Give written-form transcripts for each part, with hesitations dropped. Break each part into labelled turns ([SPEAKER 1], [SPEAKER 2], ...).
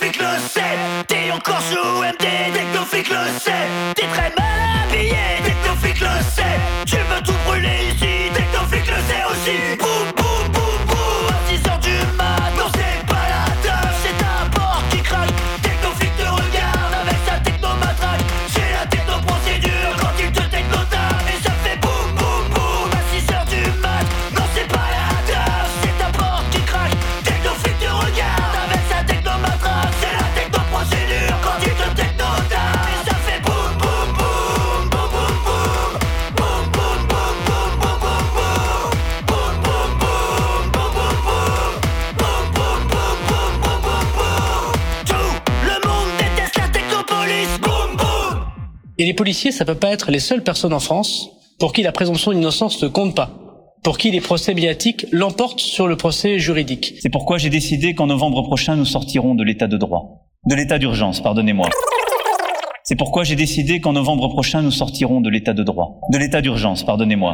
[SPEAKER 1] Technoflic le sait. T'es encore sous MD, Technoflic le sait. T'es très mal habillé, Technoflic le sait. Tu veux tout brûler ici, Technoflic le sait aussi. Boum boum boum boum, à 6h du mat. Non c'est pas la teuf, c'est ta porte qui craque. Technoflic te regarde avec sa technomatraque. C'est la technoprocédure quand il te technotame. Et ça fait boum boum boum, à 6h du mat. Non c'est pas la teuf, c'est ta porte qui craque. Technoflic te regarde avec sa technomatraque. C'est la technoprocédure quand il te technotame. Et ça fait boum boum boum, boum boum boum. Boum boum boum boum boum boum boum. Boum boum boum boum boum boum. Boum boum boum boum boum boum boum. Tout le monde déteste la technopolice. Boum boum.
[SPEAKER 2] Et les policiers, ça peut pas être les seules personnes en France pour qui la présomption d'innocence ne compte pas, pour qui les procès médiatiques l'emportent sur le procès juridique.
[SPEAKER 3] C'est pourquoi j'ai décidé qu'en novembre prochain, nous sortirons de l'état de droit. De l'état d'urgence, pardonnez-moi. C'est pourquoi j'ai décidé qu'en novembre prochain, nous sortirons de l'état de droit. De l'état d'urgence, pardonnez-moi.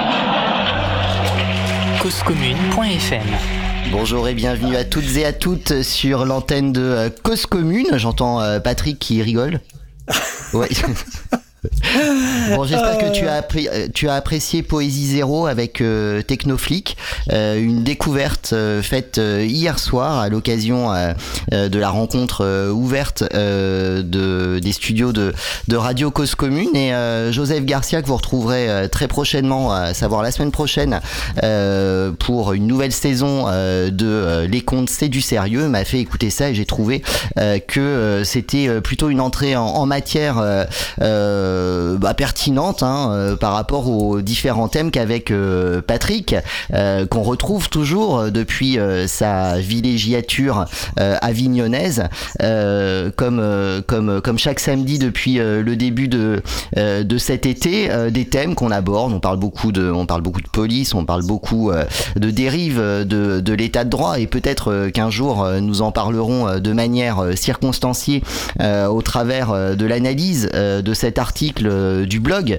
[SPEAKER 4] Causecommune.fm.
[SPEAKER 5] Bonjour et bienvenue à toutes et à toutes sur l'antenne de Cause Commune. J'entends Patrick qui rigole. Ouais. Bon, j'espère que tu as apprécié Poésie Zéro avec Technoflic, une découverte faite hier soir à l'occasion de la rencontre ouverte des studios de Radio Cause Commune. Et Joseph Garcia, que vous retrouverez très prochainement, à savoir la semaine prochaine, pour une nouvelle saison de Les Contes c'est du sérieux, m'a fait écouter ça et j'ai trouvé que c'était plutôt une entrée en matière pertinente par rapport aux différents thèmes qu'avec Patrick, qu'on retrouve toujours depuis sa villégiature avignonnaise, comme chaque samedi depuis le début de cet été, des thèmes qu'on aborde. On parle beaucoup de police, on parle beaucoup de dérives de l'état de droit, et peut-être qu'un jour nous en parlerons de manière circonstanciée au travers de l'analyse de cet article du blog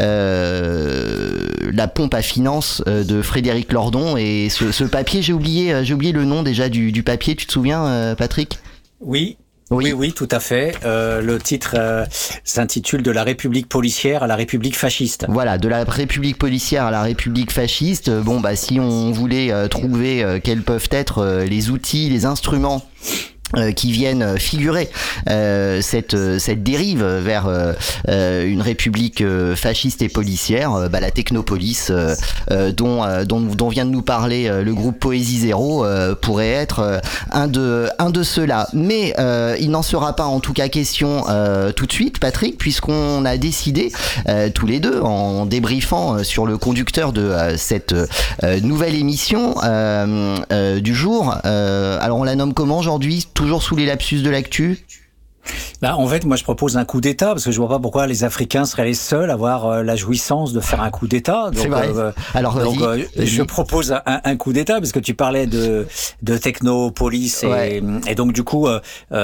[SPEAKER 5] La pompe à finances de Frédéric Lordon. Et ce papier, j'ai oublié le nom déjà du papier, tu te souviens, Patrick ?
[SPEAKER 6] Oui, tout à fait. Le titre s'intitule De la République policière à la République fasciste.
[SPEAKER 5] Voilà, de la République policière à la République fasciste. Bon, si on voulait trouver quels peuvent être les outils, les instruments qui viennent figurer cette dérive vers une république fasciste et policière, la technopolice dont vient de nous parler le groupe Poésie Zéro pourrait être un de ceux-là. Mais il n'en sera pas en tout cas question tout de suite, Patrick, puisqu'on a décidé tous les deux, en débriefant sur le conducteur de cette nouvelle émission du jour. Alors on la nomme comment aujourd'hui ? Toujours sous les lapsus de l'actu ?
[SPEAKER 6] En fait, moi, je propose un coup d'État, parce que je vois pas pourquoi les Africains seraient les seuls à avoir la jouissance de faire un coup d'État.
[SPEAKER 5] C'est vrai. Alors,
[SPEAKER 6] je propose un coup d'État, parce que tu parlais de technopolice, ouais. Et donc, du coup,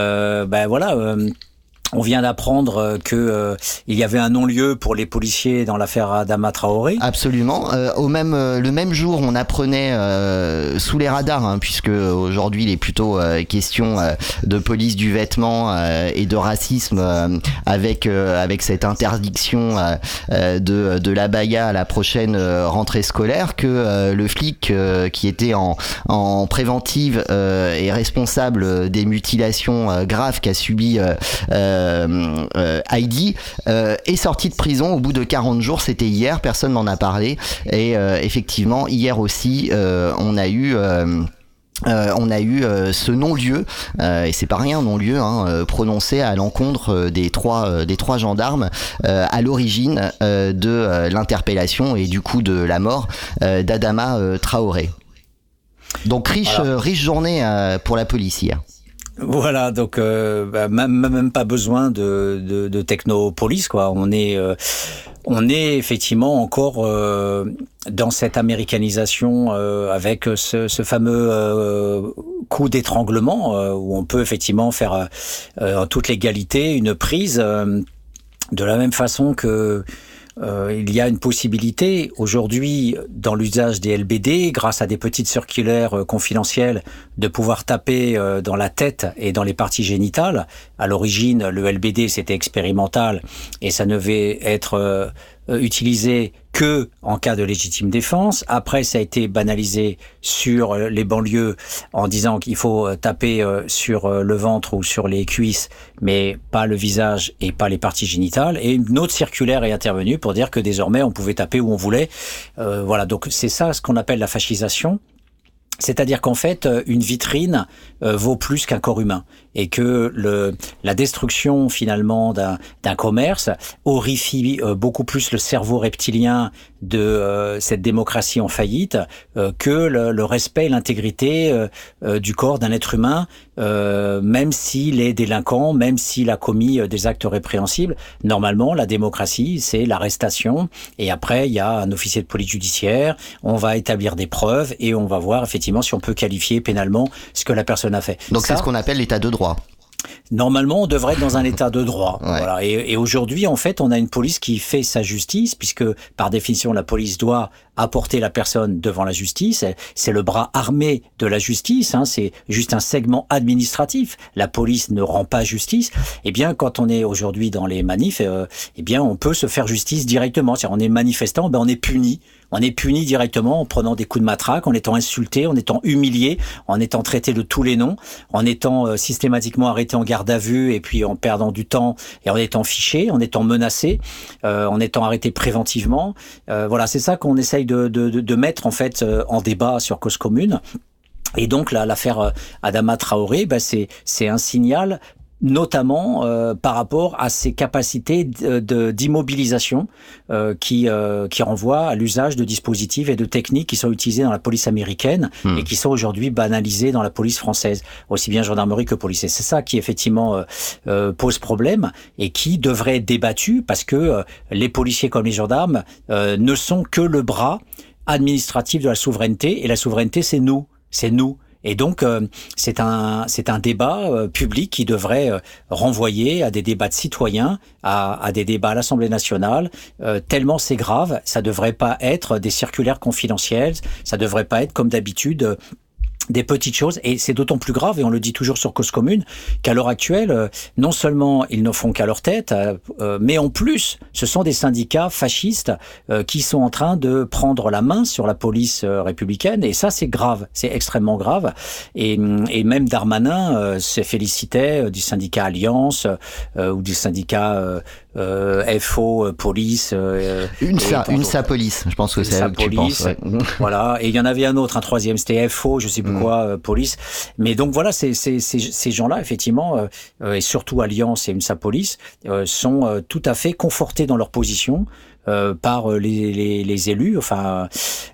[SPEAKER 6] on vient d'apprendre que il y avait un non-lieu pour les policiers dans l'affaire Adama Traoré.
[SPEAKER 5] Absolument. Le même jour, on apprenait sous les radars, puisque aujourd'hui il est plutôt question de police du vêtement et de racisme avec cette interdiction de l'abaya à la prochaine rentrée scolaire, que le flic qui était en préventive et responsable des mutilations graves qu'a subi Heidi est sorti de prison au bout de 40 jours, c'était hier, personne n'en a parlé, et effectivement hier aussi on a eu ce non-lieu, et c'est pas rien, non-lieu, prononcé à l'encontre des trois gendarmes à l'origine de l'interpellation et du coup de la mort d'Adama Traoré. Donc riche journée pour la police hier.
[SPEAKER 6] Voilà, donc même pas besoin de technopolice, quoi. On est effectivement encore dans cette américanisation avec ce fameux coup d'étranglement où on peut effectivement faire en toute légalité une prise de la même façon que il y a une possibilité aujourd'hui dans l'usage des LBD, grâce à des petites circulaires confidentielles, de pouvoir taper dans la tête et dans les parties génitales. À l'origine, le LBD c'était expérimental et ça ne devait être utilisé que en cas de légitime défense. Après, ça a été banalisé sur les banlieues en disant qu'il faut taper sur le ventre ou sur les cuisses, mais pas le visage et pas les parties génitales. Et une autre circulaire est intervenue pour dire que désormais, on pouvait taper où on voulait. Voilà, donc c'est ça ce qu'on appelle la fascisation. C'est-à-dire qu'en fait, une vitrine vaut plus qu'un corps humain et que la destruction finalement d'un commerce horrifie beaucoup plus le cerveau reptilien de cette démocratie en faillite que le respect et l'intégrité du corps d'un être humain, même s'il est délinquant, même s'il a commis des actes répréhensibles. Normalement, la démocratie, c'est l'arrestation et après, il y a un officier de police judiciaire, on va établir des preuves et on va voir effectivement si on peut qualifier pénalement ce que la personne a fait.
[SPEAKER 5] Donc c'est ce qu'on appelle l'état de droit.
[SPEAKER 6] Normalement, on devrait être dans un état de droit.
[SPEAKER 5] Ouais.
[SPEAKER 6] Voilà. Et aujourd'hui, en fait, on a une police qui fait sa justice, puisque par définition, la police doit apporter la personne devant la justice. C'est le bras armé de la justice. Hein. C'est juste un segment administratif. La police ne rend pas justice. Eh bien, quand on est aujourd'hui dans les manifs, eh bien, on peut se faire justice directement. C'est-à-dire, on est manifestant, ben, on est puni. On est puni directement en prenant des coups de matraque, en étant insulté, en étant humilié, en étant traité de tous les noms, en étant systématiquement arrêté en garde à vue et puis en perdant du temps et en étant fiché, en étant menacé, en étant arrêté préventivement. Voilà, c'est ça qu'on essaye de mettre en fait en débat sur Cause Commune. Et donc l'affaire Adama Traoré, ben, c'est un signal notamment par rapport à ces capacités d'immobilisation qui renvoient à l'usage de dispositifs et de techniques qui sont utilisés dans la police américaine et qui sont aujourd'hui banalisés dans la police française, aussi bien gendarmerie que police. Et c'est ça qui effectivement pose problème et qui devrait être débattu parce que les policiers comme les gendarmes ne sont que le bras administratif de la souveraineté et la souveraineté c'est nous. Et donc, c'est un débat public qui devrait renvoyer à des débats de citoyens, à des débats à l'Assemblée nationale. Tellement c'est grave, ça devrait pas être des circulaires confidentielles, ça devrait pas être comme d'habitude des petites choses, et c'est d'autant plus grave, et on le dit toujours sur Cause Commune, qu'à l'heure actuelle, non seulement ils ne font qu'à leur tête, mais en plus, ce sont des syndicats fascistes qui sont en train de prendre la main sur la police républicaine, et ça c'est grave, c'est extrêmement grave, et même Darmanin se félicitait du syndicat Alliance ou du syndicat FO Police.
[SPEAKER 5] UNSA Police, je pense que c'est ça que tu penses. Ouais.
[SPEAKER 6] Voilà, et il y en avait un autre, un troisième, c'était FO, je sais plus quoi, Police. Mais donc voilà, ces gens-là, effectivement, et surtout Alliance et UNSA Police, sont tout à fait confortés dans leur position. Par les élus, enfin,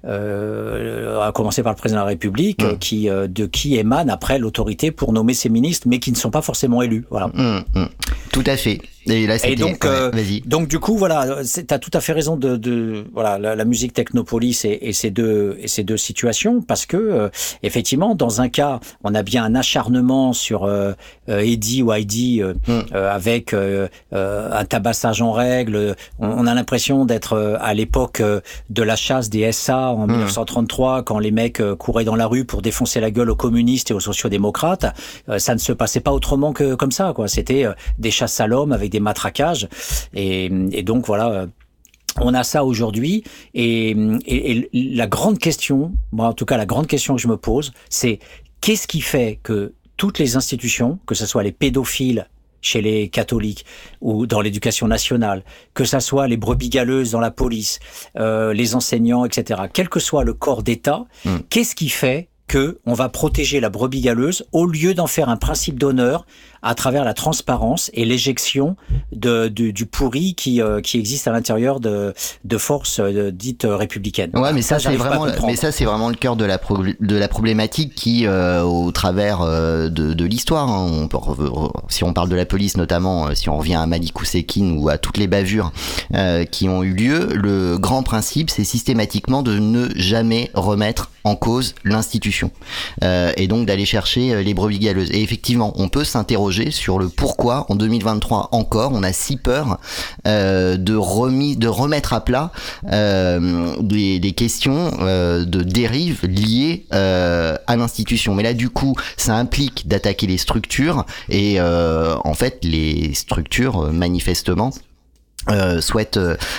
[SPEAKER 6] à commencer par le président de la République, de qui émane après l'autorité pour nommer ses ministres, mais qui ne sont pas forcément élus. Voilà.
[SPEAKER 5] Tout à fait. Et là, c'était.
[SPEAKER 6] Donc du coup, voilà, t'as tout à fait raison voilà la musique Technopolis et ces deux situations, parce que effectivement, dans un cas, on a bien un acharnement sur Eddie ou Heidi avec un tabassage en règle. On a l'impression d'être à l'époque de la chasse des SA en 1933, quand les mecs couraient dans la rue pour défoncer la gueule aux communistes et aux sociodémocrates. Ça ne se passait pas autrement que comme ça, quoi. C'était des chasses à l'homme avec des matraquages, et donc voilà. On a ça aujourd'hui, et la grande question, moi en tout cas la grande question que je me pose, c'est qu'est-ce qui fait que toutes les institutions, que ce soit les pédophiles chez les catholiques ou dans l'éducation nationale, que ça soit les brebis galeuses dans la police, les enseignants, etc., quel que soit le corps d'État, qu'est-ce qui fait que on va protéger la brebis galeuse au lieu d'en faire un principe d'honneur à travers la transparence et l'éjection du pourri qui existe à l'intérieur de forces dites républicaines.
[SPEAKER 5] Ouais, mais ça c'est vraiment le cœur de la problématique qui au travers de l'histoire, hein, si on parle de la police notamment, si on revient à Malik Oussekine ou à toutes les bavures qui ont eu lieu, le grand principe c'est systématiquement de ne jamais remettre en cause l'institution et donc d'aller chercher les brebis galeuses. Et effectivement, on peut s'interroger sur le pourquoi en 2023 encore on a si peur de remettre à plat des questions de dérive liées à l'institution. Mais là, du coup, ça implique d'attaquer les structures et en fait, les structures manifestement souhaite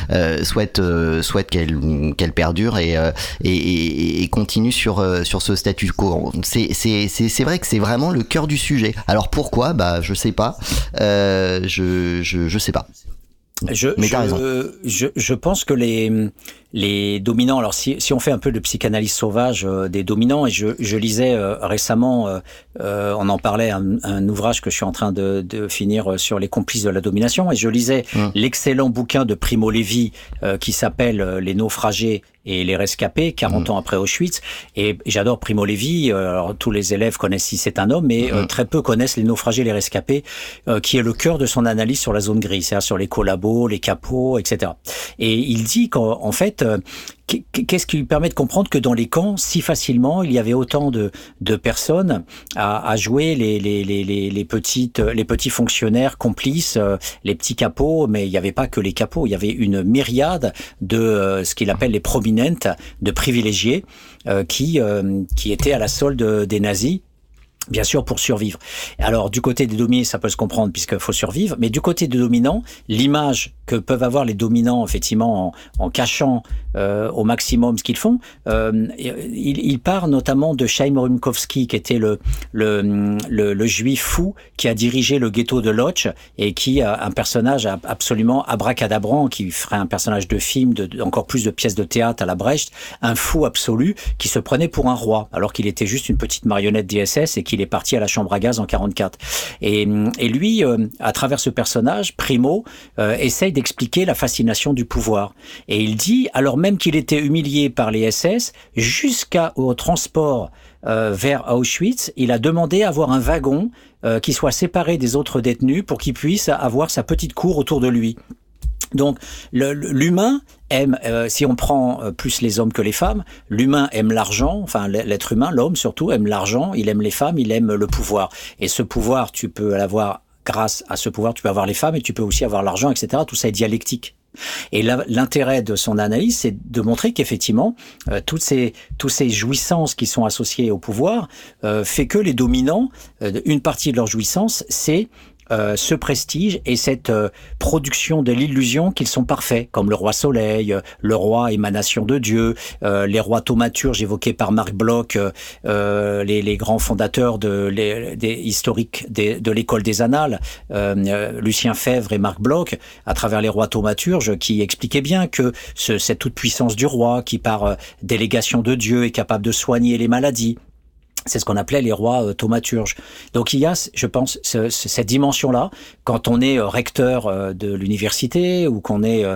[SPEAKER 5] qu'elle perdure et continue sur ce statu quo. C'est vrai que c'est vraiment le cœur du sujet. Alors pourquoi? Je sais pas. Je sais pas. Mais t'as raison.
[SPEAKER 6] Je pense que les dominants, alors si on fait un peu de psychanalyse sauvage des dominants, et je lisais récemment, on en parlait, un ouvrage que je suis en train de finir sur les complices de la domination, et je lisais l'excellent bouquin de Primo Levi qui s'appelle Les naufragés et les rescapés, 40 ans après Auschwitz. Et j'adore Primo Levi. Alors, tous les élèves connaissent Si c'est un homme, mais très peu connaissent Les naufragés et les rescapés, qui est le cœur de son analyse sur la zone grise, c'est-à-dire sur les collabos, les capots, etc. Et il dit qu'en fait, qu'est-ce qui lui permet de comprendre que dans les camps, si facilement, il y avait autant de personnes à jouer les petits fonctionnaires complices, les petits capots, mais il n'y avait pas que les capots, il y avait une myriade de ce qu'il appelle les prominentes, de privilégiés qui étaient à la solde des nazis. Bien sûr, pour survivre. Alors, du côté des dominés, ça peut se comprendre puisqu'il faut survivre, mais du côté des dominants, l'image que peuvent avoir les dominants, effectivement, en cachant au maximum ce qu'ils font, il part notamment de Chaim Rumkowski, qui était le juif fou qui a dirigé le ghetto de Lodz et qui a un personnage absolument abracadabrant, qui ferait un personnage de film, encore plus de pièces de théâtre à la Brecht, un fou absolu qui se prenait pour un roi, alors qu'il était juste une petite marionnette des SS et qu'il est parti à la chambre à gaz en 44. Et lui, à travers ce personnage, Primo, essaye d'expliquer la fascination du pouvoir. Et il dit, alors même qu'il était humilié par les SS, jusqu'au transport vers Auschwitz, il a demandé à avoir un wagon qui soit séparé des autres détenus pour qu'il puisse avoir sa petite cour autour de lui. Donc l'humain aime, si on prend plus les hommes que les femmes, l'humain aime l'argent, enfin l'être humain, l'homme surtout, aime l'argent, il aime les femmes, il aime le pouvoir. Et ce pouvoir, tu peux l'avoir grâce à ce pouvoir, tu peux avoir les femmes et tu peux aussi avoir l'argent, etc. Tout ça est dialectique. Et l'intérêt de son analyse, c'est de montrer qu'effectivement, toutes ces jouissances qui sont associées au pouvoir fait que les dominants, une partie de leur jouissance, c'est ce prestige et cette production de l'illusion qu'ils sont parfaits, comme le roi Soleil, le roi émanation de Dieu, les rois thaumaturges évoqués par Marc Bloch, les grands fondateurs des historiques de l'école des Annales, Lucien Febvre et Marc Bloch, à travers les rois thaumaturges, qui expliquaient bien que cette toute-puissance du roi, qui par délégation de Dieu est capable de soigner les maladies, c'est ce qu'on appelait les rois thaumaturges. Donc il y a, je pense, cette dimension-là, quand on est recteur de l'université ou qu'on est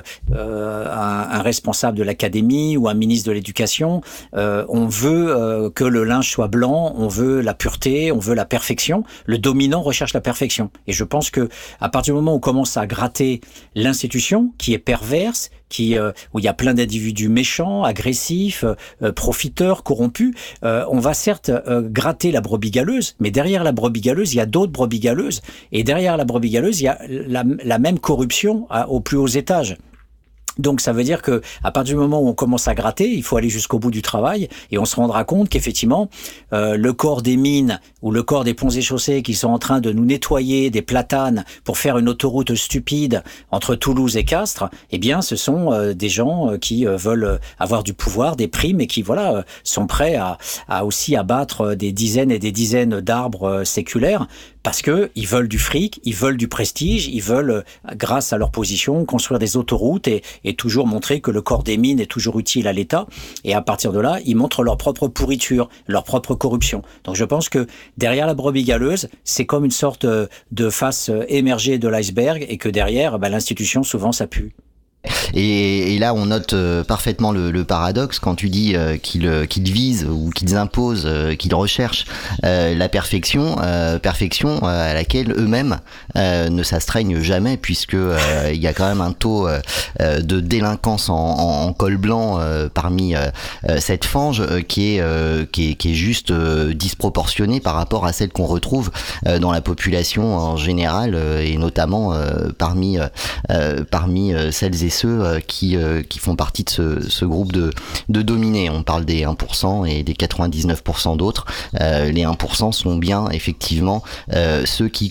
[SPEAKER 6] un responsable de l'académie ou un ministre de l'éducation, on veut que le linge soit blanc, on veut la pureté, on veut la perfection. Le dominant recherche la perfection. Et je pense que à partir du moment où on commence à gratter l'institution, qui est perverse, où il y a plein d'individus méchants, agressifs, profiteurs, corrompus, on va certes gratter la brebis galeuse, mais derrière la brebis galeuse, il y a d'autres brebis galeuses, et derrière la brebis galeuse, il y a la même corruption aux plus hauts étages. Donc ça veut dire que à partir du moment où on commence à gratter, il faut aller jusqu'au bout du travail et on se rendra compte qu'effectivement le corps des mines ou le corps des ponts et chaussées qui sont en train de nous nettoyer des platanes pour faire une autoroute stupide entre Toulouse et Castres, eh bien ce sont des gens qui veulent avoir du pouvoir, des primes et qui sont prêts à aussi abattre des dizaines et des dizaines d'arbres séculaires. Parce que ils veulent du fric, ils veulent du prestige, ils veulent, grâce à leur position, construire des autoroutes et toujours montrer que le corps des mines est toujours utile à l'État. Et à partir de là, ils montrent leur propre pourriture, leur propre corruption. Donc je pense que derrière la brebis galeuse, c'est comme une sorte de face émergée de l'iceberg et que derrière, l'institution, souvent, ça pue.
[SPEAKER 5] Et là, on note parfaitement le paradoxe quand tu dis qu'ils visent ou qu'ils imposent, qu'ils recherchent la perfection à laquelle eux-mêmes ne s'astreignent jamais, puisque il y a quand même un taux de délinquance en col blanc parmi cette fange qui est juste disproportionnée par rapport à celle qu'on retrouve dans la population en général, et notamment parmi celles et ceux qui font partie de ce groupe de dominés. On parle des 1% et des 99% d'autres. Les 1% sont bien effectivement ceux qui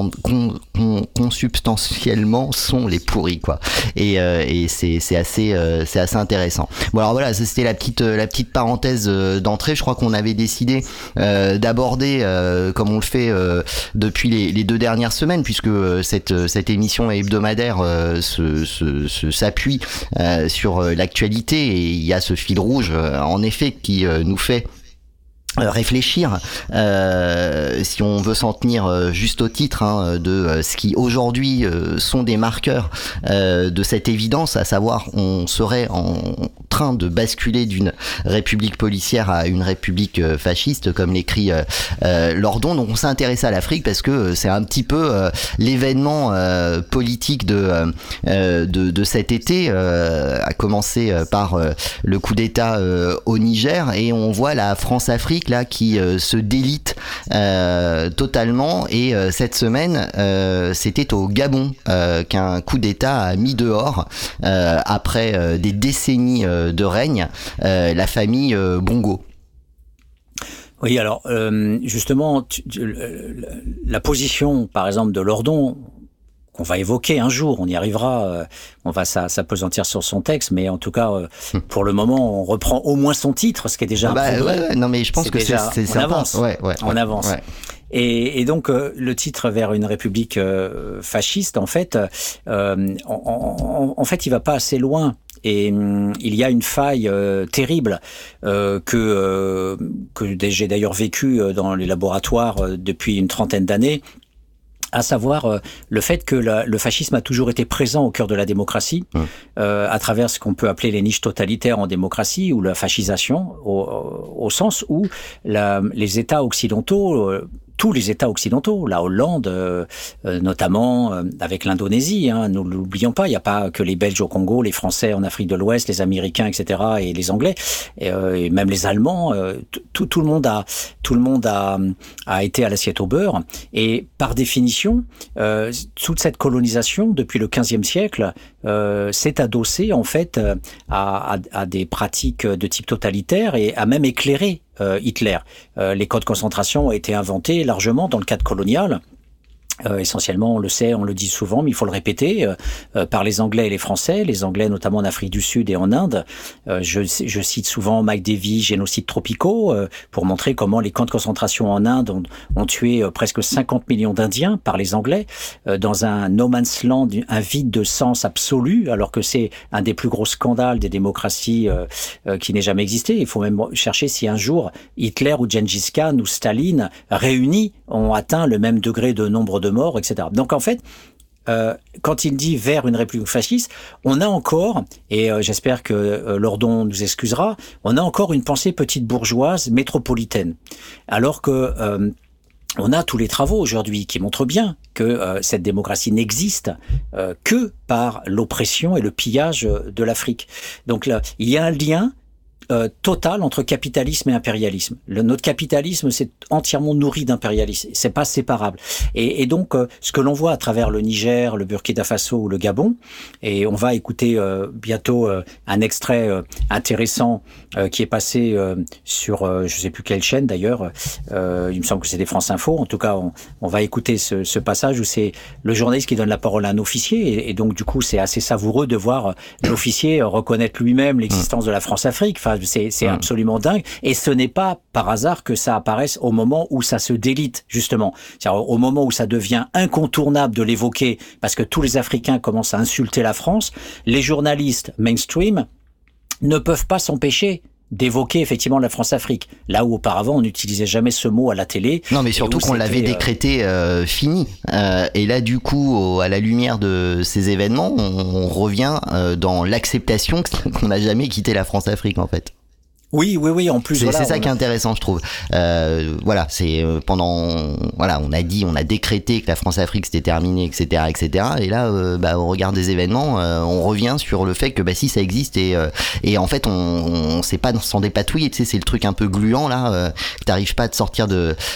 [SPEAKER 5] consubstantiellement sont les pourris, quoi. Et c'est assez intéressant. Bon, alors voilà, ça c'était la petite parenthèse d'entrée. Je crois qu'on avait décidé d'aborder, comme on le fait depuis les 2 dernières semaines, puisque cette émission hebdomadaire s'appuie sur l'actualité, et il y a ce fil rouge en effet qui nous fait réfléchir, si on veut s'en tenir juste au titre de ce qui aujourd'hui sont des marqueurs de cette évidence, à savoir on serait en train de basculer d'une république policière à une république fasciste, comme l'écrit Lordon. Donc on s'est intéressé à l'Afrique parce que c'est un petit peu l'événement politique de cet été, à commencer par le coup d'État au Niger, et on voit la France-Afrique là qui se délite totalement, et cette semaine c'était au Gabon qu'un coup d'État a mis dehors après des décennies de règne la famille Bongo.
[SPEAKER 6] Oui, alors justement la position par exemple de Lordon, qu'on va évoquer un jour, on y arrivera, on va s'appesantir sur son texte, mais en tout cas, pour le moment, on reprend au moins son titre, ce qui est déjà un progrès.
[SPEAKER 5] Ouais, non, mais je pense que c'est
[SPEAKER 6] on avance. On avance.
[SPEAKER 5] Ouais.
[SPEAKER 6] Et donc le titre vers une république fasciste, en fait, il va pas assez loin. Et il y a une faille terrible que j'ai d'ailleurs vécue dans les laboratoires depuis une trentaine d'années, à savoir le fait que le fascisme a toujours été présent au cœur de la démocratie, à travers ce qu'on peut appeler les niches totalitaires en démocratie, ou la fascisation, au sens où les États occidentaux, tous les États occidentaux, la Hollande notamment, avec l'Indonésie, nous ne l'oublions pas, il n'y a pas que les Belges au Congo, les Français en Afrique de l'Ouest, les Américains, etc., et les Anglais, et même les Allemands, tout le monde a été à l'assiette au beurre, et par définition, toute cette colonisation depuis le XVe siècle s'est adossée en fait à des pratiques de type totalitaire, et a même éclairé Hitler. Les camps de concentration ont été inventés largement dans le cadre colonial. Essentiellement, on le sait, on le dit souvent, mais il faut le répéter, par les Anglais et les Français, les Anglais notamment en Afrique du Sud et en Inde. Je cite souvent Mike Davey, Génocides tropicaux, pour montrer comment les camps de concentration en Inde ont tué presque 50 millions d'Indiens par les Anglais, dans un no man's land, un vide de sens absolu, alors que c'est un des plus gros scandales des démocraties qui n'ait jamais existé. Il faut même chercher si un jour Hitler ou Gengis Khan ou Staline réunis ont atteint le même degré de nombre de morts, etc. Donc en fait, quand il dit vers une république fasciste, on a encore, et j'espère que Lordon nous excusera, on a encore une pensée petite bourgeoise métropolitaine. Alors que on a tous les travaux aujourd'hui qui montrent bien que cette démocratie n'existe que par l'oppression et le pillage de l'Afrique. Donc là, il y a un lien total entre capitalisme et impérialisme. Notre capitalisme, c'est entièrement nourri d'impérialisme. C'est pas séparable. Et donc, ce que l'on voit à travers le Niger, le Burkina Faso ou le Gabon, et on va écouter bientôt un extrait intéressant qui est passé sur je sais plus quelle chaîne d'ailleurs. Il me semble que c'était France Info. En tout cas, on va écouter ce passage où c'est le journaliste qui donne la parole à un officier, et donc du coup, c'est assez savoureux de voir l'officier reconnaître lui-même l'existence de la France-Afrique. Enfin, c'est absolument dingue, et ce n'est pas par hasard que ça apparaisse au moment où ça se délite, justement. C'est-à-dire au moment où ça devient incontournable de l'évoquer, parce que tous les Africains commencent à insulter la France, les journalistes mainstream ne peuvent pas s'empêcher d'évoquer effectivement la France-Afrique. Là où auparavant on n'utilisait jamais ce mot à la télé.
[SPEAKER 5] Non, mais surtout qu'on l'avait décrété fini. Et là, du coup, à la lumière de ces événements, on revient dans l'acceptation qu'on n'a jamais quitté la France-Afrique, en fait.
[SPEAKER 6] Oui. En plus,
[SPEAKER 5] c'est ça qui est intéressant, je trouve. Voilà, c'est on a décrété que la France-Afrique c'était terminé, etc. Et là, au regard des événements, on revient sur le fait que si ça existe et en fait on sait pas s'en dépatouiller. Tu sais, c'est le truc un peu gluant là, que t'arrives pas à te sortir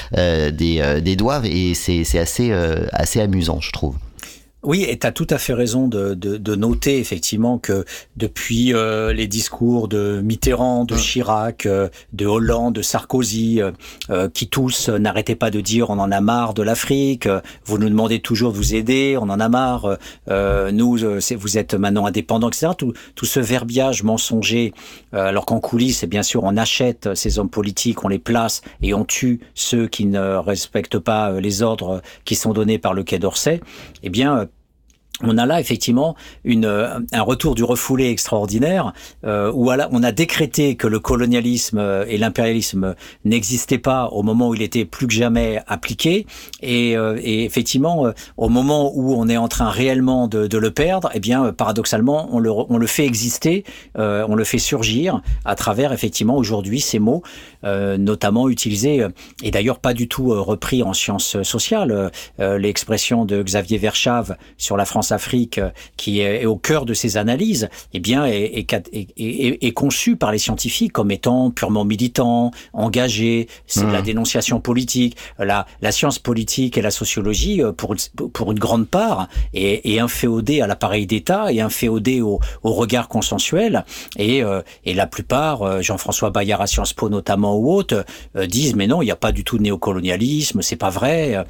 [SPEAKER 5] des doigts et c'est assez amusant, je trouve.
[SPEAKER 6] Oui, et tu as tout à fait raison de noter effectivement que depuis les discours de Mitterrand, de Chirac, de Hollande, de Sarkozy, qui tous n'arrêtaient pas de dire on en a marre de l'Afrique, vous nous demandez toujours de vous aider, on en a marre, vous êtes maintenant indépendants, etc. Tout ce verbiage mensonger, alors qu'en coulisses, bien sûr, on achète ces hommes politiques, on les place et on tue ceux qui ne respectent pas les ordres qui sont donnés par le Quai d'Orsay, eh bien, on a là effectivement un retour du refoulé extraordinaire où on a décrété que le colonialisme et l'impérialisme n'existaient pas au moment où il était plus que jamais appliqué et effectivement au moment où on est en train réellement de le perdre, eh bien paradoxalement on le fait exister, on le fait surgir à travers effectivement aujourd'hui ces mots notamment utilisés et d'ailleurs pas du tout repris en sciences sociales, l'expression de Xavier Verschave sur la France-Afrique qui est au cœur de ces analyses, eh bien est conçu par les scientifiques comme étant purement militant, engagé. C'est de la dénonciation politique. La science politique et la sociologie, pour une grande part, est inféodée à l'appareil d'État et inféodée au regard consensuel. Et la plupart, Jean-François Bayard à Sciences Po notamment ou autres, disent mais non, il n'y a pas du tout de néocolonialisme, c'est pas vrai.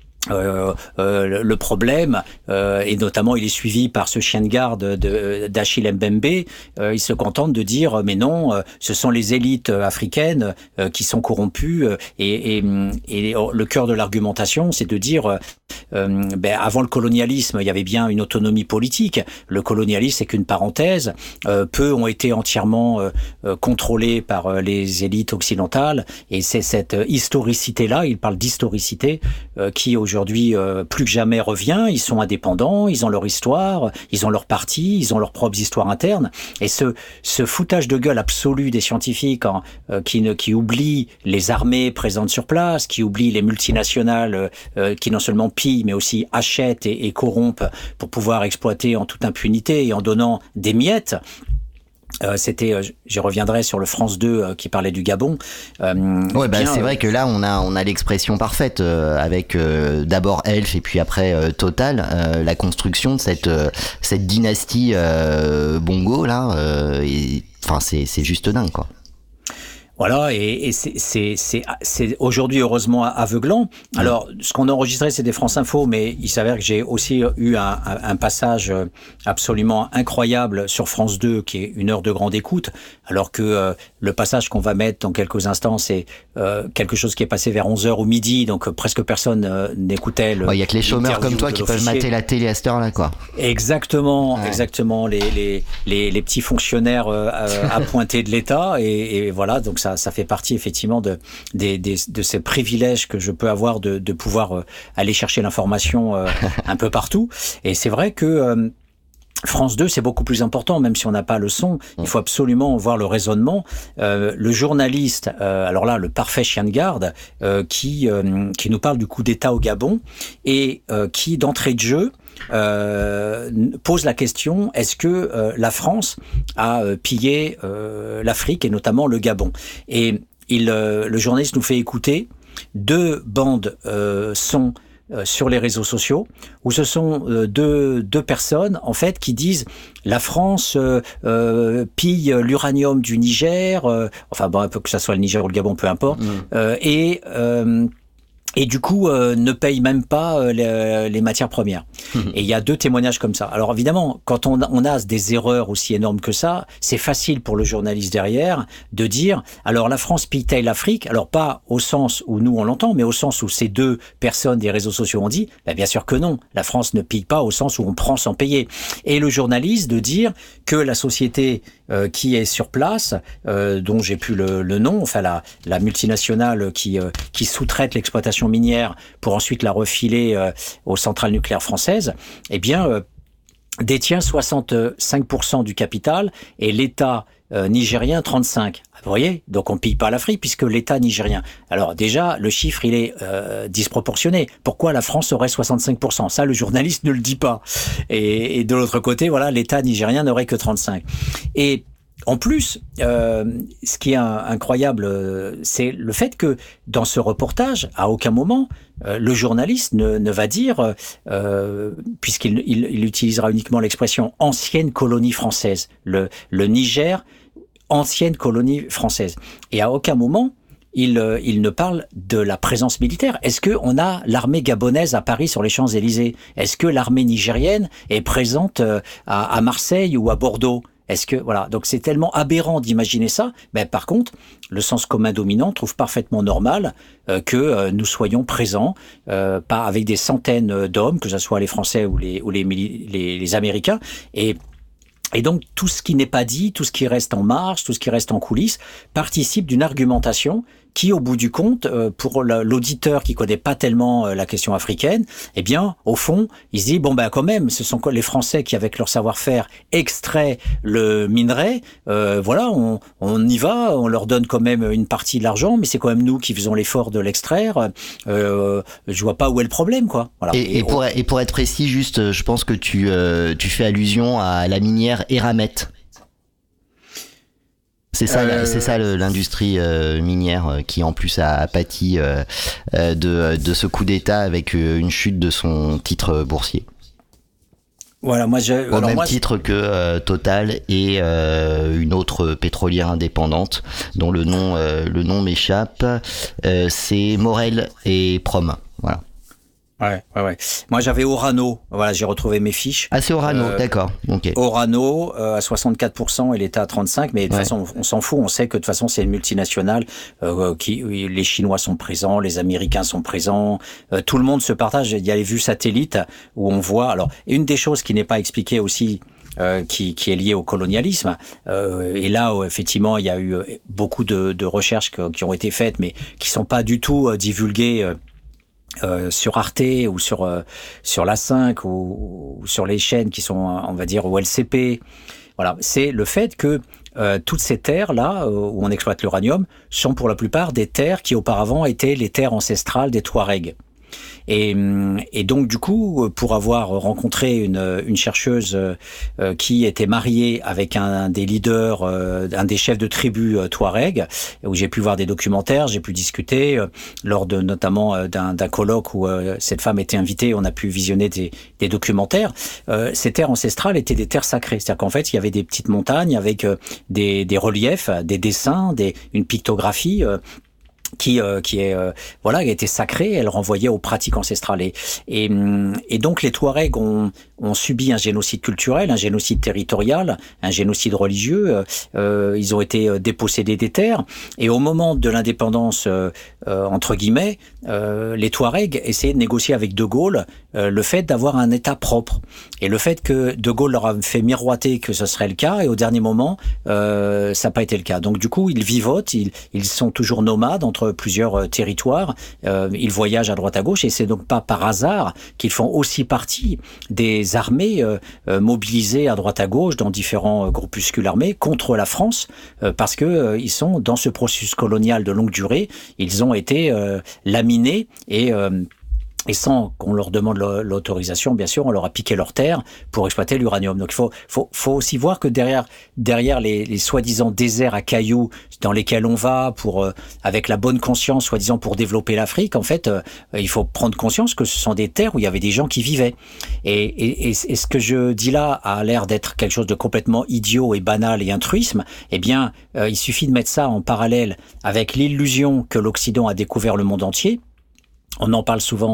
[SPEAKER 6] Le problème, et notamment il est suivi par ce chien de garde d'Achille Mbembe, il se contente de dire mais non, ce sont les élites africaines qui sont corrompues et le cœur de l'argumentation c'est de dire avant le colonialisme il y avait bien une autonomie politique, le colonialisme c'est qu'une parenthèse, peu ont été entièrement contrôlés par les élites occidentales et c'est cette historicité-là, il parle d'historicité qui aujourd'hui plus que jamais revient, ils sont indépendants, ils ont leur histoire, ils ont leur parti, ils ont leur propre histoire interne et ce foutage de gueule absolu des scientifiques qui oublient les armées présentes sur place, qui oublient les multinationales qui non seulement pillent mais aussi achètent et corrompent pour pouvoir exploiter en toute impunité et en donnant des miettes. Je reviendrai sur le France 2 qui parlait du Gabon.
[SPEAKER 5] C'est vrai que là on a l'expression parfaite avec d'abord Elf et puis après Total, la construction de cette dynastie Bongo là. C'est juste dingue quoi.
[SPEAKER 6] Voilà, et c'est aujourd'hui heureusement aveuglant. Alors, ce qu'on a enregistré, c'est des France Info, mais il s'avère que j'ai aussi eu un passage absolument incroyable sur France 2, qui est une heure de grande écoute, alors que le passage qu'on va mettre dans quelques instants, c'est quelque chose qui est passé vers 11h ou midi, donc presque personne n'écoutait le. Il y a
[SPEAKER 5] que les chômeurs comme toi qui peuvent mater la télé à cette heure-là, quoi.
[SPEAKER 6] Exactement, exactement. Les petits fonctionnaires appointés de l'État, et voilà, donc ça fait partie effectivement de ces privilèges que je peux avoir de pouvoir aller chercher l'information un peu partout. Et c'est vrai que France 2, c'est beaucoup plus important, même si on n'a pas le son. Il faut absolument voir le raisonnement. Le journaliste, alors là, le parfait chien de garde, qui nous parle du coup d'État au Gabon et qui, d'entrée de jeu, pose la question, est-ce que la France a pillé l'Afrique et notamment le Gabon? Et le journaliste nous fait écouter 2 bandes son sur les réseaux sociaux, où ce sont deux personnes en fait qui disent la France pille l'uranium du Niger, un peu que ça soit le Niger ou le Gabon, peu importe, et du coup ne paye même pas les matières premières. Et il y a 2 témoignages comme ça. Alors évidemment, quand on a des erreurs aussi énormes que ça, c'est facile pour le journaliste derrière de dire alors la France pille-t-elle l'Afrique? Alors pas au sens où nous on l'entend, mais au sens où ces 2 personnes des réseaux sociaux ont dit bien sûr que non, la France ne pille pas au sens où on prend sans payer. Et le journaliste de dire que la société qui est sur place, dont j'ai plus le nom, enfin la multinationale qui sous-traite l'exploitation minière pour ensuite la refiler aux centrales nucléaires françaises, eh bien détient 65% du capital et l'État nigérien 35%. Vous voyez, donc on pille pas l'Afrique puisque l'État nigérien. Alors déjà, le chiffre il est disproportionné. Pourquoi la France aurait 65%? Ça, le journaliste ne le dit pas. Et de l'autre côté, voilà, l'État nigérien n'aurait que 35%. Et en plus, ce qui est incroyable, c'est le fait que dans ce reportage, à aucun moment, le journaliste ne va dire, puisqu'il utilisera uniquement l'expression ancienne colonie française, le Niger, ancienne colonie française. Et à aucun moment, il ne parle de la présence militaire. Est-ce qu'on a l'armée gabonaise à Paris sur les Champs-Élysées? Est-ce que l'armée nigérienne est présente à Marseille ou à Bordeaux? Est-ce que voilà, donc c'est tellement aberrant d'imaginer ça. Mais par contre, le sens commun dominant trouve parfaitement normal que nous soyons présents, pas avec des centaines d'hommes, que ce soit les Français ou les Américains, et donc tout ce qui n'est pas dit, tout ce qui reste en marge, tout ce qui reste en coulisses, participe d'une argumentation qui, au bout du compte, pour l'auditeur qui connaît pas tellement la question africaine, eh bien, au fond, il se dit bon ben quand même, ce sont les Français qui, avec leur savoir-faire, extraient le minerai. Voilà, on y va, on leur donne quand même une partie de l'argent, mais c'est quand même nous qui faisons l'effort de l'extraire. Je vois pas où est le problème, quoi. Voilà.
[SPEAKER 5] Et pour être précis, juste, je pense que tu fais allusion à la minière Eramet. C'est ça l'industrie minière qui en plus a pâti de ce coup d'État avec une chute de son titre boursier.
[SPEAKER 6] Voilà,
[SPEAKER 5] au même titre que Total et une autre pétrolière indépendante dont le nom m'échappe, c'est Morel et Prom. Voilà.
[SPEAKER 6] Ouais. Moi, j'avais Orano. Voilà, j'ai retrouvé mes fiches.
[SPEAKER 5] Ah, c'est Orano, d'accord. Ok.
[SPEAKER 6] Orano à 64% et l'État à 35%. Mais de toute façon, on s'en fout. On sait que de toute façon, c'est une multinationale les Chinois sont présents, les Américains sont présents. Tout le monde se partage. Il y a les vues satellites où on voit. Alors, une des choses qui n'est pas expliquée aussi, qui est lié au colonialisme. Et là, effectivement, il y a eu beaucoup de recherches qui ont été faites, mais qui sont pas du tout divulguées. Sur Arte ou sur la 5 ou sur les chaînes qui sont, on va dire, au LCP. Voilà, c'est le fait que toutes ces terres-là où on exploite l'uranium sont pour la plupart des terres qui auparavant étaient les terres ancestrales des Touaregs. Et donc du coup, pour avoir rencontré une chercheuse qui était mariée avec un des leaders, un des chefs de tribu Touareg, où j'ai pu voir des documentaires, j'ai pu discuter lors de notamment d'un colloque où cette femme était invitée, on a pu visionner des documentaires. Ces terres ancestrales étaient des terres sacrées, c'est-à-dire qu'en fait il y avait des petites montagnes avec des reliefs, des dessins, une pictographie. Qui a été sacrée, elle renvoyait aux pratiques ancestrales. Et donc les Touaregs ont subi un génocide culturel, un génocide territorial, un génocide religieux. Ils ont été dépossédés des terres. Et au moment de l'indépendance, entre guillemets, les Touaregs essayaient de négocier avec De Gaulle le fait d'avoir un État propre. Et le fait que De Gaulle leur a fait miroiter que ce serait le cas, et au dernier moment, ça n'a pas été le cas. Donc du coup, ils vivotent, ils sont toujours nomades entre plusieurs territoires, ils voyagent à droite à gauche, et c'est donc pas par hasard qu'ils font aussi partie des armées mobilisées à droite à gauche dans différents groupuscules armés contre la France, parce que ils sont dans ce processus colonial de longue durée, ils ont été laminés et sans qu'on leur demande l'autorisation, bien sûr, on leur a piqué leurs terres pour exploiter l'uranium. Donc il faut aussi voir que derrière les soi-disant déserts à cailloux dans lesquels on va avec la bonne conscience, soi-disant pour développer l'Afrique, en fait, il faut prendre conscience que ce sont des terres où il y avait des gens qui vivaient. Et ce que je dis là a l'air d'être quelque chose de complètement idiot et banal et un truisme. Eh bien, il suffit de mettre ça en parallèle avec l'illusion que l'Occident a découvert le monde entier. On en parle souvent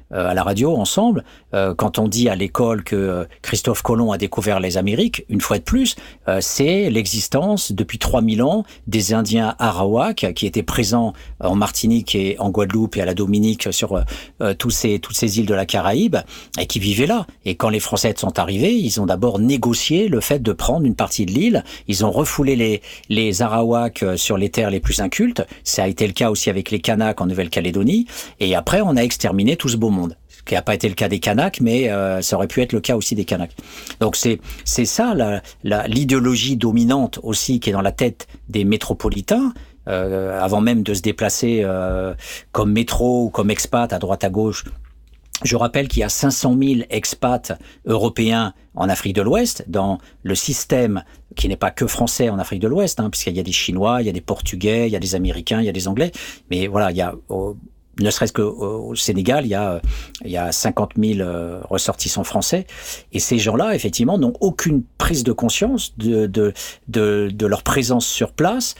[SPEAKER 6] à la radio ensemble, quand on dit à l'école que Christophe Colomb a découvert les Amériques, une fois de plus, c'est l'existence depuis 3000 ans des Indiens Arawak qui étaient présents en Martinique et en Guadeloupe et à la Dominique sur toutes ces îles de la Caraïbe et qui vivaient là. Et quand les Français sont arrivés, ils ont d'abord négocié le fait de prendre une partie de l'île. Ils ont refoulé les Arawaks sur les terres les plus incultes. Ça a été le cas aussi avec les Kanaks en Nouvelle-Calédonie. Et après, on a exterminé tout ce beau monde. Ce qui n'a pas été le cas des Kanaks, mais ça aurait pu être le cas aussi des Kanaks. Donc c'est ça l'idéologie dominante aussi qui est dans la tête des métropolitains. Avant même de se déplacer comme métro ou comme expat à droite à gauche. Je rappelle qu'il y a 500 000 expats européens en Afrique de l'Ouest, dans le système qui n'est pas que français en Afrique de l'Ouest, puisqu'il y a des Chinois, il y a des Portugais, il y a des Américains, il y a des Anglais. Mais voilà, il y a, ne serait-ce qu'au Sénégal, il y a 50 000 ressortissants français. Et ces gens-là, effectivement, n'ont aucune prise de conscience de leur présence sur place.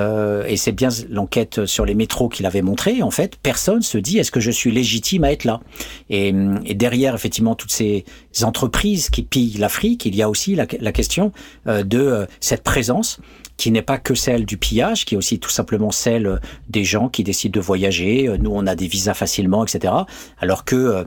[SPEAKER 6] Et c'est bien l'enquête sur les métros qui l'avait montré. En fait, personne se dit, est-ce que je suis légitime à être là ? Et derrière, effectivement, toutes ces entreprises qui pillent l'Afrique, il y a aussi la question de cette présence qui n'est pas que celle du pillage, qui est aussi tout simplement celle des gens qui décident de voyager. Nous, on a des visas facilement, etc. Alors que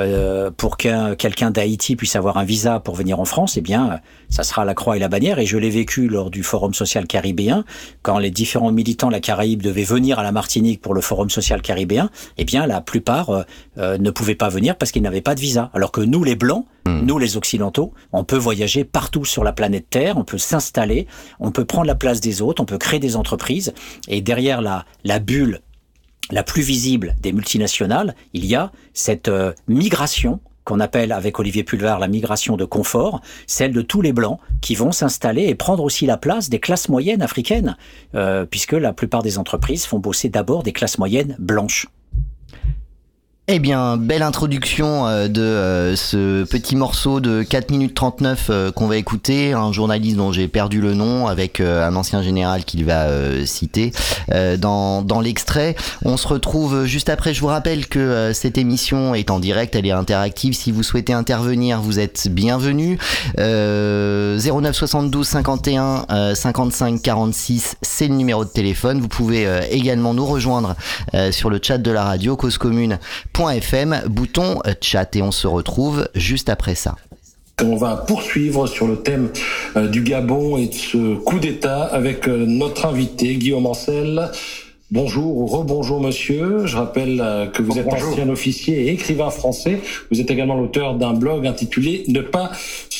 [SPEAKER 6] pour qu'un quelqu'un d'Haïti puisse avoir un visa pour venir en France, eh bien, ça sera la croix et la bannière. Et je l'ai vécu lors du Forum social caribéen, quand les différents militants de la Caraïbe devaient venir à la Martinique pour le Forum social caribéen. Eh bien, la plupart ne pouvaient pas venir parce qu'ils n'avaient pas de visa. Alors que nous, les Blancs, nous, les Occidentaux, on peut voyager partout sur la planète Terre, on peut s'installer, on peut prendre la place des autres, on peut créer des entreprises. Et derrière la bulle la plus visible des multinationales, il y a cette migration qu'on appelle avec Olivier Pulvar la migration de confort, celle de tous les Blancs qui vont s'installer et prendre aussi la place des classes moyennes africaines, puisque la plupart des entreprises font bosser d'abord des classes moyennes blanches.
[SPEAKER 5] Eh bien, belle introduction de ce petit morceau de 4 minutes 39 qu'on va écouter, un journaliste dont j'ai perdu le nom avec un ancien général qu'il va citer dans l'extrait. On se retrouve juste après. Je vous rappelle que cette émission est en direct, elle est interactive. Si vous souhaitez intervenir, vous êtes bienvenus. 09 72 51 55 46, c'est le numéro de téléphone. Vous pouvez également nous rejoindre sur le chat de la radio causecommune.fm, bouton chat, et on se retrouve juste après ça.
[SPEAKER 7] On va poursuivre sur le thème du Gabon et de ce coup d'État avec notre invité Guillaume Ancel. Bonjour ou rebonjour monsieur, je rappelle que vous êtes ancien officier et écrivain français. Vous êtes également l'auteur d'un blog intitulé « Ne pas subir ».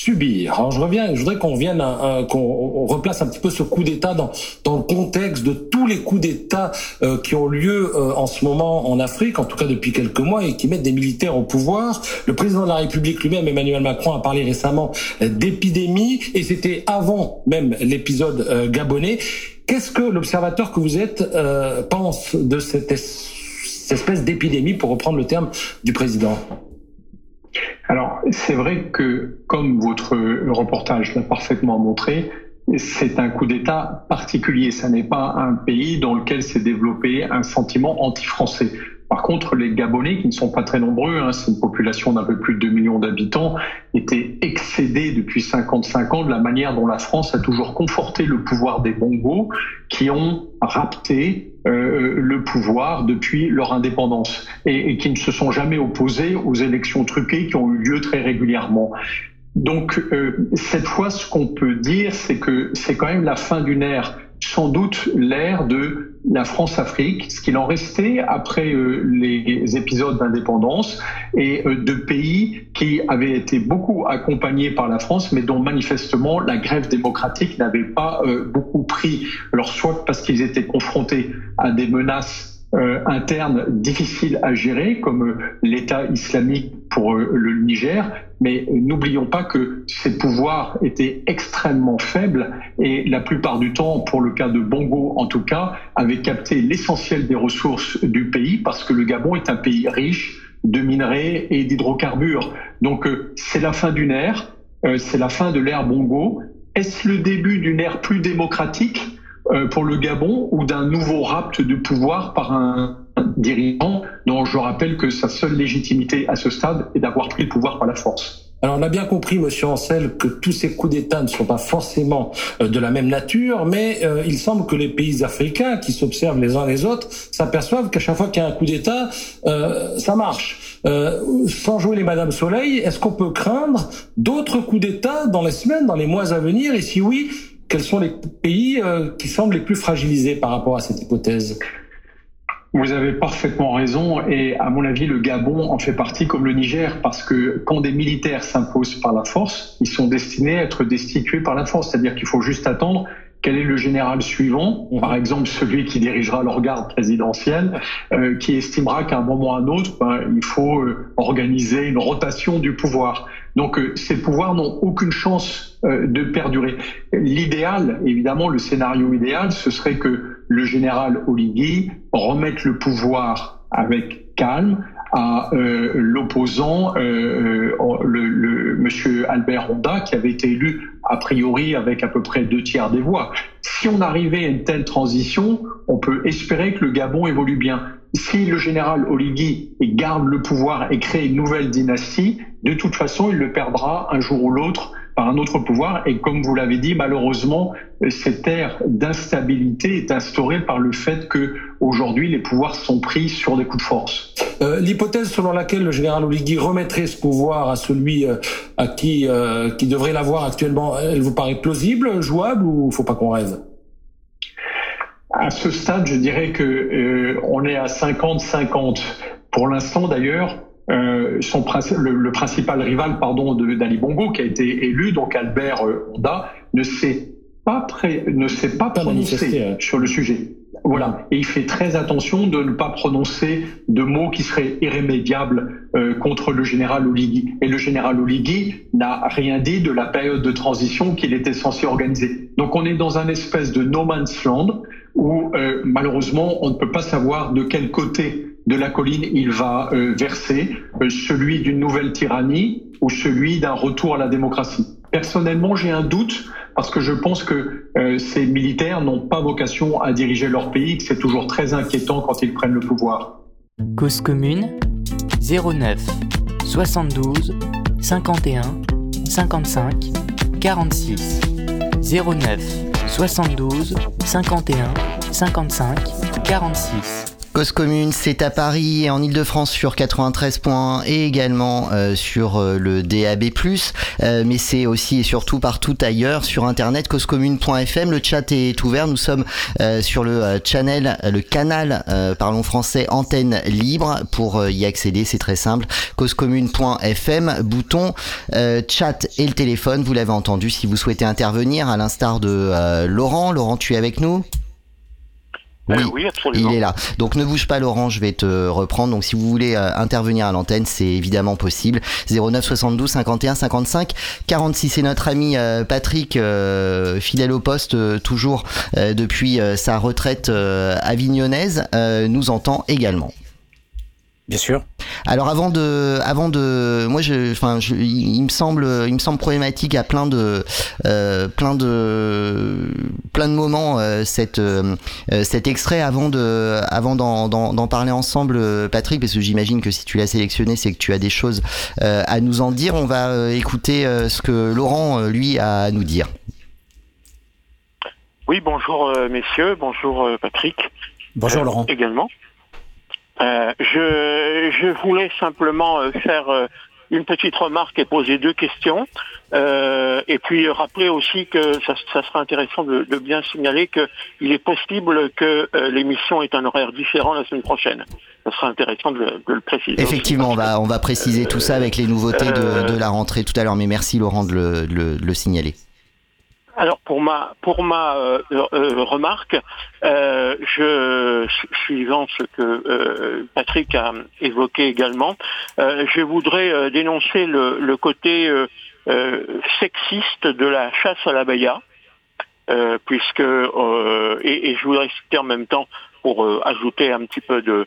[SPEAKER 7] Alors je voudrais qu'on revienne, qu'on replace un petit peu ce coup d'État dans le contexte de tous les coups d'État qui ont lieu en ce moment en Afrique, en tout cas depuis quelques mois, et qui mettent des militaires au pouvoir. Le président de la République lui-même, Emmanuel Macron, a parlé récemment d'épidémie, et c'était avant même l'épisode gabonais. Qu'est-ce que l'observateur que vous êtes pense de cette espèce d'épidémie, pour reprendre le terme du président ?
[SPEAKER 8] Alors, c'est vrai que, comme votre reportage l'a parfaitement montré, c'est un coup d'État particulier. Ça n'est pas un pays dans lequel s'est développé un sentiment anti-français. Par contre, les Gabonais, qui ne sont pas très nombreux, c'est une population d'un peu plus de 2 millions d'habitants, étaient excédés depuis 55 ans de la manière dont la France a toujours conforté le pouvoir des Bongos, qui ont rapté le pouvoir depuis leur indépendance et qui ne se sont jamais opposés aux élections truquées qui ont eu lieu très régulièrement. Donc, cette fois, ce qu'on peut dire, c'est que c'est quand même la fin d'une ère, sans doute l'ère de la France-Afrique, ce qu'il en restait après les épisodes d'indépendance, et de pays qui avaient été beaucoup accompagnés par la France, mais dont manifestement la grève démocratique n'avait pas beaucoup pris. Alors soit parce qu'ils étaient confrontés à des menaces internes difficiles à gérer, comme l'État islamique pour le Niger, mais n'oublions pas que ces pouvoirs étaient extrêmement faibles et la plupart du temps, pour le cas de Bongo en tout cas, avaient capté l'essentiel des ressources du pays, parce que le Gabon est un pays riche de minerais et d'hydrocarbures. Donc c'est la fin d'une ère, c'est la fin de l'ère Bongo. Est-ce le début d'une ère plus démocratique pour le Gabon, ou d'un nouveau rapt de pouvoir par un dirigeant dont je rappelle que sa seule légitimité à ce stade est d'avoir pris le pouvoir par la force.
[SPEAKER 7] Alors on a bien compris, Monsieur Ancel, que tous ces coups d'État ne sont pas forcément de la même nature, mais il semble que les pays africains qui s'observent les uns les autres s'aperçoivent qu'à chaque fois qu'il y a un coup d'État, ça marche. Sans jouer les Madame Soleil, est-ce qu'on peut craindre d'autres coups d'État dans les semaines, dans les mois à venir? Et si oui, quels sont les pays qui semblent les plus fragilisés par rapport à cette hypothèse?
[SPEAKER 8] Vous avez parfaitement raison et à mon avis le Gabon en fait partie comme le Niger parce que quand des militaires s'imposent par la force, ils sont destinés à être destitués par la force, c'est-à-dire qu'il faut juste attendre quel est le général suivant, par exemple celui qui dirigera leur garde présidentielle, qui estimera qu'à un moment ou à un autre, il faut organiser une rotation du pouvoir. Donc ces pouvoirs n'ont aucune chance de perdurer. L'idéal, évidemment, le scénario idéal, ce serait que le général Oligui remette le pouvoir avec calme à l'opposant, monsieur Albert Honda, qui avait été élu a priori avec à peu près 2/3 des voix. Si on arrivait à une telle transition, on peut espérer que le Gabon évolue bien. Si le général Oligui garde le pouvoir et crée une nouvelle dynastie, de toute façon, il le perdra un jour ou l'autre par un autre pouvoir. Et comme vous l'avez dit, malheureusement, cette ère d'instabilité est instaurée par le fait que aujourd'hui les pouvoirs sont pris sur des coups de force.
[SPEAKER 7] L'hypothèse selon laquelle le général Oligui remettrait ce pouvoir à celui à qui devrait l'avoir actuellement, elle vous paraît plausible, jouable ou faut pas qu'on rêve?
[SPEAKER 8] À ce stade, je dirais que on est à 50-50. Pour l'instant, d'ailleurs, le principal rival, d'Ali Bongo, qui a été élu, donc Albert Honda, ne s'est pas prononcé sur le sujet. Voilà. Et il fait très attention de ne pas prononcer de mots qui seraient irrémédiables contre le général Oligui. Et le général Oligui n'a rien dit de la période de transition qu'il était censé organiser. Donc on est dans un espèce de no man's land où malheureusement on ne peut pas savoir de quel côté de la colline il va verser, celui d'une nouvelle tyrannie ou celui d'un retour à la démocratie. Personnellement, j'ai un doute parce que je pense que ces militaires n'ont pas vocation à diriger leur pays, que c'est toujours très inquiétant quand ils prennent le pouvoir.
[SPEAKER 4] Cause commune 09 72 51 55 46 09 72 51 55 46.
[SPEAKER 5] Cause commune, c'est à Paris et en Ile-de-France sur 93.1 et également sur le DAB+, mais c'est aussi et surtout partout ailleurs sur internet, causecommune.fm. Le chat est ouvert, nous sommes sur le canal parlons français Antenne Libre. Pour y accéder, c'est très simple, causecommune.fm, bouton chat et le téléphone, vous l'avez entendu, si vous souhaitez intervenir, à l'instar de Laurent. Laurent, tu es avec nous ?
[SPEAKER 9] Oui, absolument.
[SPEAKER 5] Il est là. Donc ne bouge pas Laurent, je vais te reprendre. Donc si vous voulez intervenir à l'antenne, c'est évidemment possible. 09 72 51 55 46. Et notre ami Patrick, fidèle au poste toujours depuis sa retraite avignonnaise, nous entend également.
[SPEAKER 6] Bien sûr.
[SPEAKER 5] Alors avant de, moi il me semble problématique à plein de moments cet extrait avant d'en parler ensemble, Patrick, parce que j'imagine que si tu l'as sélectionné, c'est que tu as des choses à nous en dire. On va écouter ce que Laurent lui a à nous dire.
[SPEAKER 9] Oui, bonjour messieurs, bonjour Patrick.
[SPEAKER 6] Bonjour Laurent.
[SPEAKER 9] Également. Je voulais simplement faire une petite remarque et poser 2 questions, et puis rappeler aussi que ça sera intéressant de bien signaler qu'il est possible que l'émission ait un horaire différent la semaine prochaine. Ça sera intéressant de le préciser.
[SPEAKER 5] Effectivement, on va préciser tout ça avec les nouveautés de la rentrée tout à l'heure, mais merci Laurent de le signaler.
[SPEAKER 9] Alors pour ma remarque, suivant ce que Patrick a évoqué également, je voudrais dénoncer le côté sexiste de la chasse à l'abeilla. puisque et je voudrais citer en même temps pour ajouter un petit peu de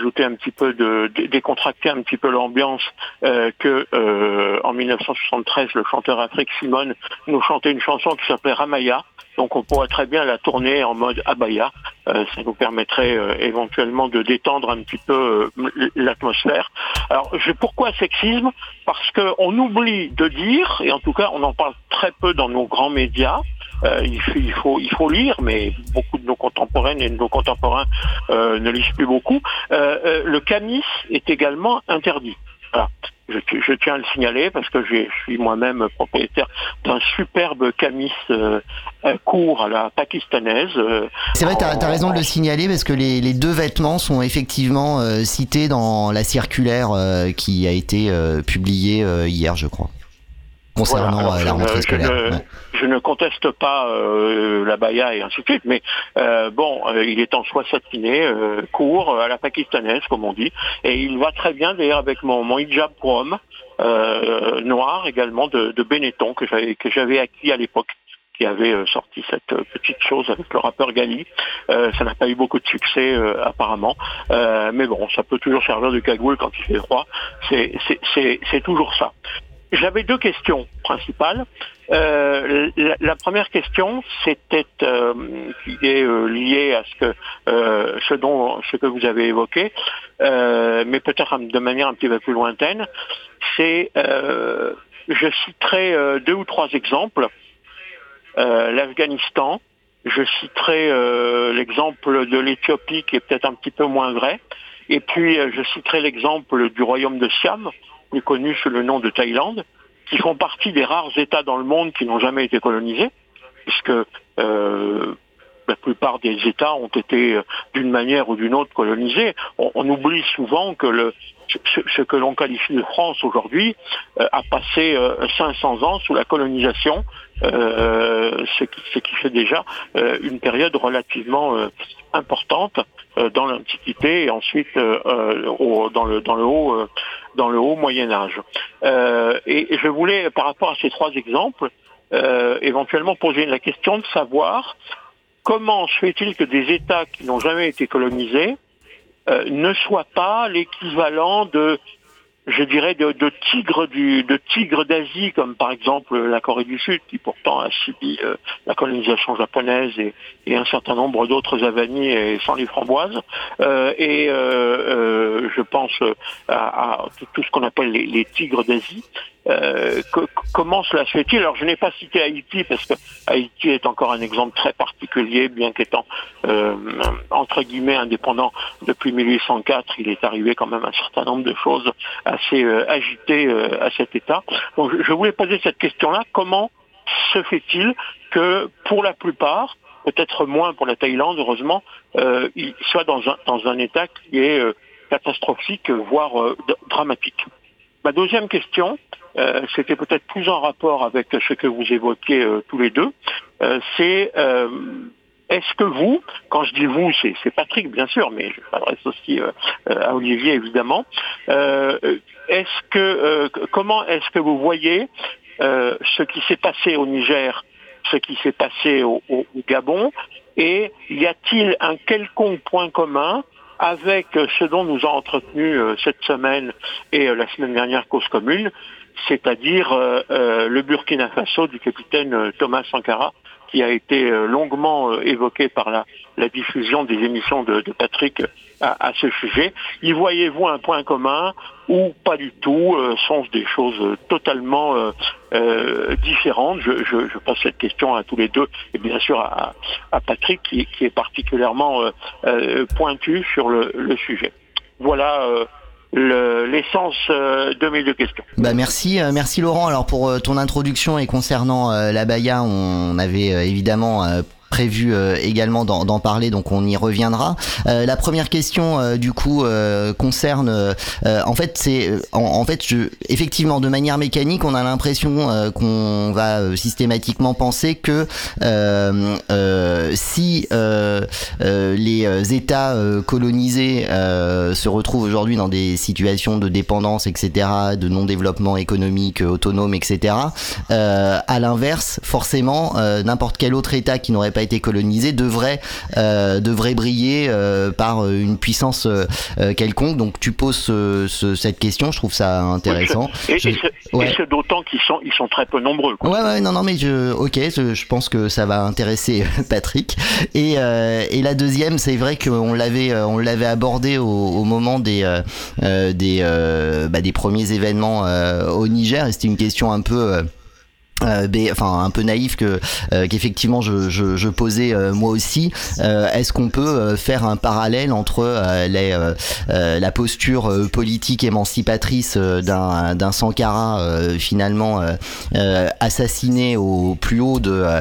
[SPEAKER 9] décontracter un petit peu l'ambiance que en 1973 le chanteur Afrique Simone nous chantait une chanson qui s'appelait Ramaya. Donc on pourrait très bien la tourner en mode abaya. Ça nous permettrait éventuellement de détendre un petit peu l'atmosphère. Alors pourquoi sexisme ? Parce que on oublie de dire, et en tout cas on en parle très peu dans nos grands médias. Il faut lire, mais beaucoup de nos contemporaines et de nos contemporains ne lisent plus beaucoup. Le camis est également interdit. Voilà. Je tiens à le signaler parce que je suis moi-même propriétaire d'un superbe camis court à la pakistanaise.
[SPEAKER 5] C'est vrai, t'as raison de le signaler parce que les deux vêtements sont effectivement cités dans la circulaire qui a été publiée hier, je crois. Concernant
[SPEAKER 9] voilà,
[SPEAKER 5] la rentrée scolaire.
[SPEAKER 9] Je ne conteste pas la baya et ainsi de suite, mais il est en soie satinée, court, à la pakistanaise, comme on dit, et il va très bien d'ailleurs avec mon hijab pour homme, noir également, de Benetton, que j'avais acquis à l'époque, qui avait sorti cette petite chose avec le rappeur Gali. Ça n'a pas eu beaucoup de succès apparemment, mais bon, ça peut toujours servir de cagoule quand il fait froid, c'est toujours ça. J'avais deux questions principales. La première question, c'était qui est liée à ce que vous avez évoqué, mais peut-être de manière un petit peu plus lointaine. C'est, je citerai 2 ou 3 exemples. L'Afghanistan, je citerai l'exemple de l'Éthiopie qui est peut-être un petit peu moins vrai, et puis je citerai l'exemple du royaume de Siam, plus connu sous le nom de Thaïlande, qui font partie des rares États dans le monde qui n'ont jamais été colonisés, puisque la plupart des États ont été d'une manière ou d'une autre colonisés. On oublie souvent que ce que l'on qualifie de France aujourd'hui a passé 500 ans sous la colonisation, ce qui fait déjà une période relativement importante dans l'Antiquité et ensuite dans le haut Moyen Âge. Et je voulais, par rapport à ces 3 exemples, éventuellement poser la question de savoir comment se fait-il que des États qui n'ont jamais été colonisés ne soient pas l'équivalent de tigres d'Asie, comme par exemple la Corée du Sud, qui pourtant a subi la colonisation japonaise et un certain nombre d'autres avanies et sans les framboises. Je pense à tout ce qu'on appelle les tigres d'Asie. Comment cela se fait-il ? Alors je n'ai pas cité Haïti parce que Haïti est encore un exemple très particulier, bien qu'étant entre guillemets indépendant depuis 1804, il est arrivé quand même un certain nombre de choses assez agitées à cet État. Donc je voulais poser cette question-là, comment se fait-il que pour la plupart, peut-être moins pour la Thaïlande heureusement, il soit dans un État qui est catastrophique, voire dramatique. Ma deuxième question, c'était peut-être plus en rapport avec ce que vous évoquez tous les deux, c'est est-ce que vous, quand je dis vous, c'est Patrick bien sûr, mais je m'adresse aussi à Olivier évidemment, comment est-ce que vous voyez ce qui s'est passé au Niger, ce qui s'est passé au Gabon, et y a-t-il un quelconque point commun avec ce dont nous a entretenu cette semaine et la semaine dernière Cause Commune, c'est-à-dire le Burkina Faso du capitaine Thomas Sankara, qui a été longuement évoqué par la diffusion des émissions de Patrick à ce sujet. Y voyez-vous un point commun ou pas du tout? Sont-ce des choses totalement différentes? Je pose cette question à tous les deux et bien sûr à Patrick qui est particulièrement pointu sur le sujet. Voilà l'essence de mes deux questions.
[SPEAKER 5] Merci Laurent. Alors pour ton introduction et concernant l'abaya, on avait évidemment prévu également d'en parler, donc on y reviendra. La première question du coup concerne en fait effectivement de manière mécanique on a l'impression qu'on va systématiquement penser que si les États colonisés se retrouvent aujourd'hui dans des situations de dépendance, etc., de non-développement économique autonome, etc., à l'inverse, forcément, n'importe quel autre État qui n'aurait pas été colonisé devrait briller par une puissance quelconque. Donc tu poses cette question, je trouve ça intéressant.
[SPEAKER 9] Et c'est d'autant qu'ils sont très peu nombreux, quoi.
[SPEAKER 5] Ouais, non, mais je pense que ça va intéresser Patrick. Et la deuxième, c'est vrai qu'on l'avait abordé au moment des premiers événements au Niger, et c'était une question un peu un peu naïf qu'effectivement je posais moi aussi. Est-ce qu'on peut faire un parallèle entre la posture politique émancipatrice d'un Sankara finalement assassiné au plus haut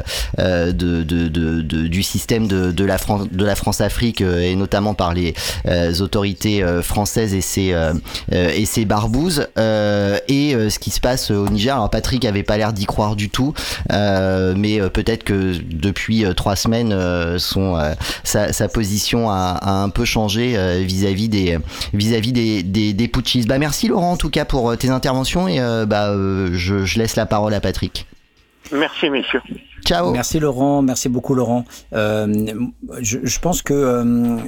[SPEAKER 5] du système de la France-Afrique, et notamment par les autorités françaises et ses barbouzes, et ce qui se passe au Niger. Alors Patrick avait pas l'air d'y croire du tout, mais peut-être que depuis 3 semaines sa position a un peu changé vis-à-vis des putschistes. Merci Laurent en tout cas pour tes interventions, et je laisse la parole à Patrick.
[SPEAKER 9] Merci messieurs.
[SPEAKER 5] Ciao.
[SPEAKER 6] Merci Laurent, merci beaucoup Laurent. Je pense que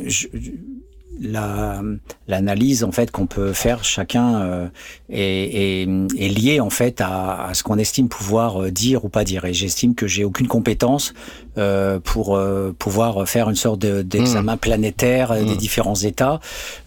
[SPEAKER 6] l'analyse en fait qu'on peut faire chacun est liée en fait à ce qu'on estime pouvoir dire ou pas dire, et j'estime que j'ai aucune compétence pour pouvoir faire une sorte d'examen planétaire des différents États.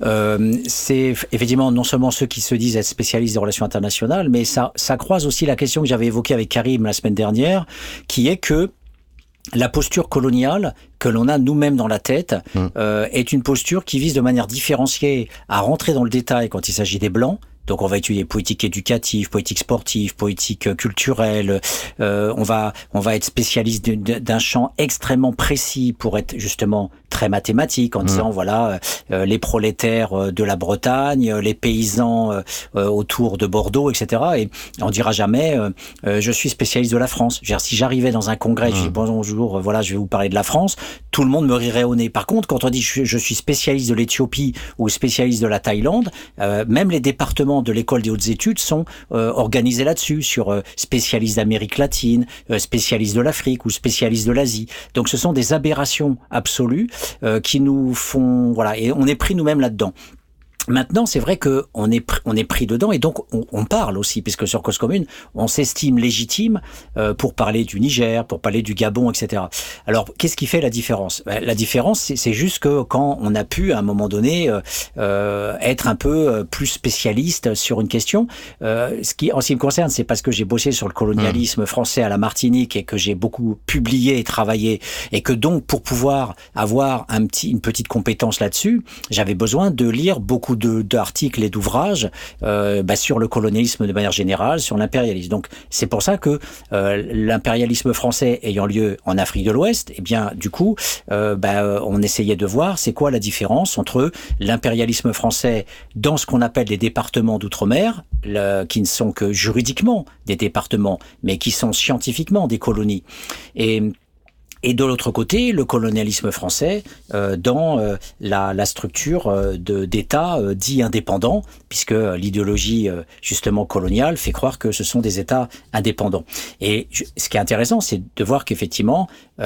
[SPEAKER 6] C'est effectivement non seulement ceux qui se disent être spécialistes des relations internationales, mais ça croise aussi la question que j'avais évoquée avec Karim la semaine dernière, qui est que la posture coloniale que l'on a nous-mêmes dans la tête est une posture qui vise de manière différenciée à rentrer dans le détail quand il s'agit des Blancs. Donc on va étudier politique éducative, politique sportive, politique culturelle. On va être spécialiste d'un champ extrêmement précis pour être justement très mathématique, en disant voilà les prolétaires de la Bretagne, les paysans autour de Bordeaux, etc. Et on dira jamais je suis spécialiste de la France. Je veux dire, si j'arrivais dans un congrès, je dis bonjour, voilà, je vais vous parler de la France, tout le monde me rirait au nez. Par contre, quand on dit je suis spécialiste de l'Éthiopie ou spécialiste de la Thaïlande, même les départements de l'école des hautes études sont organisés là-dessus, sur spécialistes d'Amérique latine, spécialistes de l'Afrique ou spécialistes de l'Asie. Donc ce sont des aberrations absolues qui nous font, voilà, et on est pris nous-mêmes là-dedans. Maintenant, c'est vrai que on est pris dedans, et donc on parle aussi, puisque sur Cause Commune, on s'estime légitime pour parler du Niger, pour parler du Gabon, etc. Alors, qu'est-ce qui fait la différence ? La différence, c'est juste que quand on a pu, à un moment donné, être un peu plus spécialiste sur une question, en ce qui me concerne, c'est parce que j'ai bossé sur le colonialisme français à la Martinique et que j'ai beaucoup publié et travaillé, et que donc, pour pouvoir avoir une petite compétence là-dessus, j'avais besoin de lire beaucoup d'articles et d'ouvrages sur le colonialisme de manière générale, sur l'impérialisme. Donc c'est pour ça que l'impérialisme français ayant lieu en Afrique de l'Ouest, eh bien du coup on essayait de voir c'est quoi la différence entre l'impérialisme français dans ce qu'on appelle les départements d'outre-mer, qui ne sont que juridiquement des départements, mais qui sont scientifiquement des colonies. Et de l'autre côté, le colonialisme français dans la structure d'États dits indépendants, puisque l'idéologie justement coloniale fait croire que ce sont des États indépendants. Et ce qui est intéressant, c'est de voir qu'effectivement,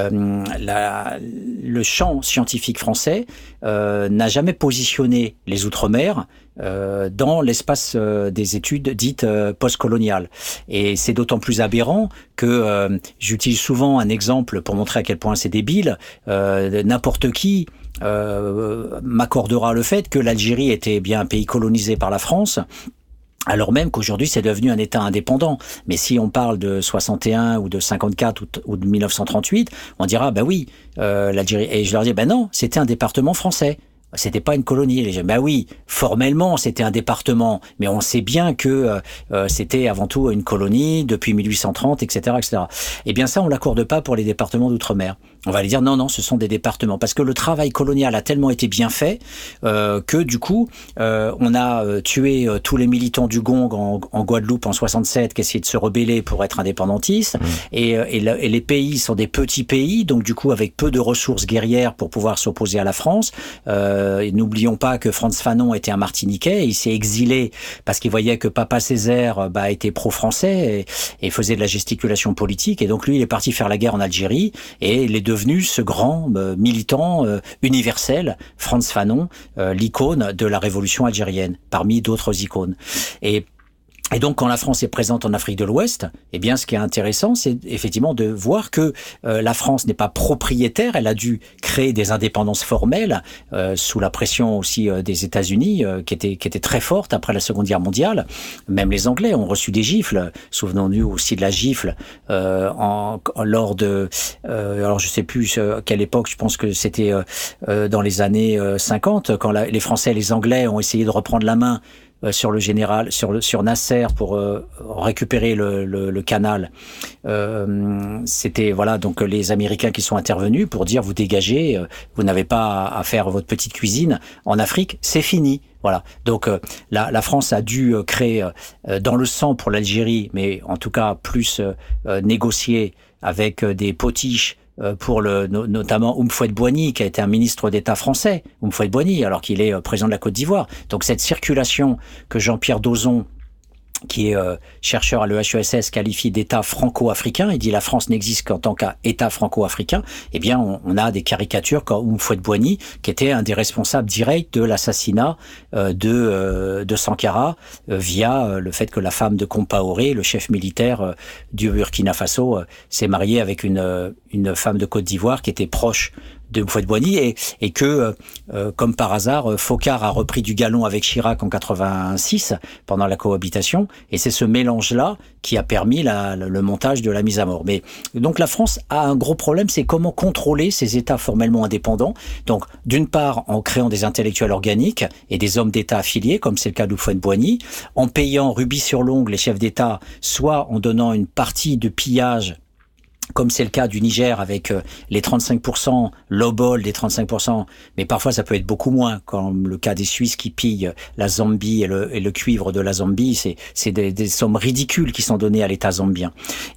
[SPEAKER 6] le champ scientifique français n'a jamais positionné les Outre-mer dans l'espace des études dites postcoloniales. Et c'est d'autant plus aberrant que j'utilise souvent un exemple pour montrer à quel point c'est débile. N'importe qui m'accordera le fait que l'Algérie était bien un pays colonisé par la France, alors même qu'aujourd'hui c'est devenu un État indépendant. Mais si on parle de 61 ou de 54 ou de 1938, on dira oui, l'Algérie. Et je leur dis non, c'était un département français. C'était pas une colonie. Les gens, oui, formellement c'était un département, mais on sait bien que c'était avant tout une colonie depuis 1830, etc., etc. Eh bien ça, on l'accorde pas pour les départements d'outre-mer. On va aller dire non, ce sont des départements. Parce que le travail colonial a tellement été bien fait que du coup, on a tué tous les militants du Gong en Guadeloupe en 67 qui essayaient de se rebeller pour être indépendantistes. Et les pays sont des petits pays, donc du coup avec peu de ressources guerrières pour pouvoir s'opposer à la France. Et n'oublions pas que Frantz Fanon était un Martiniquais. Il s'est exilé parce qu'il voyait que Papa Césaire était pro-français et faisait de la gesticulation politique. Et donc lui, il est parti faire la guerre en Algérie et il est devenu ce grand militant universel, Frantz Fanon, l'icône de la révolution algérienne, parmi d'autres icônes. Et donc, quand la France est présente en Afrique de l'Ouest, eh bien, ce qui est intéressant, c'est effectivement de voir que la France n'est pas propriétaire. Elle a dû créer des indépendances formelles sous la pression aussi des États-Unis, qui était très forte après la Seconde Guerre mondiale. Même les Anglais ont reçu des gifles. Souvenons-nous aussi de la gifle lors de. Alors, je sais plus à quelle époque. Je pense que c'était dans les années 50, quand les Français et les Anglais ont essayé de reprendre la main sur le général, sur Nasser pour récupérer le canal. C'était donc les Américains qui sont intervenus pour dire vous dégagez, vous n'avez pas à faire votre petite cuisine en Afrique, c'est fini. Voilà. Donc la France a dû créer dans le sang pour l'Algérie, mais en tout cas plus négocier avec des potiches pour notamment Houphouët-Boigny, qui a été un ministre d'État français, Houphouët-Boigny, alors qu'il est président de la Côte d'Ivoire. Donc cette circulation que Jean-Pierre Dozon, qui est chercheur à l'EHESS, qualifie d'État franco-africain, il dit la France n'existe qu'en tant qu'État franco-africain, eh bien on a des caricatures comme Houphouët-Boigny, qui était un des responsables directs de l'assassinat de Sankara, via le fait que la femme de Compaoré, le chef militaire du Burkina Faso, s'est mariée avec une femme de Côte d'Ivoire qui était proche de Houphouët-Boigny et que, comme par hasard, Foccart a repris du galon avec Chirac en 86 pendant la cohabitation, et c'est ce mélange-là qui a permis le montage de la mise à mort. Mais donc la France a un gros problème, c'est comment contrôler ces États formellement indépendants. Donc d'une part en créant des intellectuels organiques et des hommes d'État affiliés, comme c'est le cas d'Houphouët-Boigny, en payant rubis sur l'ongle les chefs d'État, soit en donnant une partie de pillage, comme c'est le cas du Niger avec les 35%, l'obol des 35%, mais parfois ça peut être beaucoup moins, comme le cas des Suisses qui pillent la Zambie et le cuivre de la Zambie, c'est des sommes ridicules qui sont données à l'État zambien.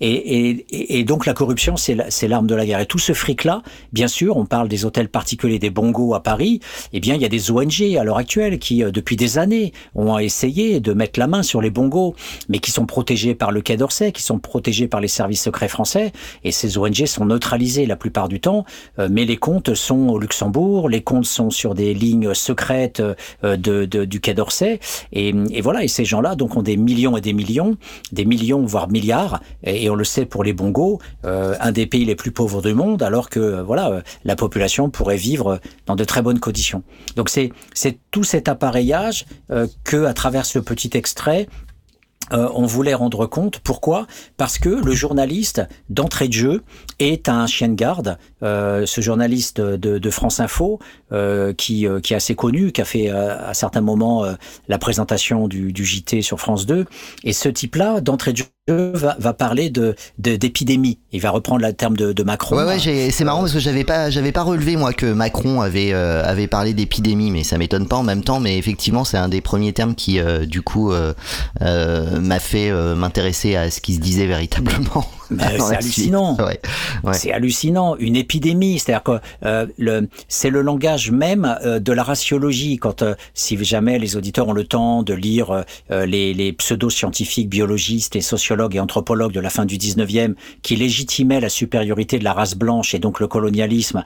[SPEAKER 6] Et donc la corruption, c'est l'arme de la guerre. Et tout ce fric-là, bien sûr, on parle des hôtels particuliers, des bongos à Paris, eh bien il y a des ONG à l'heure actuelle qui, depuis des années, ont essayé de mettre la main sur les bongos, mais qui sont protégés par le Quai d'Orsay, qui sont protégés par les services secrets français. Et ces ONG sont neutralisées la plupart du temps, mais les comptes sont au Luxembourg, les comptes sont sur des lignes secrètes du Quai d'Orsay, et voilà. Et ces gens-là donc ont des millions et des millions voire milliards, et on le sait pour les bongos, un des pays les plus pauvres du monde, alors que la population pourrait vivre dans de très bonnes conditions. Donc c'est tout cet appareillage que, à travers ce petit extrait, on voulait rendre compte. Pourquoi ? Parce que le journaliste, d'entrée de jeu, est un chien de garde. Ce journaliste de France Info, qui est assez connu, qui a fait à certains moments la présentation du JT sur France 2. Et ce type-là, d'entrée de jeu, va parler d'épidémie. Il va reprendre le terme de Macron.
[SPEAKER 5] Ouais, c'est marrant parce que j'avais pas relevé moi que Macron avait parlé d'épidémie, mais ça m'étonne pas en même temps. Mais effectivement, c'est un des premiers termes qui du coup m'a fait m'intéresser à ce qui se disait véritablement.
[SPEAKER 6] C'est hallucinant. Ouais. C'est hallucinant. Une épidémie, c'est-à-dire que c'est le langage même de la raciologie. Quand si jamais les auditeurs ont le temps de lire les pseudo-scientifiques, biologistes et sociologues et anthropologues de la fin du 19e qui légitimaient la supériorité de la race blanche et donc le colonialisme,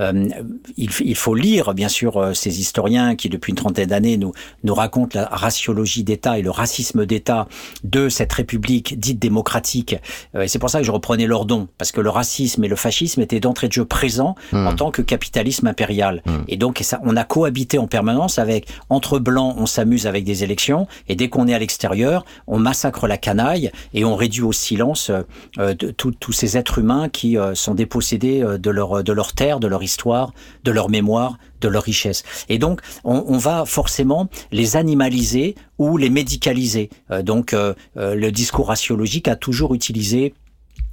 [SPEAKER 6] il faut lire bien sûr ces historiens qui depuis une trentaine d'années nous racontent la raciologie d'État et le racisme d'État de cette république dite démocratique. Et c'est pour ça que je reprenais Lordon, parce que le racisme et le fascisme étaient d'entrée de jeu présents en tant que capitalisme impérial. Et donc on a cohabité en permanence avec, entre blancs, on s'amuse avec des élections, et dès qu'on est à l'extérieur, on massacre la canaille et on réduit au silence tous ces êtres humains qui sont dépossédés de leur terre, de leur histoire, de leur mémoire, de leur richesse. Et donc, on va forcément les animaliser ou les médicaliser. Donc, le discours raciologique a toujours utilisé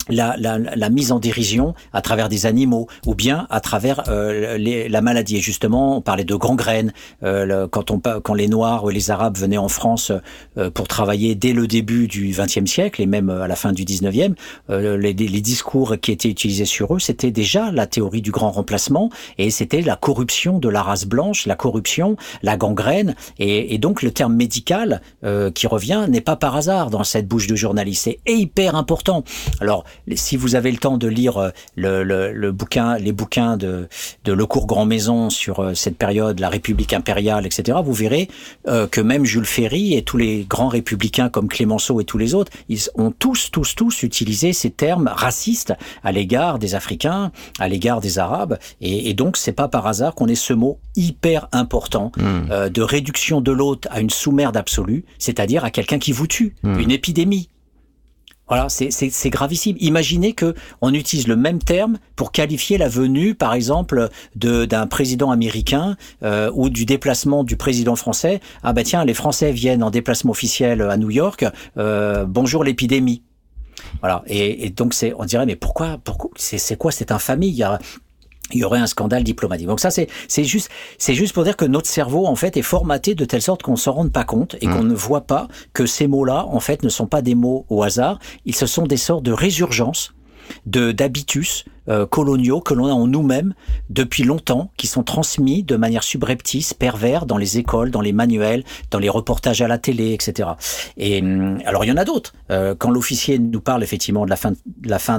[SPEAKER 6] la mise en dérision à travers des animaux ou bien à travers la maladie. Et justement, on parlait de gangrène. Quand les Noirs ou les Arabes venaient en France pour travailler dès le début du XXe siècle et même à la fin du XIXe, les discours qui étaient utilisés sur eux, c'était déjà la théorie du grand remplacement et c'était la corruption de la race blanche, la corruption, la gangrène. Et donc le terme médical qui revient n'est pas par hasard dans cette bouche de journaliste. C'est hyper important. Alors, si vous avez le temps de lire les bouquins de Lecourt Grand-Maison sur cette période, la République impériale, etc., vous verrez que même Jules Ferry et tous les grands républicains comme Clémenceau et tous les autres, ils ont tous utilisé ces termes racistes à l'égard des Africains, à l'égard des Arabes, et donc c'est pas par hasard qu'on ait ce mot hyper important de réduction de l'autre à une sous-merde absolue, c'est-à-dire à quelqu'un qui vous tue, une épidémie. Voilà, c'est gravissime. Imaginez que on utilise le même terme pour qualifier la venue, par exemple, d'un président américain ou du déplacement du président français. Ah ben tiens, les Français viennent en déplacement officiel à New York. Bonjour l'épidémie. Voilà. Et donc on dirait mais pourquoi c'est quoi cette infamie? Il y aurait un scandale diplomatique. Donc ça, c'est juste pour dire que notre cerveau, en fait, est formaté de telle sorte qu'on s'en rende pas compte et qu'on ne voit pas que ces mots-là, en fait, ne sont pas des mots au hasard. Ce sont des sortes de résurgences d'habitus coloniaux que l'on a en nous-mêmes depuis longtemps, qui sont transmis de manière subreptice, pervers, dans les écoles, dans les manuels, dans les reportages à la télé, etc. Et alors il y en a d'autres. Quand l'officier nous parle effectivement de la fin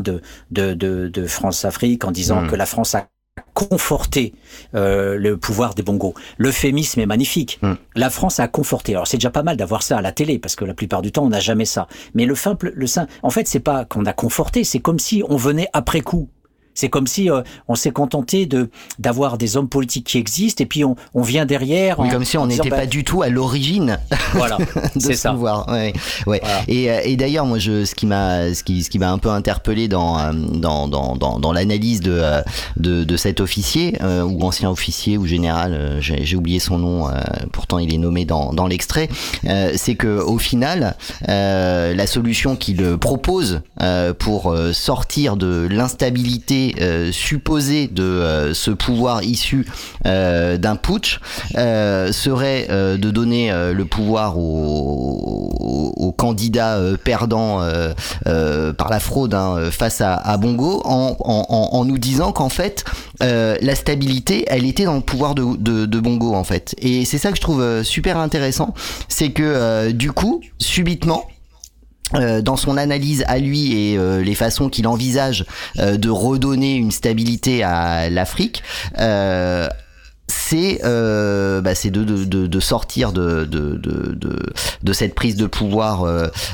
[SPEAKER 6] de France-Afrique en disant que la France a conforté le pouvoir des Bongos. L'euphémisme est magnifique. La France a conforté. Alors c'est déjà pas mal d'avoir ça à la télé parce que la plupart du temps on n'a jamais ça. Mais en fait c'est pas qu'on a conforté, c'est comme si on venait après coup. C'est comme si on s'est contenté d'avoir des hommes politiques qui existent et puis on vient derrière.
[SPEAKER 5] Oui, comme si on n'était pas du tout à l'origine.
[SPEAKER 6] Voilà,
[SPEAKER 5] de
[SPEAKER 6] c'est
[SPEAKER 5] ce
[SPEAKER 6] ça.
[SPEAKER 5] pouvoir. Ouais. Voilà. Et d'ailleurs, moi, ce qui m'a un peu interpellé dans l'analyse de cet officier ou ancien officier ou général, j'ai oublié son nom. Pourtant, il est nommé dans l'extrait. C'est que au final, la solution qu'il propose pour sortir de l'instabilité supposé de ce pouvoir issu d'un putsch serait de donner le pouvoir aux candidats perdants par la fraude face à Bongo en nous disant qu'en fait la stabilité elle était dans le pouvoir de Bongo en fait. Et c'est ça que je trouve super intéressant, c'est que du coup subitement dans son analyse à lui et les façons qu'il envisage de redonner une stabilité à l'Afrique, c'est de sortir de cette prise de pouvoir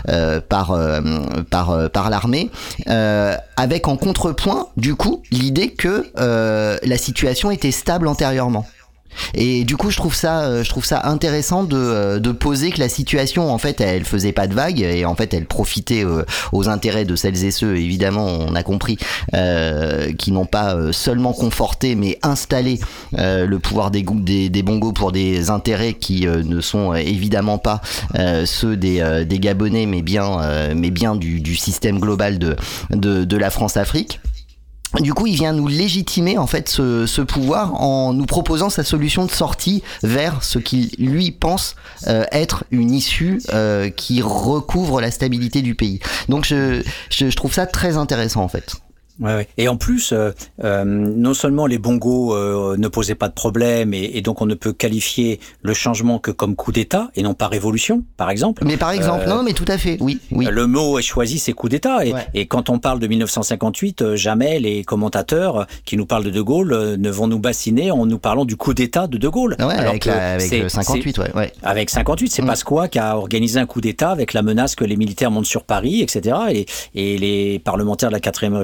[SPEAKER 5] par l'armée, avec en contrepoint du coup l'idée que la situation était stable antérieurement. Et du coup je trouve ça intéressant de poser que la situation en fait elle faisait pas de vagues et en fait elle profitait aux intérêts de celles et ceux, évidemment on a compris, qui n'ont pas seulement conforté mais installé le pouvoir des Bongos pour des intérêts qui ne sont évidemment pas ceux des Gabonais mais bien du système global de la France-Afrique. Du coup, il vient nous légitimer en fait ce pouvoir en nous proposant sa solution de sortie vers ce qu'il lui pense être une issue qui recouvre la stabilité du pays. Donc je trouve ça très intéressant en fait.
[SPEAKER 6] Ouais. Et en plus, non seulement les Bongos ne posaient pas de problème et donc on ne peut qualifier le changement que comme coup d'État et non pas révolution, par exemple.
[SPEAKER 5] Mais par exemple, non, mais tout à fait, oui.
[SPEAKER 6] Le mot est choisi, c'est coup d'État. Et quand on parle de 1958, jamais les commentateurs qui nous parlent de Gaulle ne vont nous bassiner en nous parlant du coup d'État de Gaulle.
[SPEAKER 5] Ouais, alors avec le 58, ouais.
[SPEAKER 6] Avec 58, c'est Pasqua qui a organisé un coup d'État avec la menace que les militaires montent sur Paris, etc. Et les parlementaires de la 4e République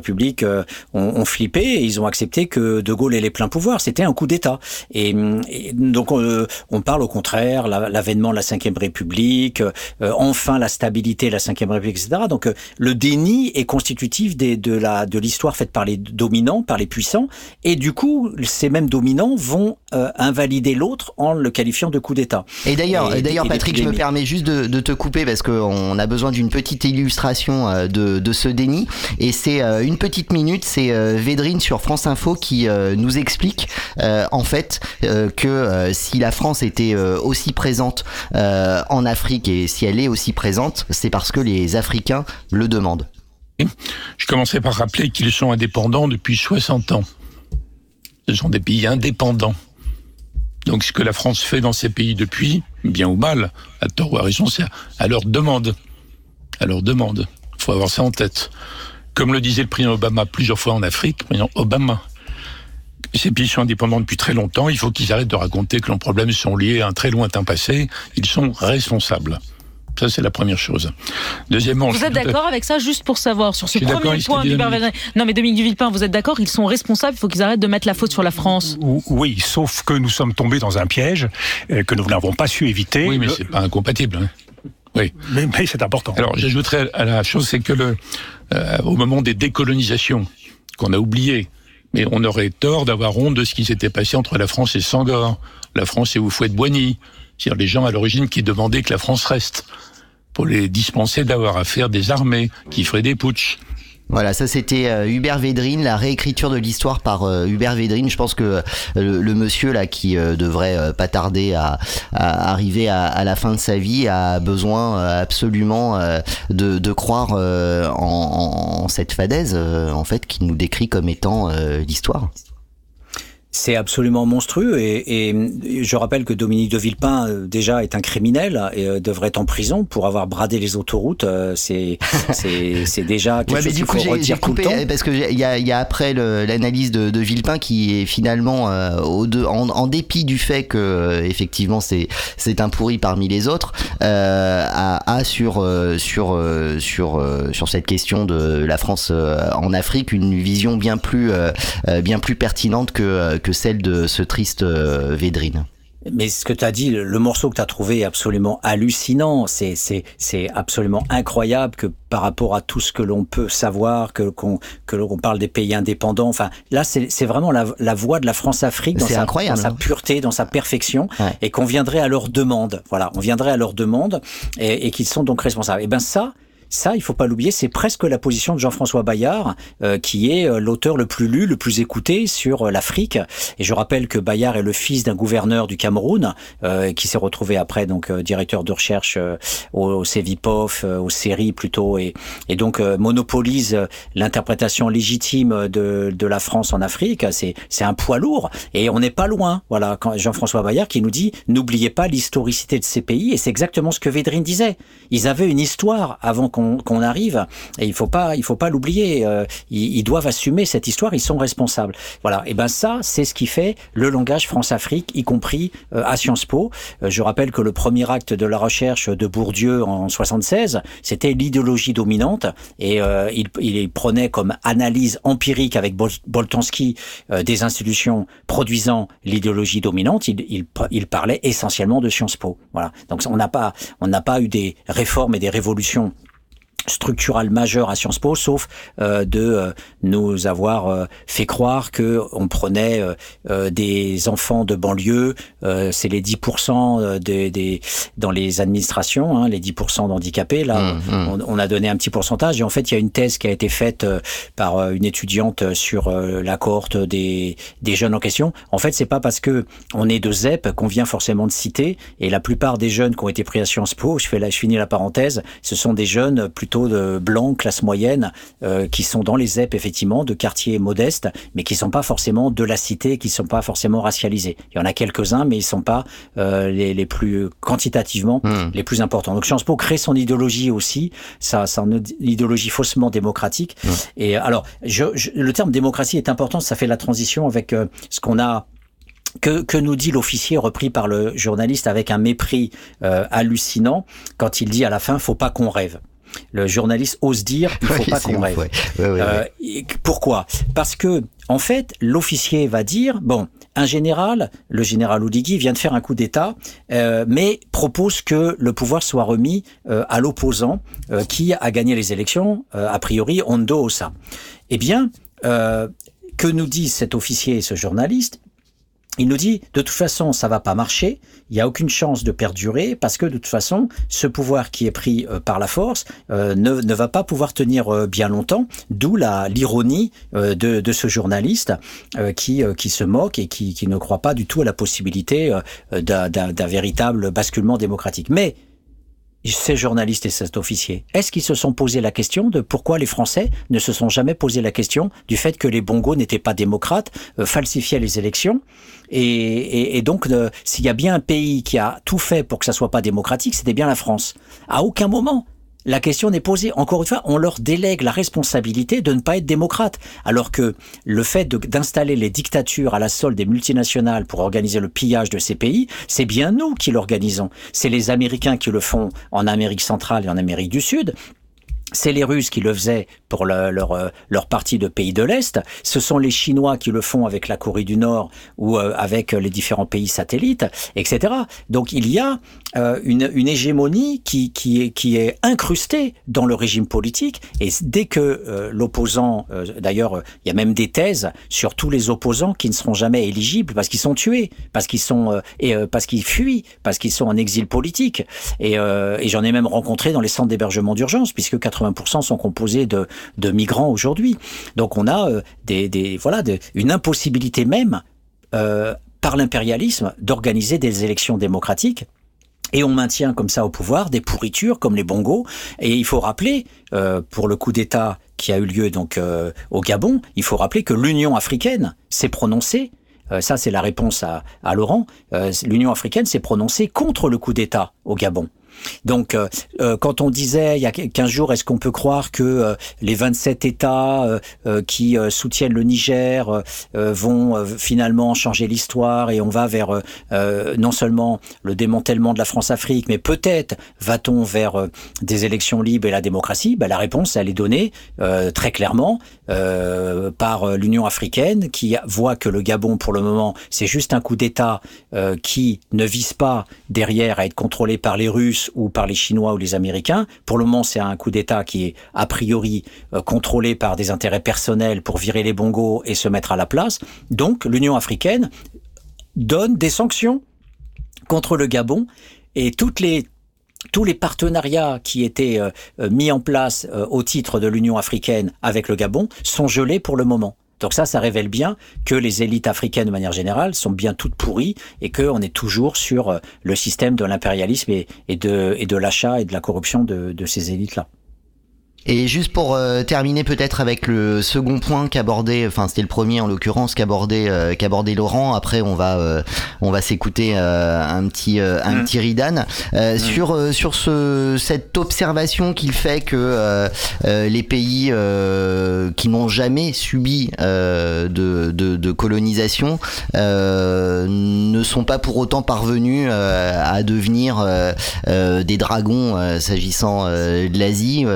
[SPEAKER 6] ont flippé et ils ont accepté que De Gaulle ait les pleins pouvoirs. C'était un coup d'État. Et donc on parle au contraire l'avènement de la Ve République, enfin la stabilité de la Ve République, etc. Donc le déni est constitutif de l'histoire faite par les dominants, par les puissants, et du coup ces mêmes dominants vont invalider l'autre en le qualifiant de coup d'État.
[SPEAKER 5] Et d'ailleurs, Patrick, je me permets juste de te couper parce qu'on a besoin d'une petite illustration de ce déni. Et c'est une petite minute, c'est Védrine sur France Info qui nous explique en fait que si la France était aussi présente en Afrique et si elle est aussi présente, c'est parce que les Africains le demandent.
[SPEAKER 10] Je commençais par rappeler qu'ils sont indépendants depuis 60 ans. Ce sont des pays indépendants. Donc ce que la France fait dans ces pays depuis, bien ou mal, à tort ou à raison, c'est à leur demande. À leur demande. Il faut avoir ça en tête. Comme le disait le président Obama plusieurs fois en Afrique, le président Obama, ces pays sont indépendants depuis très longtemps, il faut qu'ils arrêtent de raconter que leurs problèmes sont liés à un très lointain passé, ils sont responsables. Ça, c'est la première chose. Deuxièmement,
[SPEAKER 11] vous êtes d'accord avec ça, juste pour savoir, sur ce premier point d'Hubert Védrine? Non, mais Dominique de Villepin, vous êtes d'accord, ils sont responsables, il faut qu'ils arrêtent de mettre la faute sur la France.
[SPEAKER 12] Oui, sauf que nous sommes tombés dans un piège que nous n'avons pas su éviter.
[SPEAKER 10] Oui, mais c'est pas incompatible. Hein. Oui.
[SPEAKER 12] Mais c'est important.
[SPEAKER 10] Alors, j'ajouterais à la chose, c'est que au moment des décolonisations, qu'on a oublié, mais on aurait tort d'avoir honte de ce qui s'était passé entre la France et Senghor, la France et Houphouët-Boigny, c'est-à-dire les gens à l'origine qui demandaient que la France reste, pour les dispenser d'avoir à faire des armées qui feraient des putschs.
[SPEAKER 5] Voilà, ça c'était Hubert Védrine, la réécriture de l'histoire par Hubert Védrine. Je pense que le monsieur là qui devrait pas tarder à arriver à la fin de sa vie a besoin absolument de croire en cette fadaise en fait qui nous décrit comme étant l'histoire.
[SPEAKER 6] C'est absolument monstrueux et je rappelle que Dominique de Villepin déjà est un criminel et devrait être en prison pour avoir bradé les autoroutes. C'est déjà quelque chose qu'il faut redire tout le temps.
[SPEAKER 5] Parce que il y a après l'analyse de Villepin qui est finalement en dépit du fait que effectivement c'est un pourri parmi les autres sur cette question de la France en Afrique une vision bien plus pertinente que celle de ce triste Védrine.
[SPEAKER 6] Mais ce que tu as dit, le morceau que tu as trouvé est absolument hallucinant. C'est absolument incroyable que par rapport à tout ce que l'on peut savoir, que l'on parle des pays indépendants. Enfin, là, c'est vraiment la voix de la France-Afrique dans sa pureté, dans sa perfection, et qu'on viendrait à leur demande. Voilà, on viendrait à leur demande et qu'ils sont donc responsables. Et ben ça, il faut pas l'oublier, c'est presque la position de Jean-François Bayard, qui est l'auteur le plus lu, le plus écouté sur l'Afrique. Et je rappelle que Bayard est le fils d'un gouverneur du Cameroun, qui s'est retrouvé après donc directeur de recherche au CEVIPOF, au CERI plutôt, et donc monopolise l'interprétation légitime de la France en Afrique. C'est un poids lourd, et on n'est pas loin. Voilà, quand Jean-François Bayard qui nous dit n'oubliez pas l'historicité de ces pays, et c'est exactement ce que Védrine disait. Ils avaient une histoire avant qu'on arrive, et il faut pas l'oublier. Ils doivent assumer cette histoire, ils sont responsables. Voilà, et ben ça, c'est ce qui fait le langage France-Afrique, y compris à Sciences Po. Je rappelle que le premier acte de la recherche de Bourdieu en 76, c'était l'idéologie dominante, et il prenait comme analyse empirique avec Boltanski des institutions produisant l'idéologie dominante. Il parlait essentiellement de Sciences Po. Voilà, donc on n'a pas eu des réformes et des révolutions structurale majeure à Sciences Po, sauf de nous avoir fait croire que on prenait des enfants de banlieue, c'est les 10% dans les administrations, hein, les 10% d'handicapés. Là, on a donné un petit pourcentage, et en fait, il y a une thèse qui a été faite par une étudiante sur la cohorte des jeunes en question. En fait, c'est pas parce que on est de ZEP qu'on vient forcément de citer, et la plupart des jeunes qui ont été pris à Sciences Po, je finis la parenthèse, ce sont des jeunes plutôt de blancs, classe moyenne, qui sont dans les ZEP, effectivement, de quartiers modestes, mais qui sont pas forcément de la cité, qui sont pas forcément racialisés. Il y en a quelques-uns, mais ils sont pas les plus quantitativement les plus importants. Donc Sciences Po crée son idéologie aussi, c'est une idéologie faussement démocratique. Et alors, le terme démocratie est important, ça fait la transition avec ce qu'on a que nous dit l'officier, repris par le journaliste avec un mépris hallucinant, quand il dit à la fin « faut pas qu'on rêve ». le journaliste ose dire, il faut pas qu'on rêve. Pourquoi ? Parce que, en fait, l'officier va dire, bon, le général Oudégui vient de faire un coup d'État, mais propose que le pouvoir soit remis à l'opposant qui a gagné les élections, a priori, Ondo Ossa. Eh bien, que nous dit cet officier et ce journaliste ? Il nous dit, de toute façon, ça va pas marcher, il n'y a aucune chance de perdurer, parce que de toute façon, ce pouvoir qui est pris par la force ne va pas pouvoir tenir bien longtemps, d'où l'ironie de ce journaliste qui se moque et qui ne croit pas du tout à la possibilité d'un véritable basculement démocratique. Mais ces journalistes et cet officier, est-ce qu'ils se sont posé la question de pourquoi les Français ne se sont jamais posé la question du fait que les Bongos n'étaient pas démocrates, falsifiaient les élections et donc s'il y a bien un pays qui a tout fait pour que ça soit pas démocratique, c'était bien la France. À aucun moment la question n'est posée. Encore une fois, on leur délègue la responsabilité de ne pas être démocrate. Alors que le fait d'installer les dictatures à la solde des multinationales pour organiser le pillage de ces pays, c'est bien nous qui l'organisons. C'est les Américains qui le font en Amérique centrale et en Amérique du Sud. C'est les Russes qui le faisaient pour leur partie de pays de l'Est. Ce sont les Chinois qui le font avec la Corée du Nord ou avec les différents pays satellites, etc. Donc il y a une hégémonie qui est incrustée dans le régime politique. Et dès que l'opposant, d'ailleurs, il y a même des thèses sur tous les opposants qui ne seront jamais éligibles parce qu'ils sont tués, parce qu'ils fuient, parce qu'ils sont en exil politique. Et j'en ai même rencontré dans les centres d'hébergement d'urgence, puisque 80% sont composés de migrants aujourd'hui. Donc on a une impossibilité même par l'impérialisme d'organiser des élections démocratiques. Et on maintient comme ça au pouvoir des pourritures comme les Bongos. Et il faut rappeler, pour le coup d'État qui a eu lieu donc au Gabon, il faut rappeler que l'Union africaine s'est prononcée. Ça, c'est la réponse à Laurent. L'Union africaine s'est prononcée contre le coup d'État au Gabon. Donc, quand on disait il y a 15 jours, est-ce qu'on peut croire que les 27 États qui soutiennent le Niger vont finalement changer l'histoire et on va vers non seulement le démantèlement de la France-Afrique, mais peut-être va-t-on vers des élections libres et la démocratie ? La réponse, elle est donnée très clairement par l'Union africaine qui voit que le Gabon, pour le moment, c'est juste un coup d'État qui ne vise pas derrière à être contrôlé par les Russes ou par les Chinois ou les Américains. Pour le moment, c'est un coup d'État qui est a priori contrôlé par des intérêts personnels pour virer les Bongos et se mettre à la place. Donc, l'Union africaine donne des sanctions contre le Gabon et tous les partenariats qui étaient mis en place au titre de l'Union africaine avec le Gabon sont gelés pour le moment. Donc ça révèle bien que les élites africaines de manière générale sont bien toutes pourries et qu'on est toujours sur le système de l'impérialisme et de l'achat et de la corruption de ces élites-là.
[SPEAKER 5] Et juste pour terminer peut-être avec le second point qu'abordait, enfin c'était le premier en l'occurrence qu'abordait Laurent. Après on va s'écouter un petit Ridan sur cette observation qu'il fait que les pays qui n'ont jamais subi de colonisation ne sont pas pour autant parvenus à devenir des dragons s'agissant de l'Asie.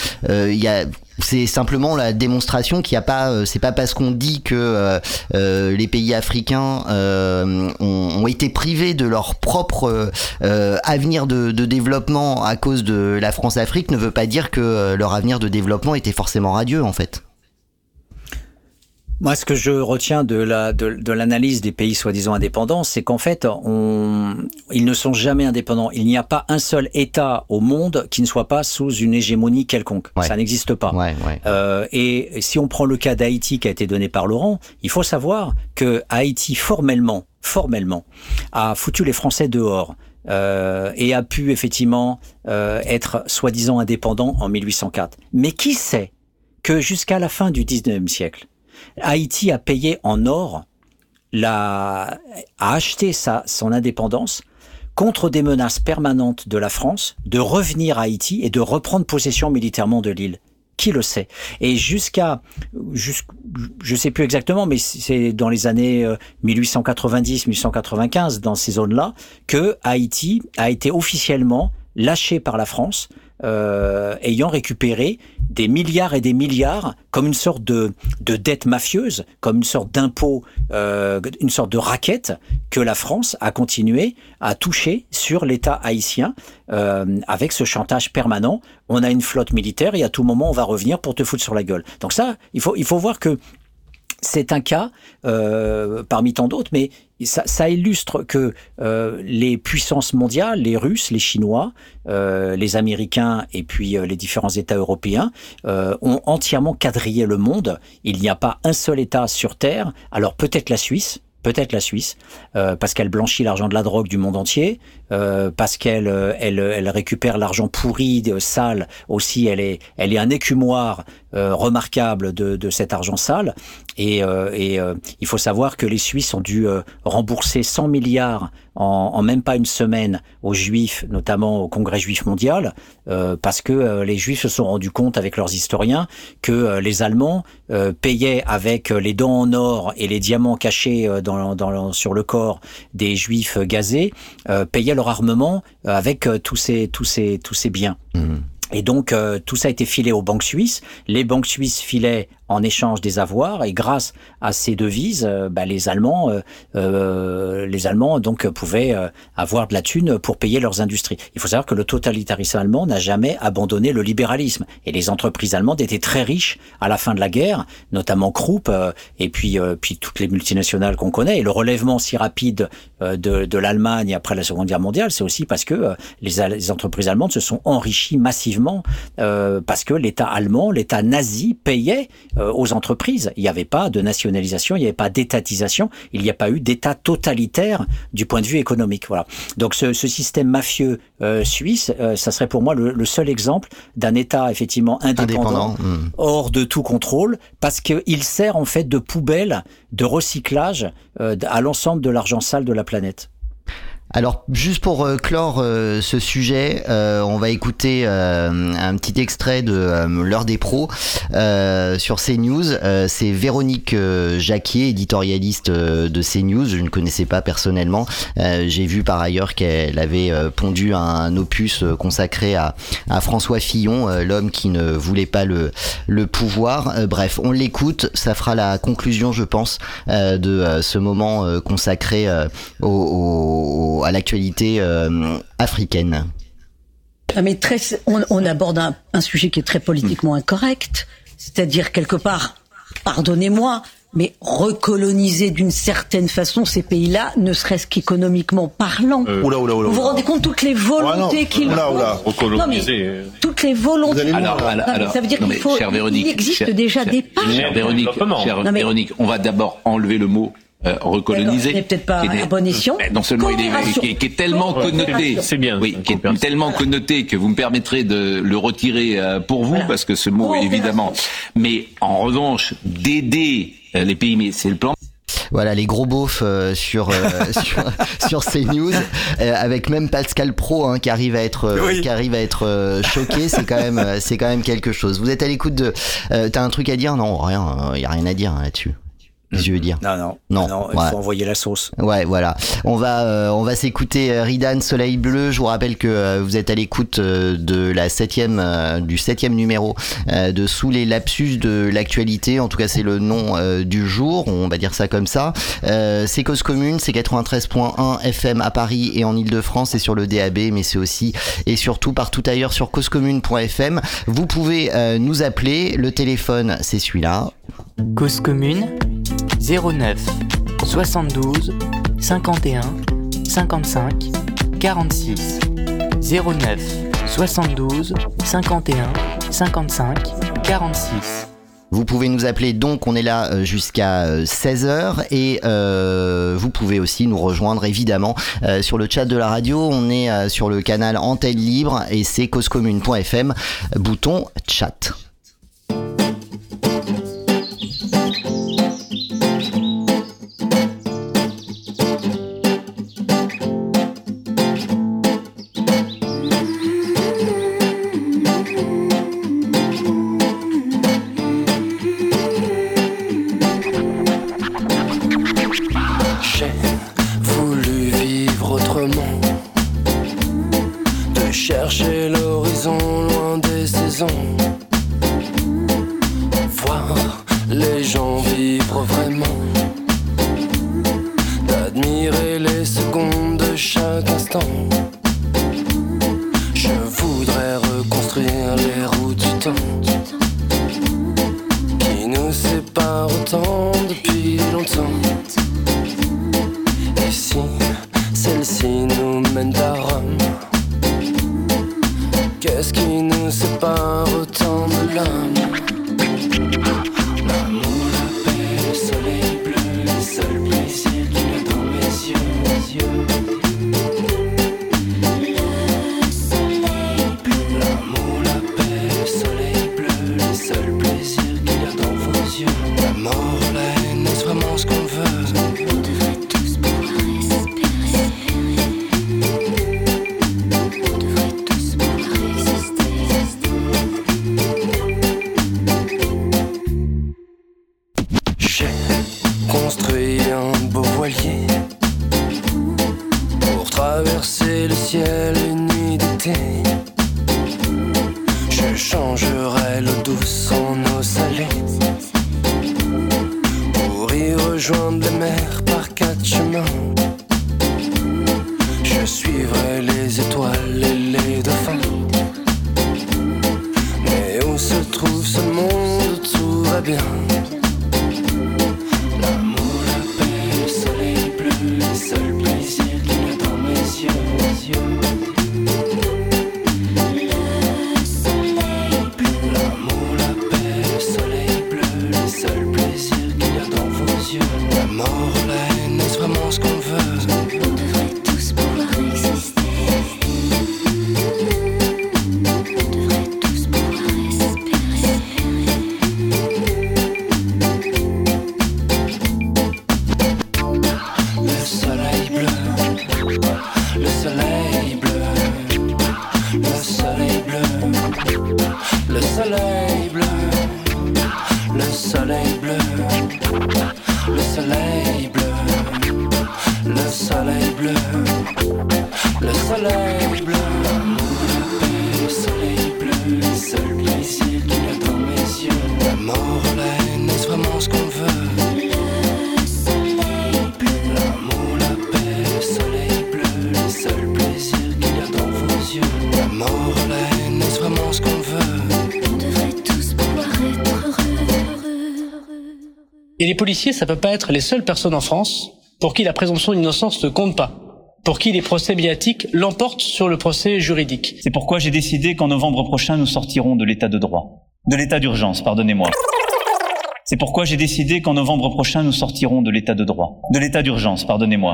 [SPEAKER 5] C'est simplement la démonstration qu'il n'y a pas, c'est pas parce qu'on dit que les pays africains ont été privés de leur propre avenir de développement à cause de la France-Afrique ne veut pas dire que leur avenir de développement était forcément radieux en fait.
[SPEAKER 6] Moi, ce que je retiens de l'analyse des pays soi-disant indépendants, c'est qu'en fait, ils ne sont jamais indépendants. Il n'y a pas un seul État au monde qui ne soit pas sous une hégémonie quelconque. Ouais. Ça n'existe pas. Ouais. Et si on prend le cas d'Haïti qui a été donné par Laurent, il faut savoir que Haïti, formellement, a foutu les Français dehors. Et a pu effectivement être soi-disant indépendant en 1804. Mais qui sait que jusqu'à la fin du 19e siècle, Haïti a payé en or, a acheté son indépendance contre des menaces permanentes de la France de revenir à Haïti et de reprendre possession militairement de l'île. Qui le sait? Et je sais plus exactement, mais c'est dans les années 1890, 1895, dans ces zones-là, que Haïti a été officiellement lâché par la France ayant récupéré des milliards et des milliards comme une sorte de dette mafieuse, comme une sorte d'impôt, une sorte de raquette que la France a continué à toucher sur l'État haïtien avec ce chantage permanent. On a une flotte militaire et à tout moment on va revenir pour te foutre sur la gueule. Donc ça, il faut voir que c'est un cas parmi tant d'autres, mais ça illustre que les puissances mondiales, les Russes, les Chinois, les Américains et puis les différents États européens ont entièrement quadrillé le monde. Il n'y a pas un seul État sur Terre, alors peut-être la Suisse, parce qu'elle blanchit l'argent de la drogue du monde entier, parce qu'elle récupère l'argent pourri, sale aussi, elle est un écumoire remarquable de cet argent sale. Et il faut savoir que les Suisses ont dû rembourser 100 milliards en même pas une semaine aux Juifs, notamment au Congrès juif mondial, parce que les Juifs se sont rendus compte avec leurs historiens que les Allemands payaient avec les dents en or et les diamants cachés sur le corps des Juifs gazés, payaient leur armement avec tous ces biens. Et donc tout ça a été filé aux banques suisses. Les banques suisses filaient en échange des avoirs, et grâce à ces devises, les Allemands donc pouvaient avoir de la thune pour payer leurs industries. Il faut savoir que le totalitarisme allemand n'a jamais abandonné le libéralisme, et les entreprises allemandes étaient très riches à la fin de la guerre, notamment Krupp et puis toutes les multinationales qu'on connaît. Et le relèvement si rapide de l'Allemagne après la Seconde Guerre mondiale, c'est aussi parce que les entreprises allemandes se sont enrichies massivement parce que l'État allemand, l'État nazi payait aux entreprises. Il n'y avait pas de nationalisation, il n'y avait pas d'étatisation, il n'y a pas eu d'État totalitaire du point de vue économique. Voilà. Donc ce système mafieux suisse, ça serait pour moi le seul exemple d'un État effectivement indépendant. Hors de tout contrôle, parce qu'il sert en fait de poubelle de recyclage à l'ensemble de l'argent sale de la planète.
[SPEAKER 5] Alors, juste pour clore ce sujet, on va écouter un petit extrait de l'heure des pros sur CNews. C'est Véronique Jacquier, éditorialiste de CNews. Je ne connaissais pas personnellement. J'ai vu par ailleurs qu'elle avait pondu un opus consacré à François Fillon, l'homme qui ne voulait pas le pouvoir. Bref, on l'écoute. Ça fera la conclusion, je pense, de ce moment consacré à l'actualité africaine.
[SPEAKER 13] Mais on aborde un sujet qui est très politiquement incorrect, c'est-à-dire quelque part, pardonnez-moi, mais recoloniser d'une certaine façon ces pays-là, ne serait-ce qu'économiquement parlant. Vous vous rendez compte toutes les volontés qu'ils ont.
[SPEAKER 14] Recoloniser.
[SPEAKER 13] Toutes les volontés.
[SPEAKER 14] Alors,
[SPEAKER 13] ça veut dire qu'il faut. Il existe déjà des pas.
[SPEAKER 14] Chère Véronique, on va d'abord enlever le mot recoloniser.
[SPEAKER 13] C'est peut-être pas à bon escient.
[SPEAKER 14] Non seulement qui est tellement connoté, c'est bien. Oui, qui est tellement connoté que vous me permettrez de le retirer pour vous, parce que ce mot est évidemment. Mais en revanche, d'aider les pays, mais c'est le plan.
[SPEAKER 5] Voilà les gros beaufs sur CNews avec même Pascal Praud qui arrive à être choqué. C'est quand même quelque chose. Vous êtes à l'écoute de t'as un truc à dire? Non, rien, y a rien à dire là-dessus. Je veux dire.
[SPEAKER 6] Non, il faut envoyer la sauce.
[SPEAKER 5] Ouais, voilà. On va s'écouter Ridan Soleil Bleu. Je vous rappelle que vous êtes à l'écoute de du 7e numéro de Sous les lapsus de l'actualité. En tout cas, c'est le nom du jour. On va dire ça comme ça. C'est Cause Commune, c'est 93.1 FM à Paris et en Ile-de-France et sur le DAB, mais c'est aussi et surtout partout ailleurs sur causecommune.fm. Vous pouvez nous appeler. Le téléphone, c'est celui-là.
[SPEAKER 4] Cause Commune 09 72 51 55 46 09 72 51 55 46.
[SPEAKER 5] Vous pouvez nous appeler, donc on est là jusqu'à 16h et vous pouvez aussi nous rejoindre évidemment sur le chat de la radio. On est sur le canal Antenne Libre et c'est causecommune.fm, bouton chat.
[SPEAKER 15] Chercher l'horizon instant. Je voudrais reconstruire les routes du temps qui nous séparent autant depuis longtemps. Et si celle-ci nous mène à Rome, qu'est-ce qui nous sépare autant de l'âme? L'amour, la paix, le soleil bleu, le seul plaisir qu'il y a dans mes yeux. Le soleil bleu. L'amour, la paix, le soleil bleu, le seul plaisir qu'il y a dans vos yeux. La mort, la haine, est-ce vraiment ce qu'on veut? On devrait tous pouvoir respirer. On devrait tous pouvoir exister. J'ai construit un beau voilier pour traverser le ciel une nuit d'été. Je changerai l'eau douce en eau salée pour y rejoindre les mers par 4 chemins. Je suivrai les étoiles et les dauphins. Mais où se trouve ce monde où tout va bien? L'amour, la paix, le soleil bleu, le seul plaisir qu'il y a dans mes yeux. Le soleil bleu. L'amour, la paix, le soleil bleu, le seul plaisir qu'il y a dans vos yeux. La mort, la haine, est-ce vraiment ce qu'on veut? On devrait tous pouvoir exister. On devrait tous pouvoir respirer. Le soleil bleu, le soleil bleu, le soleil bleu, le soleil bleu, le soleil bleu, le soleil bleu, le soleil bleu, le soleil bleu. Le soleil bleu, le seul plaisir qu'il y a dans mes yeux. La mort, la haine, est-ce vraiment ce qu'on veut? Le soleil bleu. L'amour, la paix, le soleil bleu, le seul plaisir qu'il y a dans vos yeux. La mort, la haine, est-ce vraiment ce qu'on veut? On devrait tous pouvoir être heureux.
[SPEAKER 2] Et les policiers, ça peut pas être les seules personnes en France pour qui la présomption d'innocence ne compte pas, pour qui les procès médiatiques l'emportent sur le procès juridique.
[SPEAKER 3] C'est pourquoi j'ai décidé qu'en novembre prochain, nous sortirons de l'état de droit. De l'état d'urgence, pardonnez-moi. C'est pourquoi j'ai décidé qu'en novembre prochain, nous sortirons de l'état de droit. De l'état d'urgence, pardonnez-moi.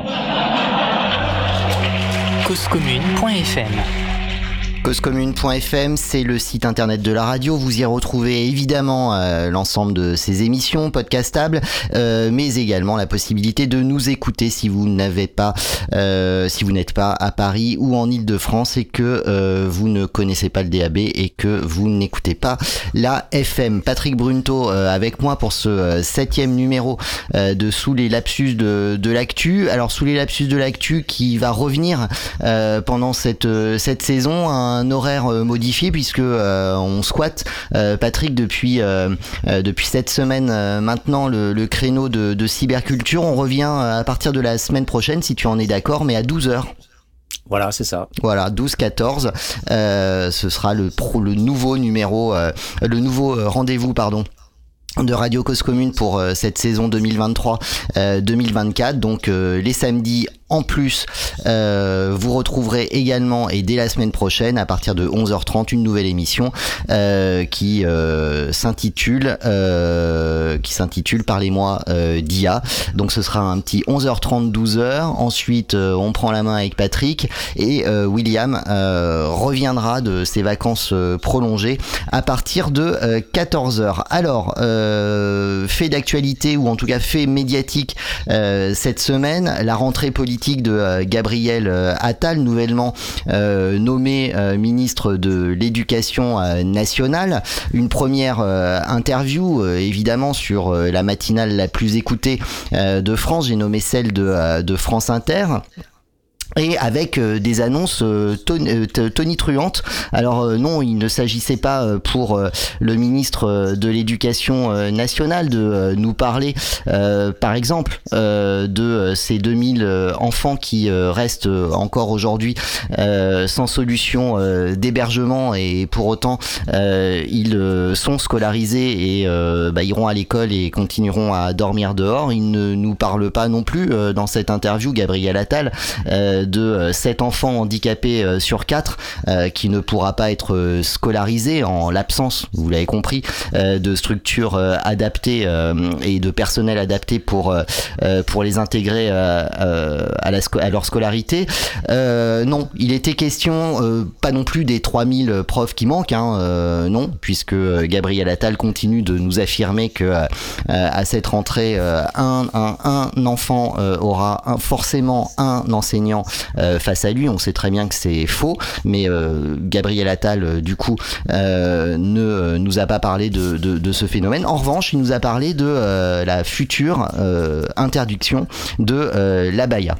[SPEAKER 4] Causecommune.fm.
[SPEAKER 5] Causecommune.fm, c'est le site internet de la radio. Vous y retrouvez évidemment l'ensemble de ces émissions podcastables, mais également la possibilité de nous écouter si vous n'êtes pas à Paris ou en Île-de-France et que vous ne connaissez pas le DAB et que vous n'écoutez pas la FM. Patrick Brunto avec moi pour ce 7e numéro de Sous les lapsus de l'actu. Alors sous les lapsus de l'actu qui va revenir pendant cette saison, un horaire modifié puisque on squatte Patrick depuis cette semaine maintenant le créneau de cyberculture. On revient à partir de la semaine prochaine si tu en es d'accord, mais à 12h.
[SPEAKER 6] Voilà, c'est ça.
[SPEAKER 5] Voilà, 12-14. Ce sera le nouveau numéro, le nouveau rendez-vous, pardon, de Radio Cause Commune pour cette saison 2023-2024. Donc les samedis en plus, vous retrouvrez également et dès la semaine prochaine à partir de 11h30 une nouvelle émission qui s'intitule Parlez-moi d'IA. Donc ce sera un petit 11h30 12h. Ensuite on prend la main avec Patrick et William reviendra de ses vacances prolongées à partir de 14h. Alors fait d'actualité ou en tout cas fait médiatique cette semaine, la rentrée politique de Gabriel Attal, nouvellement nommé ministre de l'Éducation nationale. Une première interview évidemment sur la matinale la plus écoutée de France, j'ai nommé celle de France Inter. et avec des annonces tonitruantes. Alors non, il ne s'agissait pas pour le ministre de l'Éducation nationale de nous parler, par exemple, de ces 2000 enfants qui restent encore aujourd'hui sans solution d'hébergement, et pour autant ils sont scolarisés et iront à l'école et continueront à dormir dehors. Il ne nous parle pas non plus dans cette interview, Gabriel Attal, de 7 enfants handicapés sur 4 qui ne pourra pas être scolarisé en l'absence, vous l'avez compris, de structures adaptées et de personnel adapté pour les intégrer à leur scolarité. Non, il était question pas non plus des 3000 profs qui manquent, non, puisque Gabriel Attal continue de nous affirmer que à cette rentrée un enfant aura forcément un enseignant face à lui. On sait très bien que c'est faux, mais Gabriel Attal du coup ne nous a pas parlé de ce phénomène. En revanche, il nous a parlé de la future interdiction de l'abaya.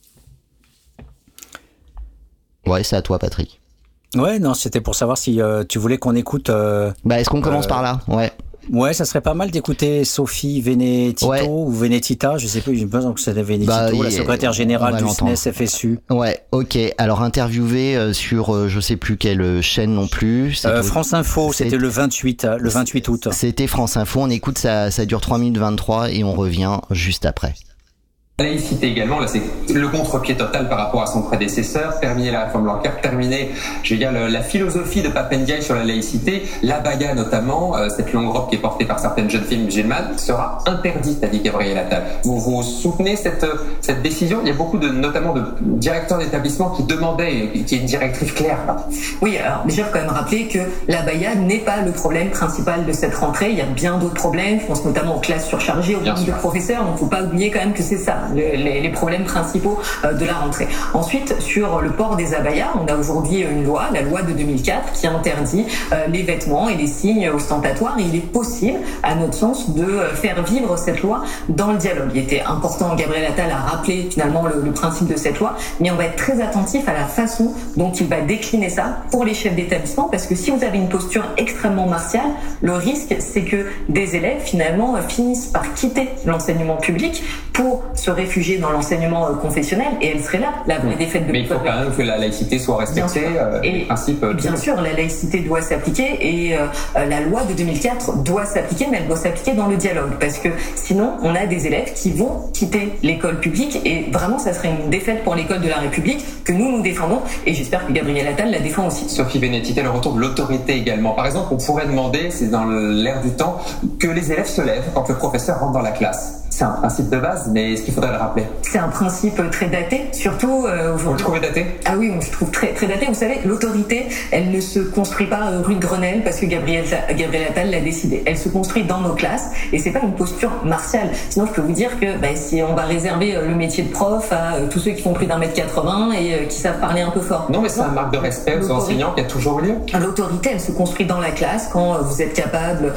[SPEAKER 5] Ouais, c'est à toi, Patrick.
[SPEAKER 6] Ouais, non, c'était pour savoir si tu voulais qu'on écoute...
[SPEAKER 5] est-ce qu'on commence par là? Ouais,
[SPEAKER 6] ça serait pas mal d'écouter Sophie Venetito ou Venetita, je sais plus, j'ai l'impression que c'était Venetito, la secrétaire générale du SNES-FSU.
[SPEAKER 5] Ouais, ok. Alors interviewée sur je sais plus quelle chaîne non plus.
[SPEAKER 6] France Info, c'était le 28 août.
[SPEAKER 5] C'était France Info, on écoute, ça dure 3 minutes 23 et on revient juste après.
[SPEAKER 16] La laïcité également, là c'est le contre-pied total par rapport à son prédécesseur, terminer la réforme Blanquer, terminer, je veux dire, la philosophie de Pape Ndiaye sur la laïcité, l'abaya notamment, cette longue robe qui est portée par certaines jeunes filles musulmanes, sera interdite, a dit Gabriel Attal. Vous soutenez cette décision? Il y a beaucoup notamment de directeurs d'établissements qui demandaient qu'il y ait une directive claire.
[SPEAKER 17] Oui, alors déjà il faut quand même rappeler que l'abaya n'est pas le problème principal de cette rentrée, il y a bien d'autres problèmes, je pense notamment aux classes surchargées, au nombre de professeurs, donc il ne faut pas oublier quand même que c'est ça. Les problèmes principaux de la rentrée. Ensuite, sur le port des abayas, on a aujourd'hui une loi, la loi de 2004, qui interdit les vêtements et les signes ostentatoires. Et il est possible, à notre sens, de faire vivre cette loi dans le dialogue. Il était important, Gabriel Attal a rappelé finalement le principe de cette loi, mais on va être très attentif à la façon dont il va décliner ça pour les chefs d'établissement, parce que si vous avez une posture extrêmement martiale, le risque, c'est que des élèves, finalement, finissent par quitter l'enseignement public pour se réfugier dans l'enseignement confessionnel, et elle serait là, la vraie défaite de...
[SPEAKER 16] Mais il faut quand même que la laïcité soit respectée, les principes...
[SPEAKER 17] Bien sûr, la laïcité doit s'appliquer, et la loi de 2004 doit s'appliquer, mais elle doit s'appliquer dans le dialogue, parce que sinon, on a des élèves qui vont quitter l'école publique, et vraiment, ça serait une défaite pour l'école de la République, que nous défendons, et j'espère que Gabriel Attal la défend aussi.
[SPEAKER 16] Sophie Venetita, le retour de l'autorité également. Par exemple, on pourrait demander, c'est dans l'air du temps, que les élèves se lèvent quand le professeur rentre dans la classe. C'est un principe de base, mais est-ce qu'il faudrait le rappeler? C'est
[SPEAKER 17] un principe très daté, surtout aujourd'hui.
[SPEAKER 16] Vous le trouvez daté?
[SPEAKER 17] Ah oui, je trouve très, très daté. Vous savez, l'autorité, elle ne se construit pas rue de Grenelle parce que Gabriel Attal l'a décidé. Elle se construit dans nos classes, et c'est pas une posture martiale. Sinon, je peux vous dire que si on va réserver le métier de prof à tous ceux qui font plus d'1m80 et qui savent parler un peu fort.
[SPEAKER 16] Non, mais c'est une marque de respect aux enseignants qui a toujours lieu.
[SPEAKER 17] L'autorité, elle se construit dans la classe quand vous êtes capable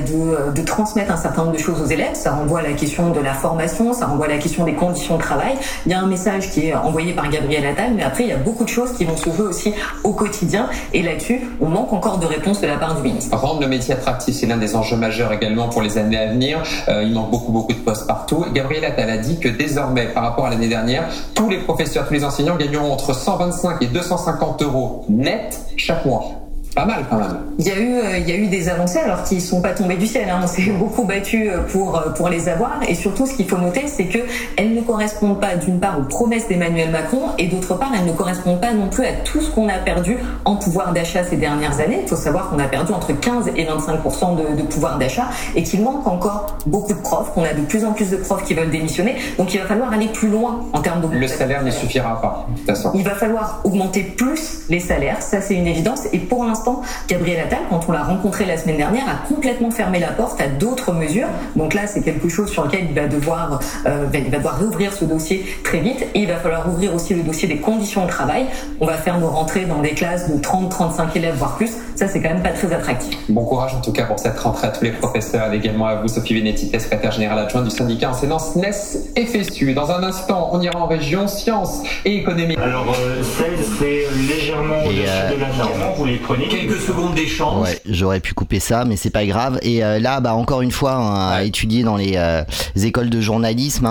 [SPEAKER 17] de transmettre un certain nombre de choses aux élèves. Ça renvoie à la question de la formation, ça renvoie à la question des conditions de travail. Il y a un message qui est envoyé par Gabriel Attal, mais après il y a beaucoup de choses qui vont se jouer aussi au quotidien, et là-dessus on manque encore de réponses de la part du ministre.
[SPEAKER 16] Rendre le métier attractif, c'est l'un des enjeux majeurs également pour les années à venir. Il manque beaucoup de postes partout. Gabriel Attal a dit que désormais, par rapport à l'année dernière, tous les professeurs, tous les enseignants gagneront entre 125 et 250 € net chaque mois. Pas mal quand même.
[SPEAKER 17] Il y a eu des avancées, alors qui sont pas tombées du ciel. On s'est beaucoup battu pour les avoir, et surtout ce qu'il faut noter, c'est que elles ne correspondent pas d'une part aux promesses d'Emmanuel Macron, et d'autre part elles ne correspondent pas non plus à tout ce qu'on a perdu en pouvoir d'achat ces dernières années. Il faut savoir qu'on a perdu entre 15 et 25% de pouvoir d'achat, et qu'il manque encore beaucoup de profs, qu'on a de plus en plus de profs qui veulent démissionner. Donc il va falloir aller plus loin en termes d'augmentation.
[SPEAKER 16] Le salaire ne suffira pas, de toute façon.
[SPEAKER 17] Il va falloir augmenter plus les salaires, ça c'est une évidence, et pour l'instant Gabriel Attal, quand on l'a rencontré la semaine dernière, a complètement fermé la porte à d'autres mesures. Donc là, c'est quelque chose sur lequel il va devoir réouvrir ce dossier très vite, et il va falloir ouvrir aussi le dossier des conditions de travail. On va faire nos rentrées dans des classes de 30-35 élèves, voire plus. Ça, c'est quand même pas très attractif.
[SPEAKER 16] Bon courage en tout cas pour cette rentrée à tous les professeurs et également à vous, Sophie Venetti, secrétaire générale adjointe du syndicat enseignant SNES FSU. Dans un instant, on ira en région sciences et économie.
[SPEAKER 18] Alors, 16, c'est légèrement au-dessus de la norme. Vous les prenez quelques secondes d'échange.
[SPEAKER 5] Ouais, j'aurais pu couper ça, mais c'est pas grave. Et là, encore une fois, à étudier dans les écoles de journalisme,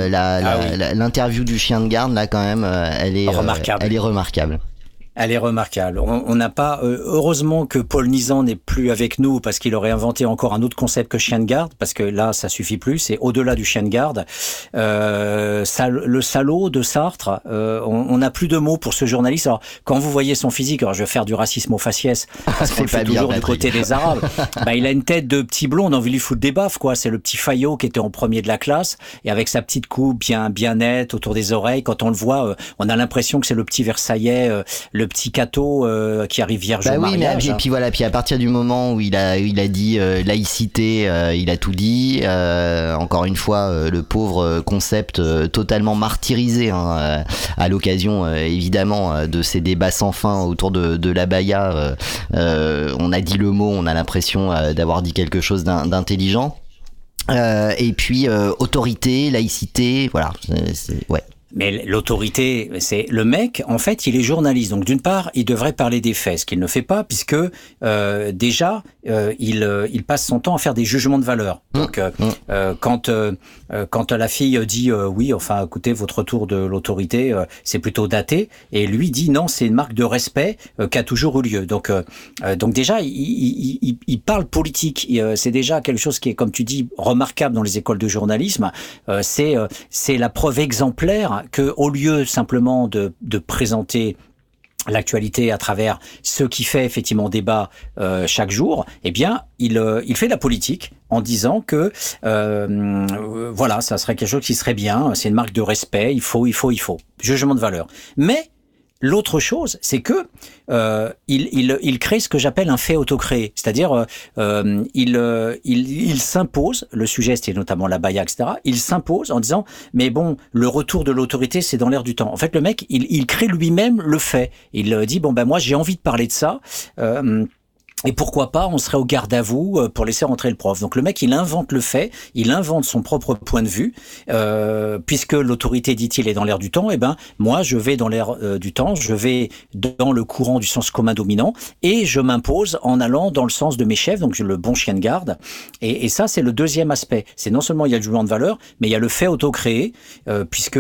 [SPEAKER 5] l'interview du chien de garde, là, quand même, elle est remarquable.
[SPEAKER 6] Elle est remarquable. On n'a pas, heureusement que Paul Nizan n'est plus avec nous parce qu'il aurait inventé encore un autre concept que chien de garde, parce que là, ça suffit plus. C'est au-delà du chien de garde. Le salaud de Sartre. On n'a plus de mots pour ce journaliste. Alors, quand vous voyez son physique, alors je vais faire du racisme au faciès, parce qu'on le fait toujours du côté des Arabes. Il a une tête de petit blond. On a envie de lui foutre des baffes, quoi. C'est le petit Fayot qui était en premier de la classe et avec sa petite coupe bien nette autour des oreilles. Quand on le voit, on a l'impression que c'est le petit Versaillais, le petit Cato qui arrive vierge au mariage.
[SPEAKER 5] Et puis à partir du moment où il a dit laïcité, il a tout dit. Encore une fois, le pauvre concept totalement martyrisé à l'occasion évidemment de ces débats sans fin autour de l'abaya. On a dit le mot, on a l'impression d'avoir dit quelque chose d'intelligent. Et puis autorité, laïcité, voilà. Ouais.
[SPEAKER 6] Mais l'autorité, c'est le mec, en fait, il est journaliste. Donc d'une part, il devrait parler des faits, ce qu'il ne fait pas, puisque déjà, il passe son temps à faire des jugements de valeur. Donc quand la fille dit oui, enfin, écoutez, votre retour de l'autorité, c'est plutôt daté, et lui dit non, c'est une marque de respect qui a toujours eu lieu. Donc déjà, il parle politique. C'est déjà quelque chose qui est, comme tu dis, remarquable dans les écoles de journalisme. C'est la preuve exemplaire que, au lieu simplement de présenter l'actualité à travers ce qui fait effectivement débat chaque jour, eh bien, il fait de la politique en disant que voilà, ça serait quelque chose qui serait bien, c'est une marque de respect, il faut. Jugement de valeur. Mais l'autre chose, c'est que il crée ce que j'appelle un fait autocréé, c'est-à-dire il s'impose. Le sujet, c'était notamment l'abaya, etc. Il s'impose en disant mais bon, le retour de l'autorité, c'est dans l'air du temps. En fait, le mec, il crée lui-même le fait. Il dit bon moi j'ai envie de parler de ça. Et pourquoi pas, on serait au garde à vous pour laisser rentrer le prof. Donc le mec, il invente le fait, il invente son propre point de vue, puisque l'autorité, dit-il, est dans l'air du temps. Eh ben, moi, je vais dans l'air du temps, je vais dans le courant du sens commun dominant, et je m'impose en allant dans le sens de mes chefs, donc le bon chien de garde. Et ça, c'est le deuxième aspect. C'est non seulement il y a le jugement de valeur, mais il y a le fait auto-créé, puisque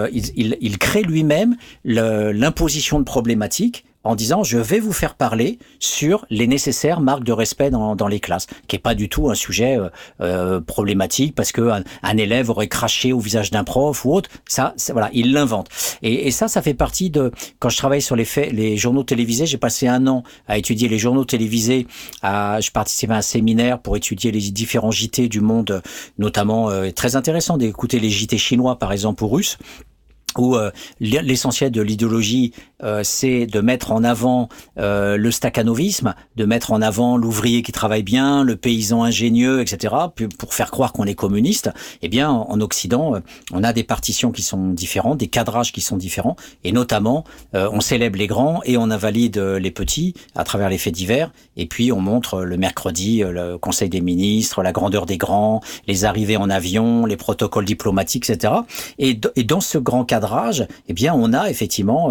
[SPEAKER 6] il crée lui-même l'imposition de problématiques, en disant je vais vous faire parler sur les nécessaires marques de respect dans les classes, qui est pas du tout un sujet problématique parce que un élève aurait craché au visage d'un prof ou autre. Ça voilà, il l'invente. Et ça fait partie de quand je travaille sur les journaux télévisés. J'ai passé 1 an à étudier les journaux télévisés. Je participais à un séminaire pour étudier les différents JT du monde, notamment très intéressant d'écouter les JT chinois par exemple ou russes, où l'essentiel de l'idéologie, c'est de mettre en avant le stakhanovisme, de mettre en avant l'ouvrier qui travaille bien, le paysan ingénieux, etc., pour faire croire qu'on est communiste. Eh bien, en Occident, on a des partitions qui sont différentes, des cadrages qui sont différents, et notamment, on célèbre les grands et on invalide les petits à travers les faits divers, et puis on montre le mercredi le Conseil des ministres, la grandeur des grands, les arrivées en avion, les protocoles diplomatiques, etc. Et dans ce grand cadrage, eh bien, on a effectivement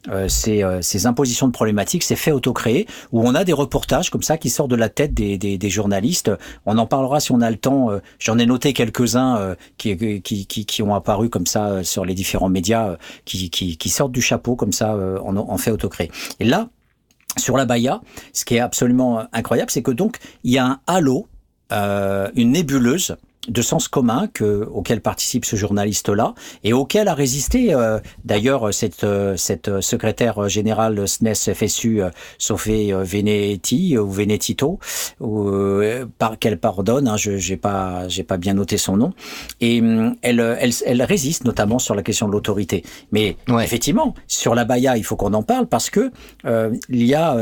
[SPEAKER 6] ces impositions de problématiques, ces faits autocréés, où on a des reportages comme ça qui sortent de la tête des journalistes. On en parlera si on a le temps. J'en ai noté quelques-uns qui ont apparu comme ça sur les différents médias, qui sortent du chapeau comme ça en faits autocréés. Et là, sur l'abaya, ce qui est absolument incroyable, c'est que donc il y a un halo, une nébuleuse de sens commun auquel participe ce journaliste-là et auquel a résisté d'ailleurs cette secrétaire générale SNES FSU, Sophie Venetti ou Venetito, qu'elle pardonne, j'ai pas bien noté son nom, et elle résiste notamment sur la question de l'autorité. Mais effectivement, sur l'abaya, il faut qu'on en parle parce que il y a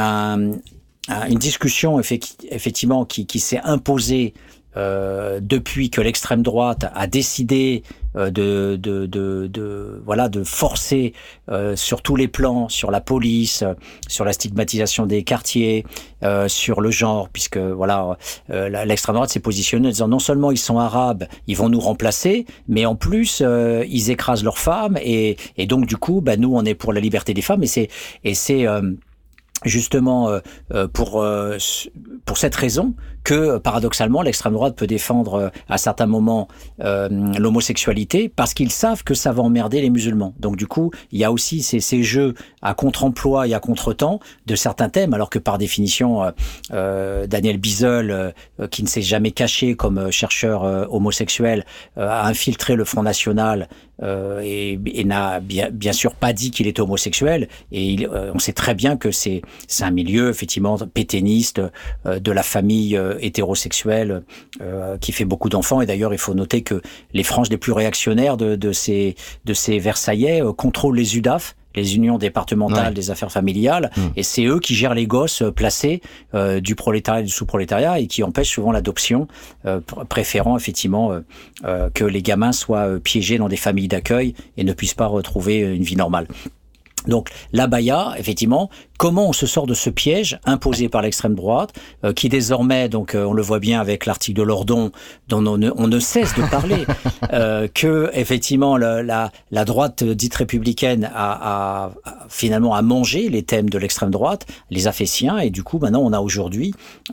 [SPEAKER 6] une discussion effectivement qui s'est imposée depuis que l'extrême droite a décidé de forcer sur tous les plans, sur la police, sur la stigmatisation des quartiers, sur le genre, puisque l'extrême droite s'est positionnée en disant non seulement ils sont arabes, ils vont nous remplacer, mais en plus ils écrasent leurs femmes et donc du coup nous on est pour la liberté des femmes et c'est justement pour cette raison que paradoxalement l'extrême droite peut défendre à certains moments l'homosexualité parce qu'ils savent que ça va emmerder les musulmans. Donc du coup, il y a aussi ces jeux à contre-emploi et à contre-temps de certains thèmes, alors que par définition, Daniel Bizel, qui ne s'est jamais caché comme chercheur homosexuel, a infiltré le Front National et n'a bien sûr pas dit qu'il était homosexuel. Et on sait très bien que c'est un milieu effectivement pétainiste de la famille hétérosexuelle qui fait beaucoup d'enfants. Et d'ailleurs, il faut noter que les franges les plus réactionnaires de ces Versaillais contrôlent les UDAF, les unions départementales des affaires familiales, et c'est eux qui gèrent les gosses placés du prolétariat et du sous-prolétariat et qui empêchent souvent l'adoption, préférant effectivement que les gamins soient piégés dans des familles d'accueil et ne puissent pas retrouver une vie normale. Donc l'abaya, effectivement, comment on se sort de ce piège imposé par l'extrême droite, qui désormais, donc on le voit bien avec l'article de Lordon, dont on ne cesse de parler, que effectivement la droite dite républicaine a finalement mangé les thèmes de l'extrême droite, les a fait siens, et du coup maintenant on a aujourd'hui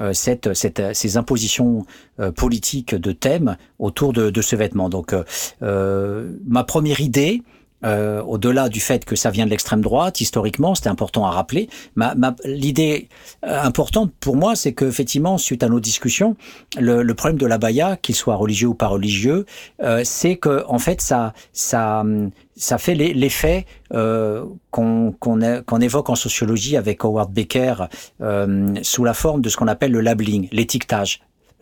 [SPEAKER 6] ces impositions politiques de thèmes autour de ce vêtement. Donc ma première idée, au-delà du fait que ça vient de l'extrême droite, historiquement, c'était important à rappeler. L'idée importante pour moi, c'est que effectivement, suite à nos discussions, le problème de l'abaya, qu'il soit religieux ou pas religieux, c'est que en fait, ça fait l'effet qu'on évoque en sociologie avec Howard Becker sous la forme de ce qu'on appelle le labeling, l'étiquetage.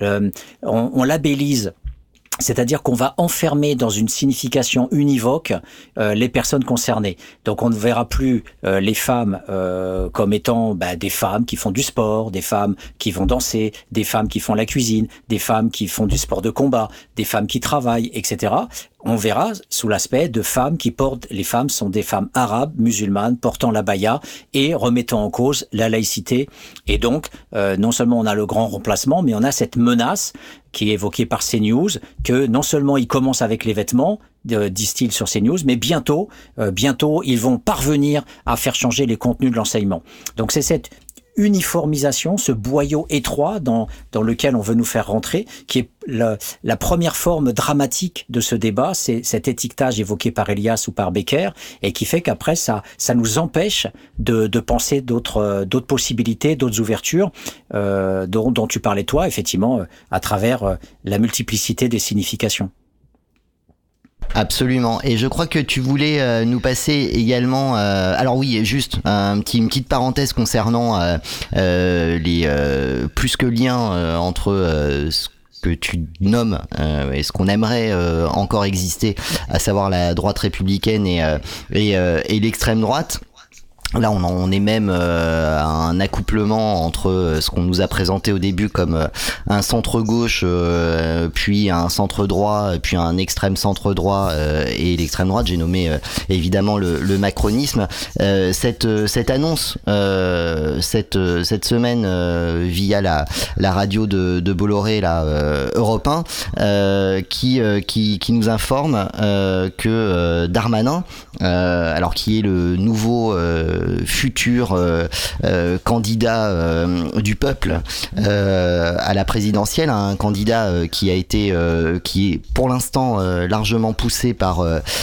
[SPEAKER 6] On labellise. C'est-à-dire qu'on va enfermer dans une signification univoque les personnes concernées. Donc on ne verra plus les femmes comme étant des femmes qui font du sport, des femmes qui vont danser, des femmes qui font la cuisine, des femmes qui font du sport de combat, des femmes qui travaillent, etc. On verra sous l'aspect de femmes les femmes sont des femmes arabes, musulmanes, portant l'abaya et remettant en cause la laïcité. Et donc, non seulement on a le grand remplacement, mais on a cette menace qui est évoquée par CNews, que non seulement ils commencent avec les vêtements, disent-ils sur CNews, mais bientôt, ils vont parvenir à faire changer les contenus de l'enseignement. Donc c'est cette uniformisation, ce boyau étroit dans lequel on veut nous faire rentrer, qui est la première forme dramatique de ce débat, c'est cet étiquetage évoqué par Elias ou par Becker, et qui fait qu'après ça nous empêche de penser d'autres possibilités, d'autres ouvertures dont tu parlais toi, effectivement, à travers la multiplicité des significations.
[SPEAKER 5] Absolument. Et je crois que tu voulais nous passer également. Alors oui, juste une petite parenthèse concernant les plus que liens entre ce que tu nommes et ce qu'on aimerait encore exister, à savoir la droite républicaine et l'extrême droite. Là, on est même à un accouplement entre ce qu'on nous a présenté au début comme un centre-gauche, puis un centre-droit, puis un extrême centre-droit et l'extrême droite. J'ai nommé évidemment le macronisme. Cette annonce cette semaine via la radio de Bolloré, Europe 1, qui nous informe que Darmanin, alors qui est le nouveau futur candidat du peuple à la présidentielle, un candidat qui est pour l'instant largement poussé par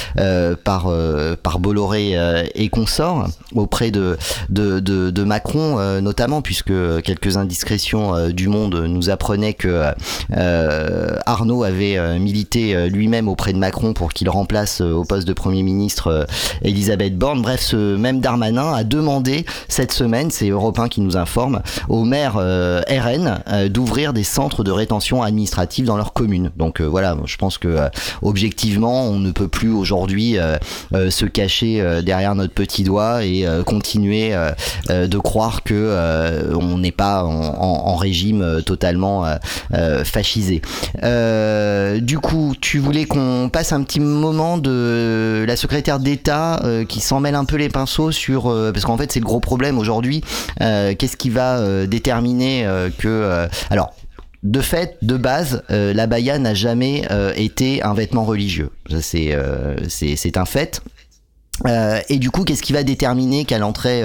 [SPEAKER 5] Bolloré et consorts auprès de Macron notamment, puisque quelques indiscrétions du Monde nous apprenaient que Arnaud avait milité lui-même auprès de Macron pour qu'il remplace au poste de Premier ministre Elisabeth Borne. Bref, ce même Darmanin Ain a demandé cette semaine, c'est Europe 1 qui nous informe, aux maires RN d'ouvrir des centres de rétention administrative dans leur commune. Donc voilà, je pense que objectivement, on ne peut plus aujourd'hui se cacher derrière notre petit doigt et continuer de croire que on n'est pas en régime totalement fascisé. Du coup, tu voulais qu'on passe un petit moment de la secrétaire d'État qui s'en mêle un peu les pinceaux sur parce qu'en fait c'est le gros problème aujourd'hui. Qu'est-ce qui va déterminer que alors de fait, de base, l'abaya n'a jamais été un vêtement religieux. Ça, c'est un fait. Et du coup, qu'est-ce qui va déterminer qu'à l'entrée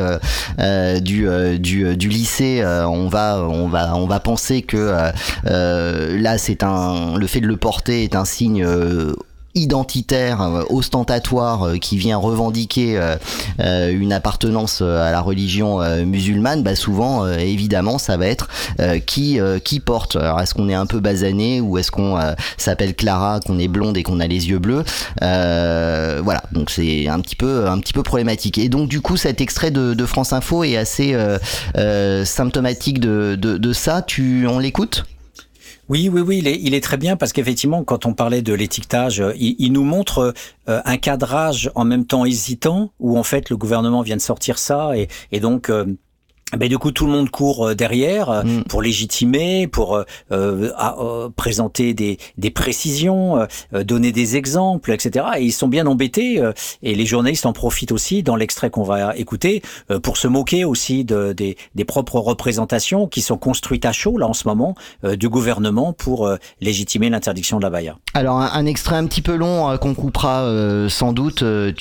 [SPEAKER 5] du lycée, on va penser que là, le fait de le porter est un signe identitaire, ostentatoire, qui vient revendiquer une appartenance à la religion musulmane, bah souvent évidemment ça va être qui porte. Alors est-ce qu'on est un peu basané ou est-ce qu'on s'appelle Clara, qu'on est blonde et qu'on a les yeux bleus, voilà, donc c'est un petit peu problématique. Et donc du coup cet extrait de France Info est assez symptomatique de ça. On l'écoute ?
[SPEAKER 6] Oui, il est très bien parce qu'effectivement, quand on parlait de l'étiquetage, il nous montre un cadrage en même temps hésitant où en fait le gouvernement vient de sortir ça et donc du coup tout le monde court derrière pour légitimer, pour présenter des précisions, donner des exemples, etc. Et ils sont bien embêtés et les journalistes en profitent aussi dans l'extrait qu'on va écouter pour se moquer aussi des propres représentations qui sont construites à chaud là en ce moment du gouvernement pour légitimer l'interdiction de l'abaya.
[SPEAKER 5] Alors un extrait un petit peu long qu'on coupera sans doute.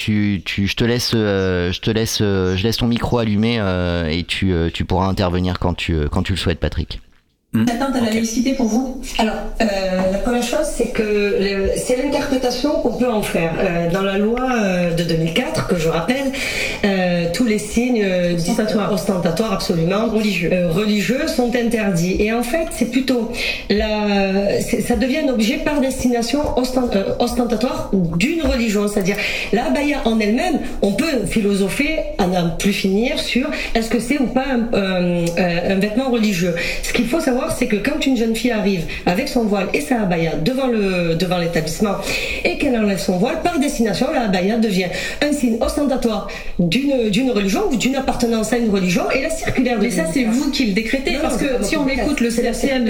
[SPEAKER 5] Je laisse ton micro allumé et tu pourras intervenir quand tu le souhaites, Patrick.
[SPEAKER 19] L'atteinte à la laïcité pour vous? Alors, la première chose, c'est que c'est l'interprétation qu'on peut en faire. Dans la loi de 2004, que je rappelle, tous les signes ostentatoires absolument religieux sont interdits. Et en fait, c'est plutôt ça devient un objet par destination ostentatoire d'une religion. C'est-à-dire, la abaya en elle-même, on peut philosopher à n'en plus finir sur est-ce que c'est ou pas un vêtement religieux. Ce qu'il faut savoir, c'est que quand une jeune fille arrive avec son voile et sa abaya devant l'établissement et qu'elle enlève son voile, par destination, la abaya devient un signe ostentatoire d'une religion ou d'une appartenance à une religion, et la circulaire.
[SPEAKER 20] Mais ça, c'est vous qui le décrétez, parce que si on écoute le CFCM,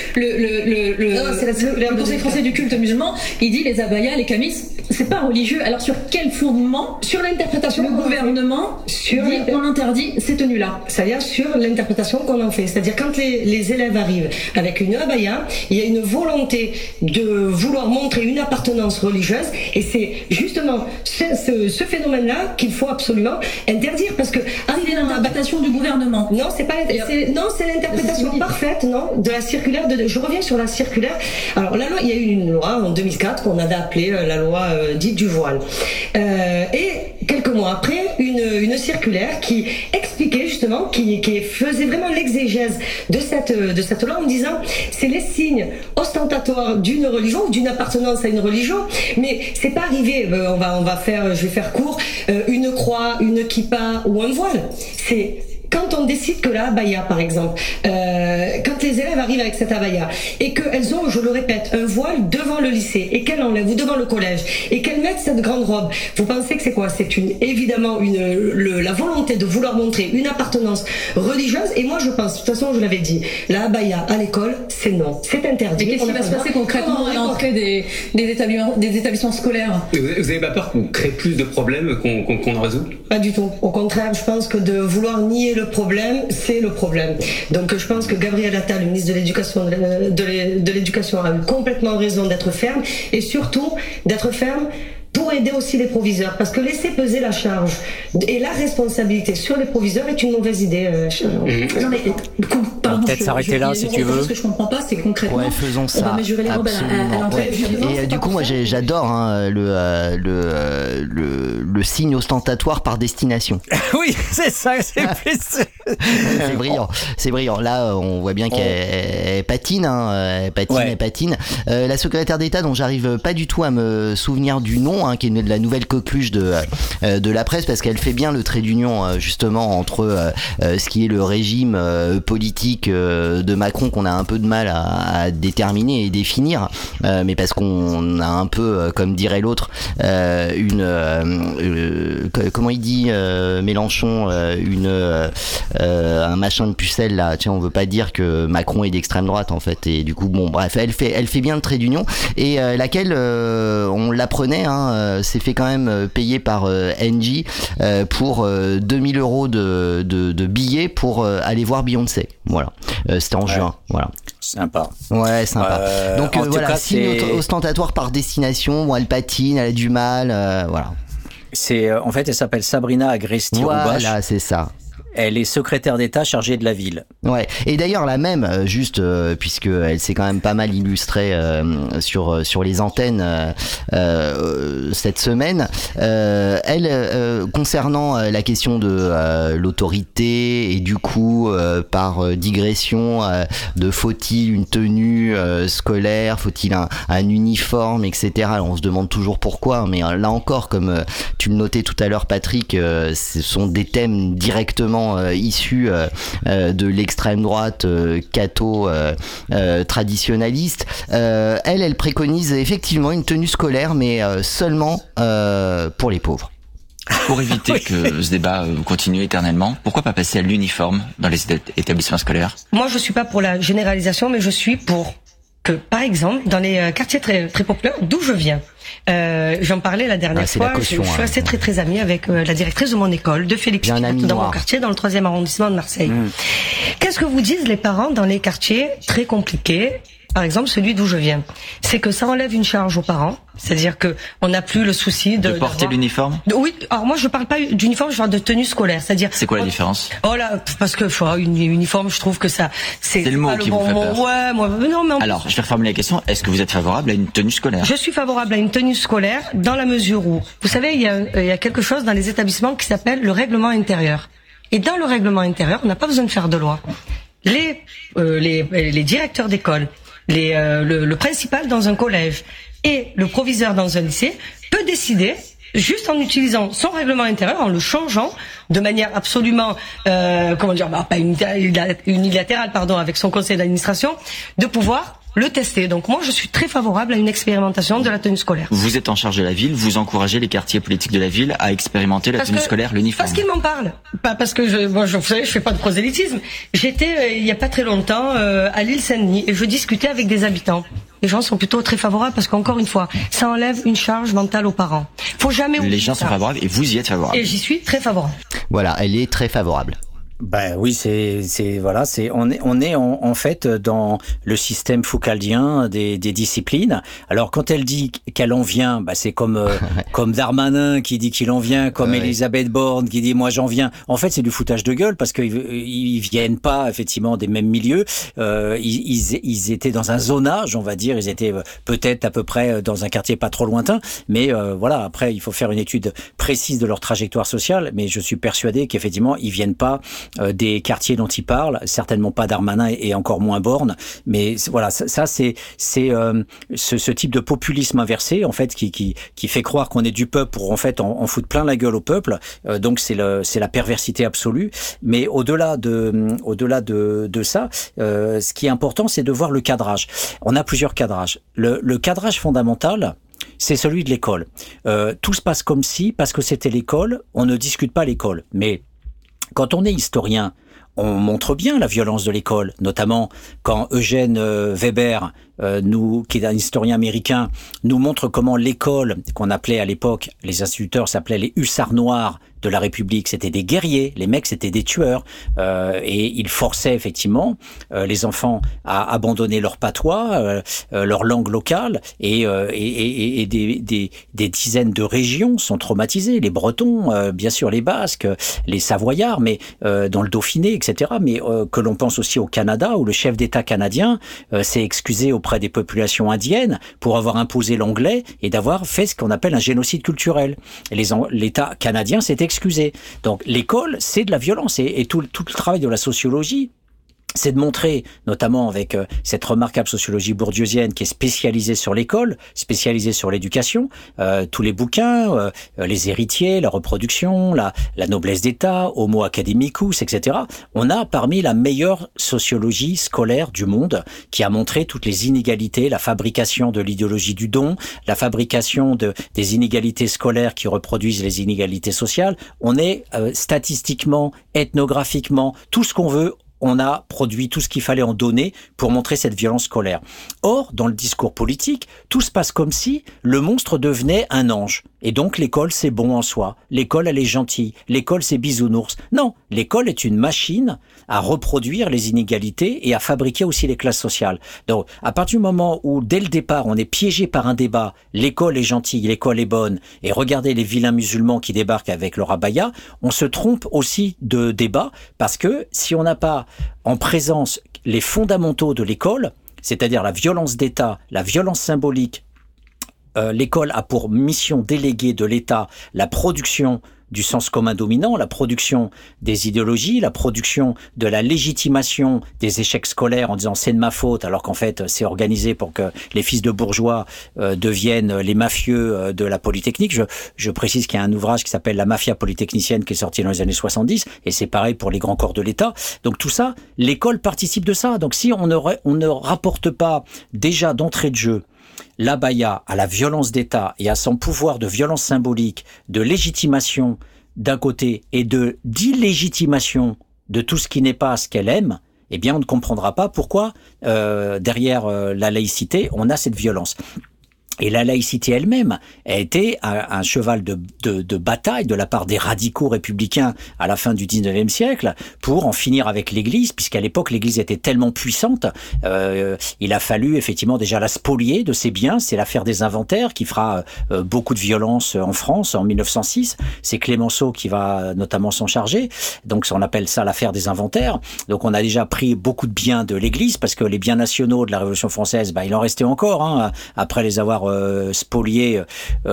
[SPEAKER 20] le Conseil français du culte musulman, il dit les abayas, les camis, c'est pas religieux. Alors sur quel fondement,
[SPEAKER 19] sur l'interprétation,
[SPEAKER 20] le gouvernement dit on interdit ces tenues-là?
[SPEAKER 19] C'est-à-dire sur l'interprétation qu'on en fait. C'est-à-dire quand les élèves arrivent avec une abaya, il y a une volonté de vouloir montrer une appartenance religieuse, et c'est justement ce phénomène-là qu'il faut absolument interdire, parce que
[SPEAKER 20] c'est l'interprétation du gouvernement.
[SPEAKER 19] Non, c'est l'interprétation parfaite, non, de la circulaire. Je reviens sur la circulaire. Alors la loi, il y a eu une loi en 2004 qu'on avait appelée la loi dite du voile, et quelques mois après une circulaire qui expliquait justement, qui faisait vraiment l'exégèse de cette loi en disant c'est les signes ostentatoires d'une religion ou d'une appartenance à une religion, mais c'est pas arrivé. Je vais faire court, une croix, une kippa ou un voile. C'est quand on décide que la abaya, par exemple, quand les élèves arrivent avec cette abaya et qu'elles ont, je le répète, un voile devant le lycée et qu'elles enlèvent, ou devant le collège, et qu'elles mettent cette grande robe, vous pensez que c'est quoi? C'est évidemment la volonté de vouloir montrer une appartenance religieuse. Et moi, je pense, de toute façon, je l'avais dit, la abaya à l'école, c'est non, c'est interdit.
[SPEAKER 20] Et qu'est-ce qui va se passer concrètement à l'entrée des établissements scolaires?
[SPEAKER 16] Vous avez pas peur qu'on crée plus de problèmes qu'on en résout?
[SPEAKER 19] Pas du tout. Au contraire, je pense que de vouloir nier le problème, c'est le problème. Donc je pense que Gabriel Attal, le ministre de l'Éducation, a eu complètement raison d'être ferme, et surtout d'être ferme pour aider aussi les proviseurs, parce que laisser peser la charge et la responsabilité sur les proviseurs est une mauvaise idée.
[SPEAKER 20] Non mais pardon,
[SPEAKER 6] peut-être s'arrêter là si tu veux.
[SPEAKER 20] Ce que je comprends pas, c'est concrètement.
[SPEAKER 5] Ouais, faisons ça.
[SPEAKER 20] On va mesurer les robes à l'entrée.
[SPEAKER 5] Et du coup, moi, j'adore le signe ostentatoire par destination.
[SPEAKER 6] Oui, c'est ça.
[SPEAKER 5] C'est brillant. Là, on voit bien qu'elle patine. Elle patine. La secrétaire d'État, dont j'arrive pas du tout à me souvenir du nom, qui est la nouvelle coqueluche de la presse, parce qu'elle fait bien le trait d'union justement entre ce qui est le régime politique de Macron, qu'on a un peu de mal à déterminer et définir, mais parce qu'on a un peu, comme dirait l'autre, comment il dit Mélenchon, un machin de pucelle là. Tiens, on veut pas dire que Macron est d'extrême droite en fait, et du coup bon bref, elle fait bien le trait d'union, et laquelle on l'apprenait, s'est fait quand même payer par Engie pour 2000 € de billets pour aller voir Beyoncé. Voilà, c'était en juin. Voilà.
[SPEAKER 6] Sympa.
[SPEAKER 5] Ouais, sympa. Donc voilà,
[SPEAKER 6] cas,
[SPEAKER 5] signe ostentatoire par destination. Bon, elle patine, elle a du mal, voilà.
[SPEAKER 6] C'est en fait, elle s'appelle Sabrina Agresti-Roubache.
[SPEAKER 5] Voilà, c'est ça.
[SPEAKER 6] Elle est secrétaire d'État chargée de la ville.
[SPEAKER 5] Ouais. Et d'ailleurs la même, juste puisque elle s'est quand même pas mal illustrée sur les antennes cette semaine. Elle, concernant la question de l'autorité et du coup par digression de faut-il une tenue scolaire, faut-il un uniforme, etc. On se demande toujours pourquoi, mais là encore, comme tu le notais tout à l'heure, Patrick, ce sont des thèmes directement issus de l'extrême droite catho traditionnaliste. Elle préconise effectivement une tenue scolaire, mais seulement pour les pauvres.
[SPEAKER 21] Pour éviter que ce débat continue éternellement, pourquoi pas passer à l'uniforme dans les établissements scolaires?
[SPEAKER 19] Moi, je suis pas pour la généralisation, mais je suis pour que, par exemple, dans les quartiers très, très populaires, d'où je viens, j'en parlais la dernière fois, je suis assez très amie avec la directrice de mon école, de Félix, dans mon quartier, dans le 3e arrondissement de Marseille. Qu'est-ce que vous disent les parents dans les quartiers très compliqués? Par exemple, celui d'où je viens, c'est que ça enlève une charge aux parents, c'est-à-dire que on n'a plus le souci de
[SPEAKER 21] porter l'uniforme.
[SPEAKER 19] Oui, alors moi je parle pas d'uniforme, je parle de tenue scolaire, c'est-à-dire.
[SPEAKER 21] C'est quoi la différence?
[SPEAKER 19] Oh là, parce que une uniforme, je trouve que ça, c'est
[SPEAKER 21] le mot qui vous fait peur.
[SPEAKER 19] Ouais, moi non, mais
[SPEAKER 21] alors, je vais reformuler la question. Est-ce que vous êtes favorable à une tenue scolaire?
[SPEAKER 19] Je suis favorable à une tenue scolaire dans la mesure où, vous savez, il y a quelque chose dans les établissements qui s'appelle le règlement intérieur. Et dans le règlement intérieur, on n'a pas besoin de faire de loi. Les directeurs d'école, le principal dans un collège et le proviseur dans un lycée peut décider, juste en utilisant son règlement intérieur, en le changeant de manière absolument, pas unilatérale, avec son conseil d'administration, de pouvoir le tester. Donc moi, je suis très favorable à une expérimentation de la tenue scolaire.
[SPEAKER 21] Vous êtes en charge de la ville, vous encouragez les quartiers politiques de la ville à expérimenter la tenue scolaire, l'uniforme.
[SPEAKER 19] Parce qu'ils m'en parlent. Pas parce que vous savez, je fais pas de prosélytisme. J'étais il y a pas très longtemps à l'île Saint-Denis et je discutais avec des habitants. Les gens sont plutôt très favorables parce qu'encore une fois, ça enlève une charge mentale aux parents. Faut jamais oublier.
[SPEAKER 21] Les gens sont favorables et vous y êtes favorable.
[SPEAKER 19] Et j'y suis très favorable.
[SPEAKER 5] Voilà, elle est très favorable.
[SPEAKER 6] Ben oui, on est en fait dans le système foucaldien des disciplines. Alors quand elle dit qu'elle en vient, c'est comme Darmanin qui dit qu'il en vient, comme Elisabeth Borne qui dit moi j'en viens. En fait, c'est du foutage de gueule parce qu'ils viennent pas effectivement des mêmes milieux. Ils étaient dans un zonage, on va dire. Ils étaient peut-être à peu près dans un quartier pas trop lointain, mais voilà. Après, il faut faire une étude précise de leur trajectoire sociale. Mais je suis persuadé qu'effectivement, ils viennent pas des quartiers dont il parle, certainement pas Darmanin et encore moins Borne, mais voilà, ça c'est ce type de populisme inversé en fait qui fait croire qu'on est du peuple pour en fait en foutre plein la gueule au peuple. Donc c'est la perversité absolue. Mais au-delà de ça, ce qui est important, c'est de voir le cadrage. On a plusieurs cadrages. Le cadrage fondamental, c'est celui de l'école. Tout se passe comme si, parce que c'était l'école, on ne discute pas l'école. Mais quand on est historien, on montre bien la violence de l'école, notamment quand Eugène Weber, qui est un historien américain, nous montre comment l'école, qu'on appelait à l'époque, les instituteurs s'appelaient les hussards noirs de la République, c'était des guerriers, les mecs c'était des tueurs, et ils forçaient effectivement les enfants à abandonner leur patois, leur langue locale, et des dizaines de régions sont traumatisées, les Bretons, bien sûr les Basques, les Savoyards, mais dans le Dauphiné, etc. Mais que l'on pense aussi au Canada, où le chef d'État canadien s'est excusé auprès des populations indiennes pour avoir imposé l'anglais et d'avoir fait ce qu'on appelle un génocide culturel. L'État canadien s'est excusé. Donc l'école, c'est de la violence, et tout le travail de la sociologie c'est de montrer, notamment avec cette remarquable sociologie bourdieusienne qui est spécialisée sur l'école, spécialisée sur l'éducation, tous les bouquins, les héritiers, la reproduction, la noblesse d'État, Homo academicus, etc. On a parmi la meilleure sociologie scolaire du monde qui a montré toutes les inégalités, la fabrication de l'idéologie du don, la fabrication des inégalités scolaires qui reproduisent les inégalités sociales. On est statistiquement, ethnographiquement, tout ce qu'on veut. On a produit tout ce qu'il fallait en donner pour montrer cette violence scolaire. Or, dans le discours politique, tout se passe comme si le monstre devenait un ange. Et donc, l'école, c'est bon en soi. L'école, elle est gentille. L'école, c'est bisounours. Non, l'école est une machine à reproduire les inégalités et à fabriquer aussi les classes sociales. Donc, à partir du moment où, dès le départ, on est piégé par un débat, l'école est gentille, l'école est bonne, et regardez les vilains musulmans qui débarquent avec leur abaya, on se trompe aussi de débat, parce que si on n'a pas en présence les fondamentaux de l'école, c'est-à-dire la violence d'État, la violence symbolique, l'école a pour mission déléguée de l'État la production du sens commun dominant, la production des idéologies, la production de la légitimation des échecs scolaires en disant c'est de ma faute, alors qu'en fait c'est organisé pour que les fils de bourgeois deviennent les mafieux de la Polytechnique. Je précise qu'il y a un ouvrage qui s'appelle La mafia polytechnicienne qui est sorti dans les années 70 et c'est pareil pour les grands corps de l'État. Donc tout ça, l'école participe de ça. Donc si on ne rapporte pas déjà d'entrée de jeu l'abaya à la violence d'État et à son pouvoir de violence symbolique, de légitimation d'un côté et de d'illégitimation de tout ce qui n'est pas ce qu'elle aime, eh bien on ne comprendra pas pourquoi derrière la laïcité on a cette violence. Et la laïcité elle-même a été un cheval de bataille de la part des radicaux républicains à la fin du 19e siècle pour en finir avec l'Église, puisqu'à l'époque l'Église était tellement puissante, il a fallu effectivement déjà la spolier de ses biens. C'est l'affaire des inventaires qui fera beaucoup de violence en France en 1906. C'est Clémenceau qui va notamment s'en charger. Donc on appelle ça l'affaire des inventaires. Donc on a déjà pris beaucoup de biens de l'Église parce que les biens nationaux de la Révolution française, il en restait encore après les avoir spoliés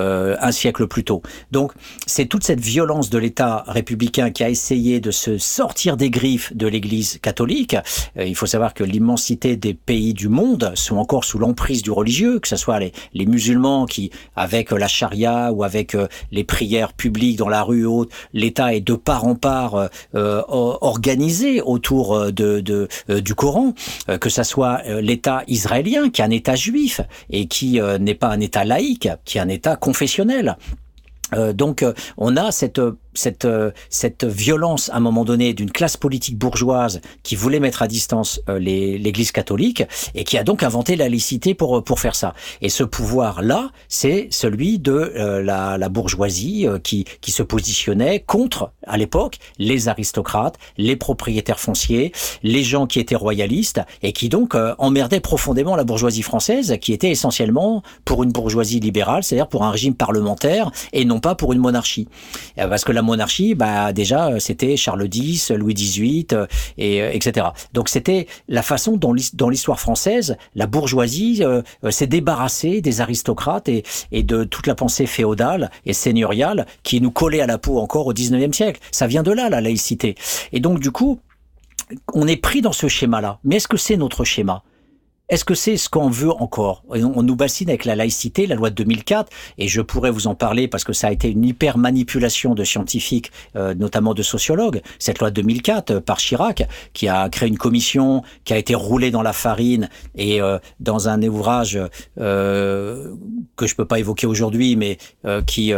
[SPEAKER 6] un siècle plus tôt. Donc c'est toute cette violence de l'État républicain qui a essayé de se sortir des griffes de l'Église catholique. Il faut savoir que l'immensité des pays du monde sont encore sous l'emprise du religieux, que ce soit les musulmans qui, avec la charia ou avec les prières publiques dans la rue haute, l'État est de part en part organisé autour du Coran, que ce soit l'État israélien qui est un État juif et qui n'est pas un État laïque, qui est un État confessionnel. Donc on a cette violence à un moment donné d'une classe politique bourgeoise qui voulait mettre à distance l'Église catholique et qui a donc inventé la laïcité pour faire ça. Et ce pouvoir-là, c'est celui de la bourgeoisie qui se positionnait contre, à l'époque, les aristocrates, les propriétaires fonciers, les gens qui étaient royalistes et qui donc emmerdaient profondément la bourgeoisie française, qui était essentiellement pour une bourgeoisie libérale, c'est-à-dire pour un régime parlementaire et non pas pour une monarchie. Parce que la monarchie, déjà, c'était Charles X, Louis XVIII, etc. Donc c'était la façon dont dans l'histoire française, la bourgeoisie s'est débarrassée des aristocrates et de toute la pensée féodale et seigneuriale qui nous collait à la peau encore au 19e siècle. Ça vient de là, la laïcité. Et donc, du coup, on est pris dans ce schéma-là. Mais est-ce que c'est notre schéma ? Est-ce que c'est ce qu'on veut encore ? On nous bassine avec la laïcité, la loi de 2004, et je pourrais vous en parler parce que ça a été une hyper manipulation de scientifiques, notamment de sociologues. Cette loi de 2004 par Chirac, qui a créé une commission, qui a été roulée dans la farine, et dans un ouvrage que je peux pas évoquer aujourd'hui, mais qui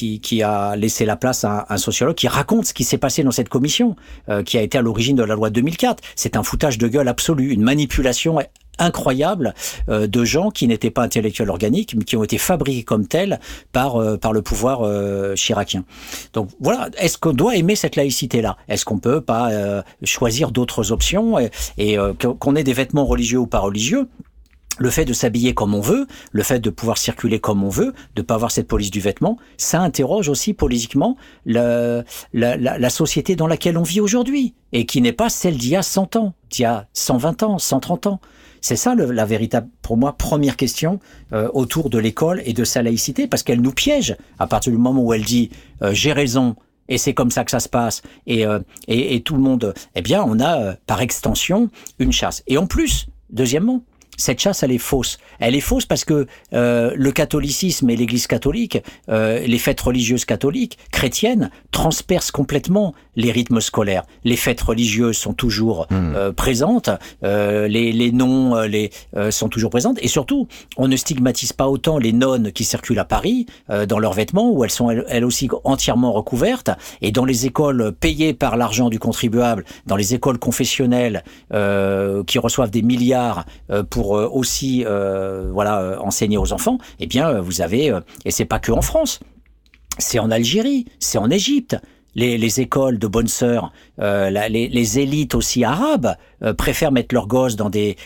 [SPEAKER 6] a laissé la place à un sociologue qui raconte ce qui s'est passé dans cette commission, qui a été à l'origine de la loi de 2004. C'est un foutage de gueule absolu, une manipulation incroyable de gens qui n'étaient pas intellectuels organiques, mais qui ont été fabriqués comme tels par le pouvoir chiracien. Donc voilà, est-ce qu'on doit aimer cette laïcité-là ? Est-ce qu'on peut pas choisir d'autres options et qu'on ait des vêtements religieux ou pas religieux ? Le fait de s'habiller comme on veut, le fait de pouvoir circuler comme on veut, de pas avoir cette police du vêtement, ça interroge aussi politiquement la société dans laquelle on vit aujourd'hui et qui n'est pas celle d'il y a 100 ans, d'il y a 120 ans, 130 ans. C'est ça la véritable, pour moi, première question autour de l'école et de sa laïcité, parce qu'elle nous piège à partir du moment où elle dit j'ai raison Et c'est comme ça que ça se passe. Et tout le monde, eh bien, on a par extension une chasse. Et en plus, deuxièmement, cette chasse, elle est fausse. Elle est fausse parce que le catholicisme et l'Église catholique, les fêtes religieuses catholiques, chrétiennes, transpercent complètement les rythmes scolaires. Les fêtes religieuses sont toujours présentes, les noms sont toujours présentes, et surtout, on ne stigmatise pas autant les nonnes qui circulent à Paris dans leurs vêtements, où elles sont elles aussi entièrement recouvertes, et dans les écoles payées par l'argent du contribuable, dans les écoles confessionnelles qui reçoivent des milliards pour aussi enseigner aux enfants, eh bien vous avez, et c'est pas que en France, c'est en Algérie, c'est en Égypte, les écoles de bonnes sœurs, les élites aussi arabes préfèrent mettre leurs gosses dans des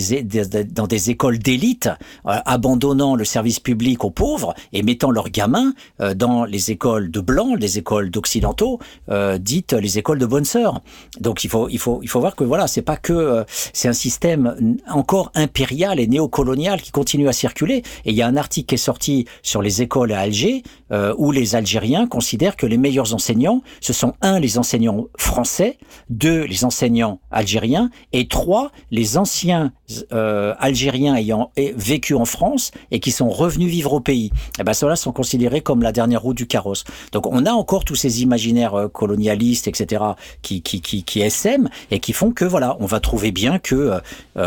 [SPEAKER 6] écoles d'élite, abandonnant le service public aux pauvres et mettant leurs gamins dans les écoles de blancs, les écoles d'occidentaux, dites les écoles de bonnes sœurs. Donc il faut voir que voilà, c'est pas que c'est un système encore impérial et néocolonial qui continue à circuler. Et il y a un article qui est sorti sur les écoles à Alger où les Algériens considèrent que les meilleurs enseignants, ce sont 1, les enseignants français, 2, les enseignants algériens, et 3, les anciens Algériens ayant vécu en France et qui sont revenus vivre au pays. Et ben ceux-là sont considérés comme la dernière roue du carrosse. Donc on a encore tous ces imaginaires colonialistes, etc., qui essaiment et qui font que voilà, on va trouver bien que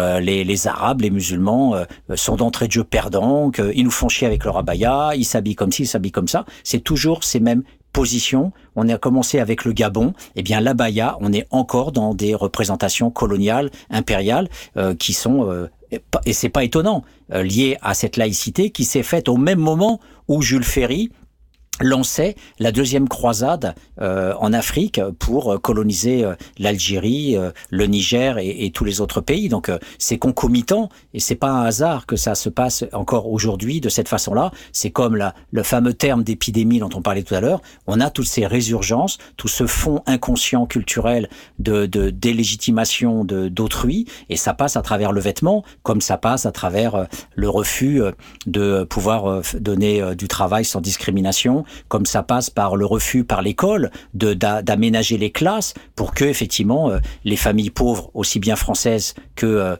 [SPEAKER 6] les Arabes, les musulmans sont d'entrée de jeu perdants, qu'ils nous font chier avec leur abaya, ils s'habillent comme ci, ils s'habillent comme ça. C'est toujours ces mêmes position. On a commencé avec le Gabon. Eh bien, l'abaya, on est encore dans des représentations coloniales, impériales, qui sont, et c'est pas étonnant, liées à cette laïcité qui s'est faite au même moment où Jules Ferry lançait la deuxième croisade en Afrique pour coloniser l'Algérie, le Niger et tous les autres pays. Donc c'est concomitant et c'est pas un hasard que ça se passe encore aujourd'hui de cette façon-là. C'est comme le fameux terme d'épidémie dont on parlait tout à l'heure. On a toutes ces résurgences, tout ce fond inconscient culturel de délégitimation d'autrui, et ça passe à travers le vêtement, comme ça passe à travers le refus de pouvoir donner du travail sans discrimination, comme ça passe par le refus par l'école d'aménager les classes pour que effectivement les familles pauvres, aussi bien françaises que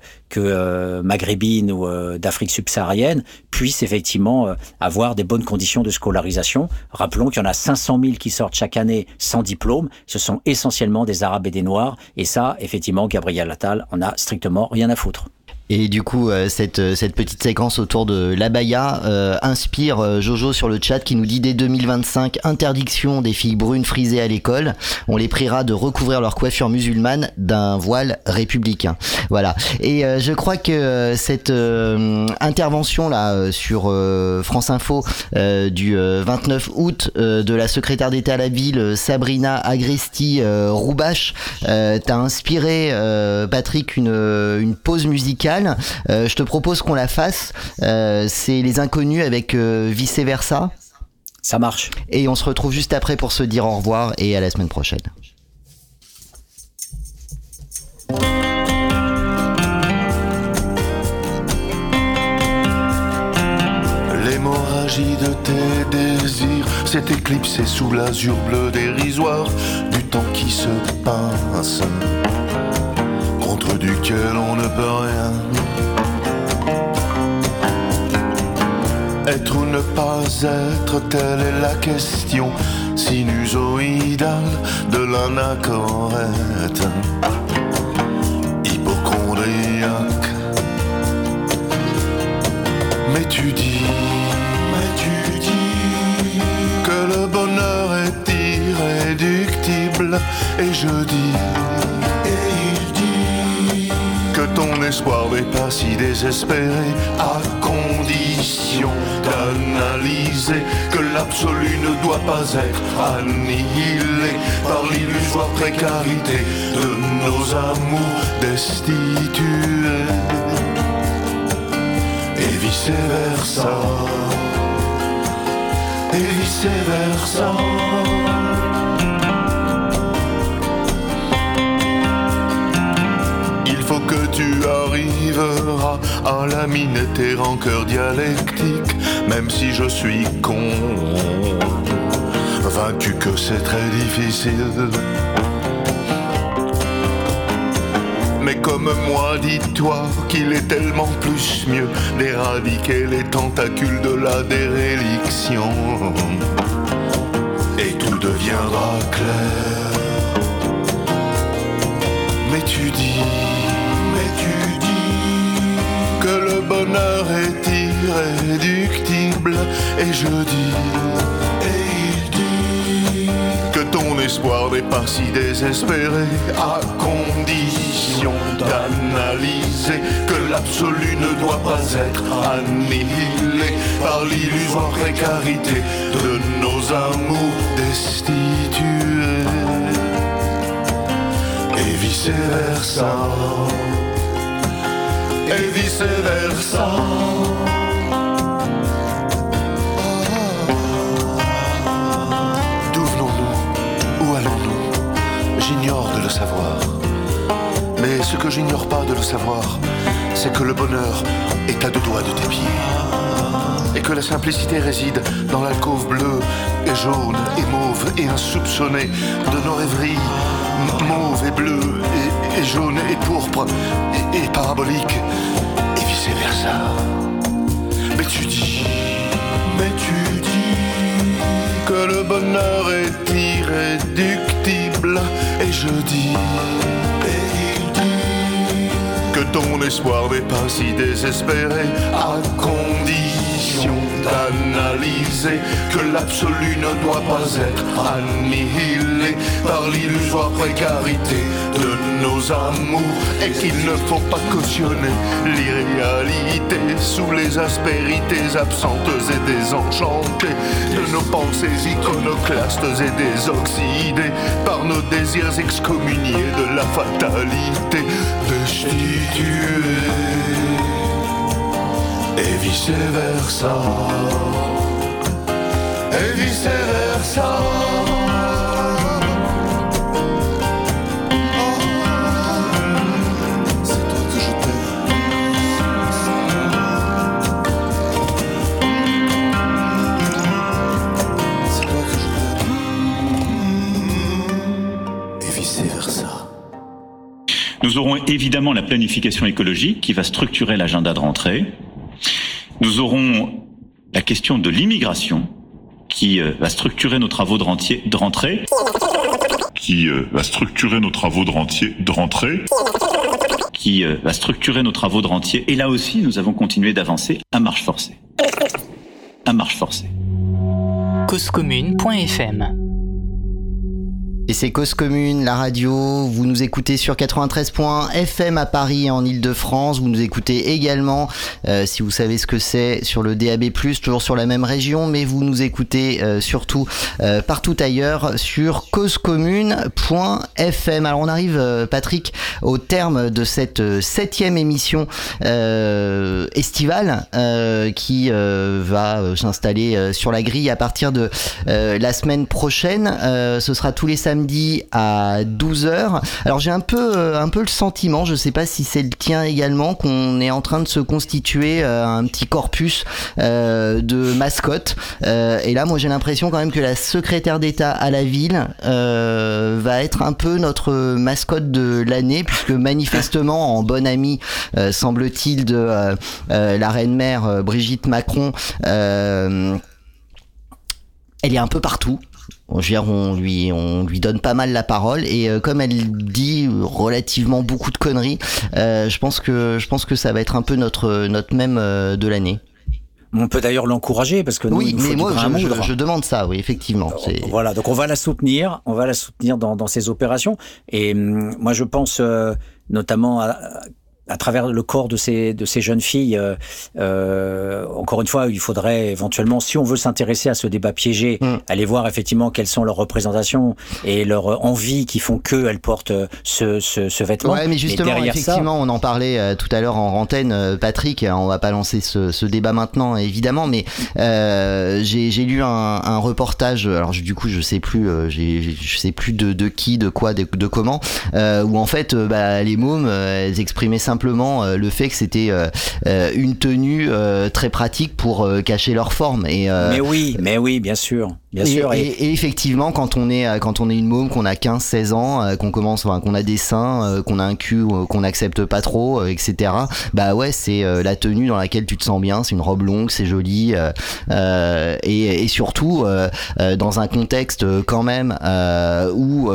[SPEAKER 6] maghrébines ou d'Afrique subsaharienne, puissent effectivement avoir des bonnes conditions de scolarisation. Rappelons qu'il y en a 500 000 qui sortent chaque année sans diplôme. Ce sont essentiellement des Arabes et des Noirs. Et ça, effectivement, Gabriel Attal en a strictement rien à foutre.
[SPEAKER 5] Et du coup, cette petite séquence autour de l'abaya inspire Jojo sur le chat qui nous dit dès 2025, interdiction des filles brunes frisées à l'école. On les priera de recouvrir leur coiffure musulmane d'un voile républicain. Voilà. Et je crois que cette intervention là sur France Info du 29 août de la secrétaire d'État à la ville Sabrina Agresti-Roubache t'a inspiré, Patrick, une pause musicale. Je te propose qu'on la fasse. C'est Les Inconnus avec Vice Versa.
[SPEAKER 6] Ça marche.
[SPEAKER 5] Et on se retrouve juste après pour se dire au revoir et à la semaine prochaine.
[SPEAKER 1] L'hémorragie de tes désirs s'est éclipsée sous l'azur bleu dérisoire du temps qui se passe, contre duquel on ne peut rien. Être ou ne pas être, telle est la question sinusoïdale de l'anachorète hypocondriaque. Mais tu dis que le bonheur est irréductible, et je dis que ton espoir n'est pas si désespéré, à condition d'analyser que l'absolu ne doit pas être annihilé par l'illusoire précarité de nos amours destitués, et vice versa, et vice versa. Faut que tu arriveras à laminer tes rancœurs dialectiques, même si je suis con. vaincu que c'est très difficile. Mais comme moi, dis-toi qu'il est tellement plus mieux d'éradiquer les tentacules de la déréliction. Et tout deviendra clair. Mais tu dis que le bonheur est irréductible. Et je dis, que ton espoir n'est pas si désespéré, à condition d'analyser que l'absolu ne doit pas être annihilé par l'illusoire précarité de nos amours destitués. Et vice versa, et vice versa. J'ignore de le savoir. Mais ce que j'ignore pas de le savoir, c'est que le bonheur est à 2 doigts de tes pieds. Et que la simplicité réside dans l'alcôve bleue et jaune et mauve et insoupçonnée de nos rêveries mauve et bleu et jaune et pourpre et parabolique et vice versa. Mais tu dis que le bonheur est irréductible. Et je dis que ton espoir n'est pas si désespéré, à condition d'analyser que l'absolu ne doit pas être annihilé par l'illusoire précarité de nos amours, et qu'il ne faut pas cautionner l'irréalité sous les aspérités absentes et désenchantées de nos pensées iconoclastes et désoxydées par nos désirs excommuniés de la fatalité destituée. Et vice versa, et vice versa. C'est toi que je t'aime. C'est toi que je t'aime. Et vice versa.
[SPEAKER 3] Nous aurons évidemment la planification écologique qui va structurer l'agenda de rentrée. Nous aurons la question de l'immigration qui va structurer nos travaux de rentrée. Qui va structurer nos travaux de rentrée. Qui va structurer nos travaux de rentrée. Et là aussi, nous avons continué d'avancer à marche forcée.
[SPEAKER 4] Causecommune.fm.
[SPEAKER 5] Et c'est Cause Commune, la radio. Vous nous écoutez sur 93.fm à Paris et en Ile-de-France. Vous nous écoutez également, si vous savez ce que c'est, sur le DAB+, toujours sur la même région, mais vous nous écoutez surtout partout ailleurs sur causecommune.fm. Alors on arrive, Patrick, au terme de cette 7e émission estivale qui va s'installer sur la grille à partir de la semaine prochaine. Ce sera tous les samedis à 12h. Alors j'ai un peu le sentiment, je sais pas si c'est le tien également, qu'on est en train de se constituer un petit corpus de mascottes. Et là, moi j'ai l'impression quand même que la secrétaire d'État à la ville va être un peu notre mascotte de l'année, puisque manifestement, en bonne amie, semble-t-il, de la reine-mère Brigitte Macron, elle est un peu partout. On lui donne pas mal la parole, et comme elle dit relativement beaucoup de conneries, je pense que ça va être un peu notre mème de l'année.
[SPEAKER 6] On peut d'ailleurs l'encourager, parce que nous,
[SPEAKER 5] oui, mais moi je demande ça, oui, effectivement.
[SPEAKER 6] Voilà, donc on va la soutenir dans ses opérations, et moi je pense notamment à travers le corps de ces jeunes filles, encore une fois, il faudrait éventuellement, si on veut s'intéresser à ce débat piégé, aller voir effectivement quelles sont leurs représentations et leurs envies qui font qu'elles portent ce vêtement.
[SPEAKER 5] Ouais, mais justement, effectivement, on en parlait tout à l'heure en antenne, Patrick, on va pas lancer ce débat maintenant, évidemment, mais j'ai lu un reportage, alors du coup, je sais plus de qui, de quoi, de comment, où en fait, les mômes, elles exprimaient simplement le fait que c'était une tenue très pratique pour cacher leur forme. Et,
[SPEAKER 6] mais oui, bien sûr. Bien sûr.
[SPEAKER 5] Et effectivement, quand on est une môme, qu'on a 15-16 ans, qu'on a des seins, qu'on a un cul qu'on n'accepte pas trop, etc. Bah ouais, c'est la tenue dans laquelle tu te sens bien. C'est une robe longue, c'est joli, et surtout dans un contexte quand même où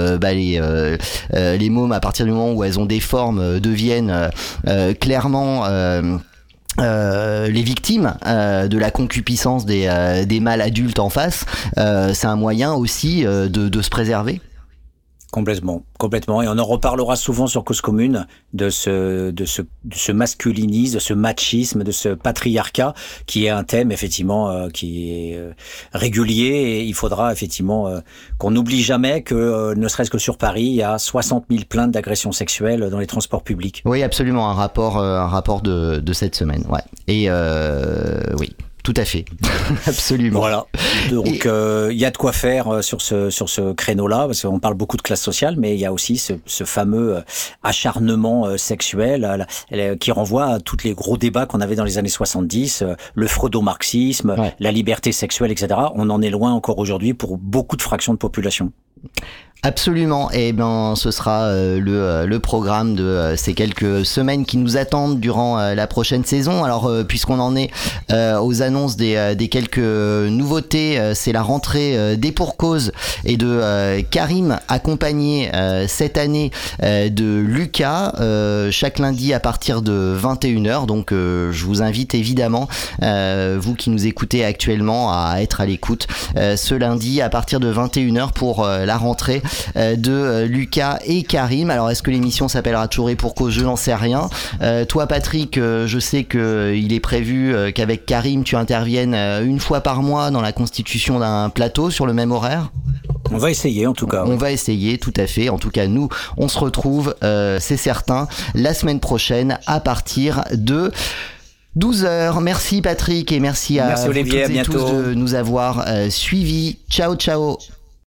[SPEAKER 5] les mômes, à partir du moment où elles ont des formes, deviennent clairement les victimes de la concupiscence des mâles adultes en face. C'est un moyen aussi de se préserver.
[SPEAKER 6] Complètement. Et on en reparlera souvent sur Cause Commune de ce masculinisme, de ce machisme, de ce patriarcat qui est un thème effectivement qui est régulier, et il faudra effectivement qu'on n'oublie jamais que ne serait-ce que sur Paris, il y a 60 000 plaintes d'agressions sexuelles dans les transports publics.
[SPEAKER 5] Oui, absolument, un rapport de cette semaine. Ouais. Et oui. Tout à fait, absolument.
[SPEAKER 6] Voilà. Donc il y a de quoi faire sur ce créneau-là, parce qu'on parle beaucoup de classe sociale, mais il y a aussi ce fameux acharnement sexuel qui renvoie à tous les gros débats qu'on avait dans les années 70, le freudo-marxisme, la liberté sexuelle, etc. On en est loin encore aujourd'hui pour beaucoup de fractions de population.
[SPEAKER 5] Absolument. Et ben, ce sera le programme de ces quelques semaines qui nous attendent durant la prochaine saison. Alors, puisqu'on en est aux annonces des quelques nouveautés, c'est la rentrée des Pour Cause et de Karim, accompagné cette année de Lucas, chaque lundi à partir de 21h. Donc, je vous invite évidemment, vous qui nous écoutez actuellement, à être à l'écoute ce lundi à partir de 21h pour la rentrée de Lucas et Karim. Alors, est-ce que l'émission s'appellera toujours Et Pour Cause? Je n'en sais rien. Toi, Patrick, je sais qu'il est prévu qu'avec Karim, tu interviennes une fois par mois dans la constitution d'un plateau sur le même horaire.
[SPEAKER 6] On va essayer, en tout cas.
[SPEAKER 5] On va essayer, tout à fait. En tout cas, nous, on se retrouve, c'est certain, la semaine prochaine à partir de 12h. Merci Patrick, et merci à
[SPEAKER 6] Olivier,
[SPEAKER 5] vous toutes et tous de nous avoir suivis. Ciao, ciao.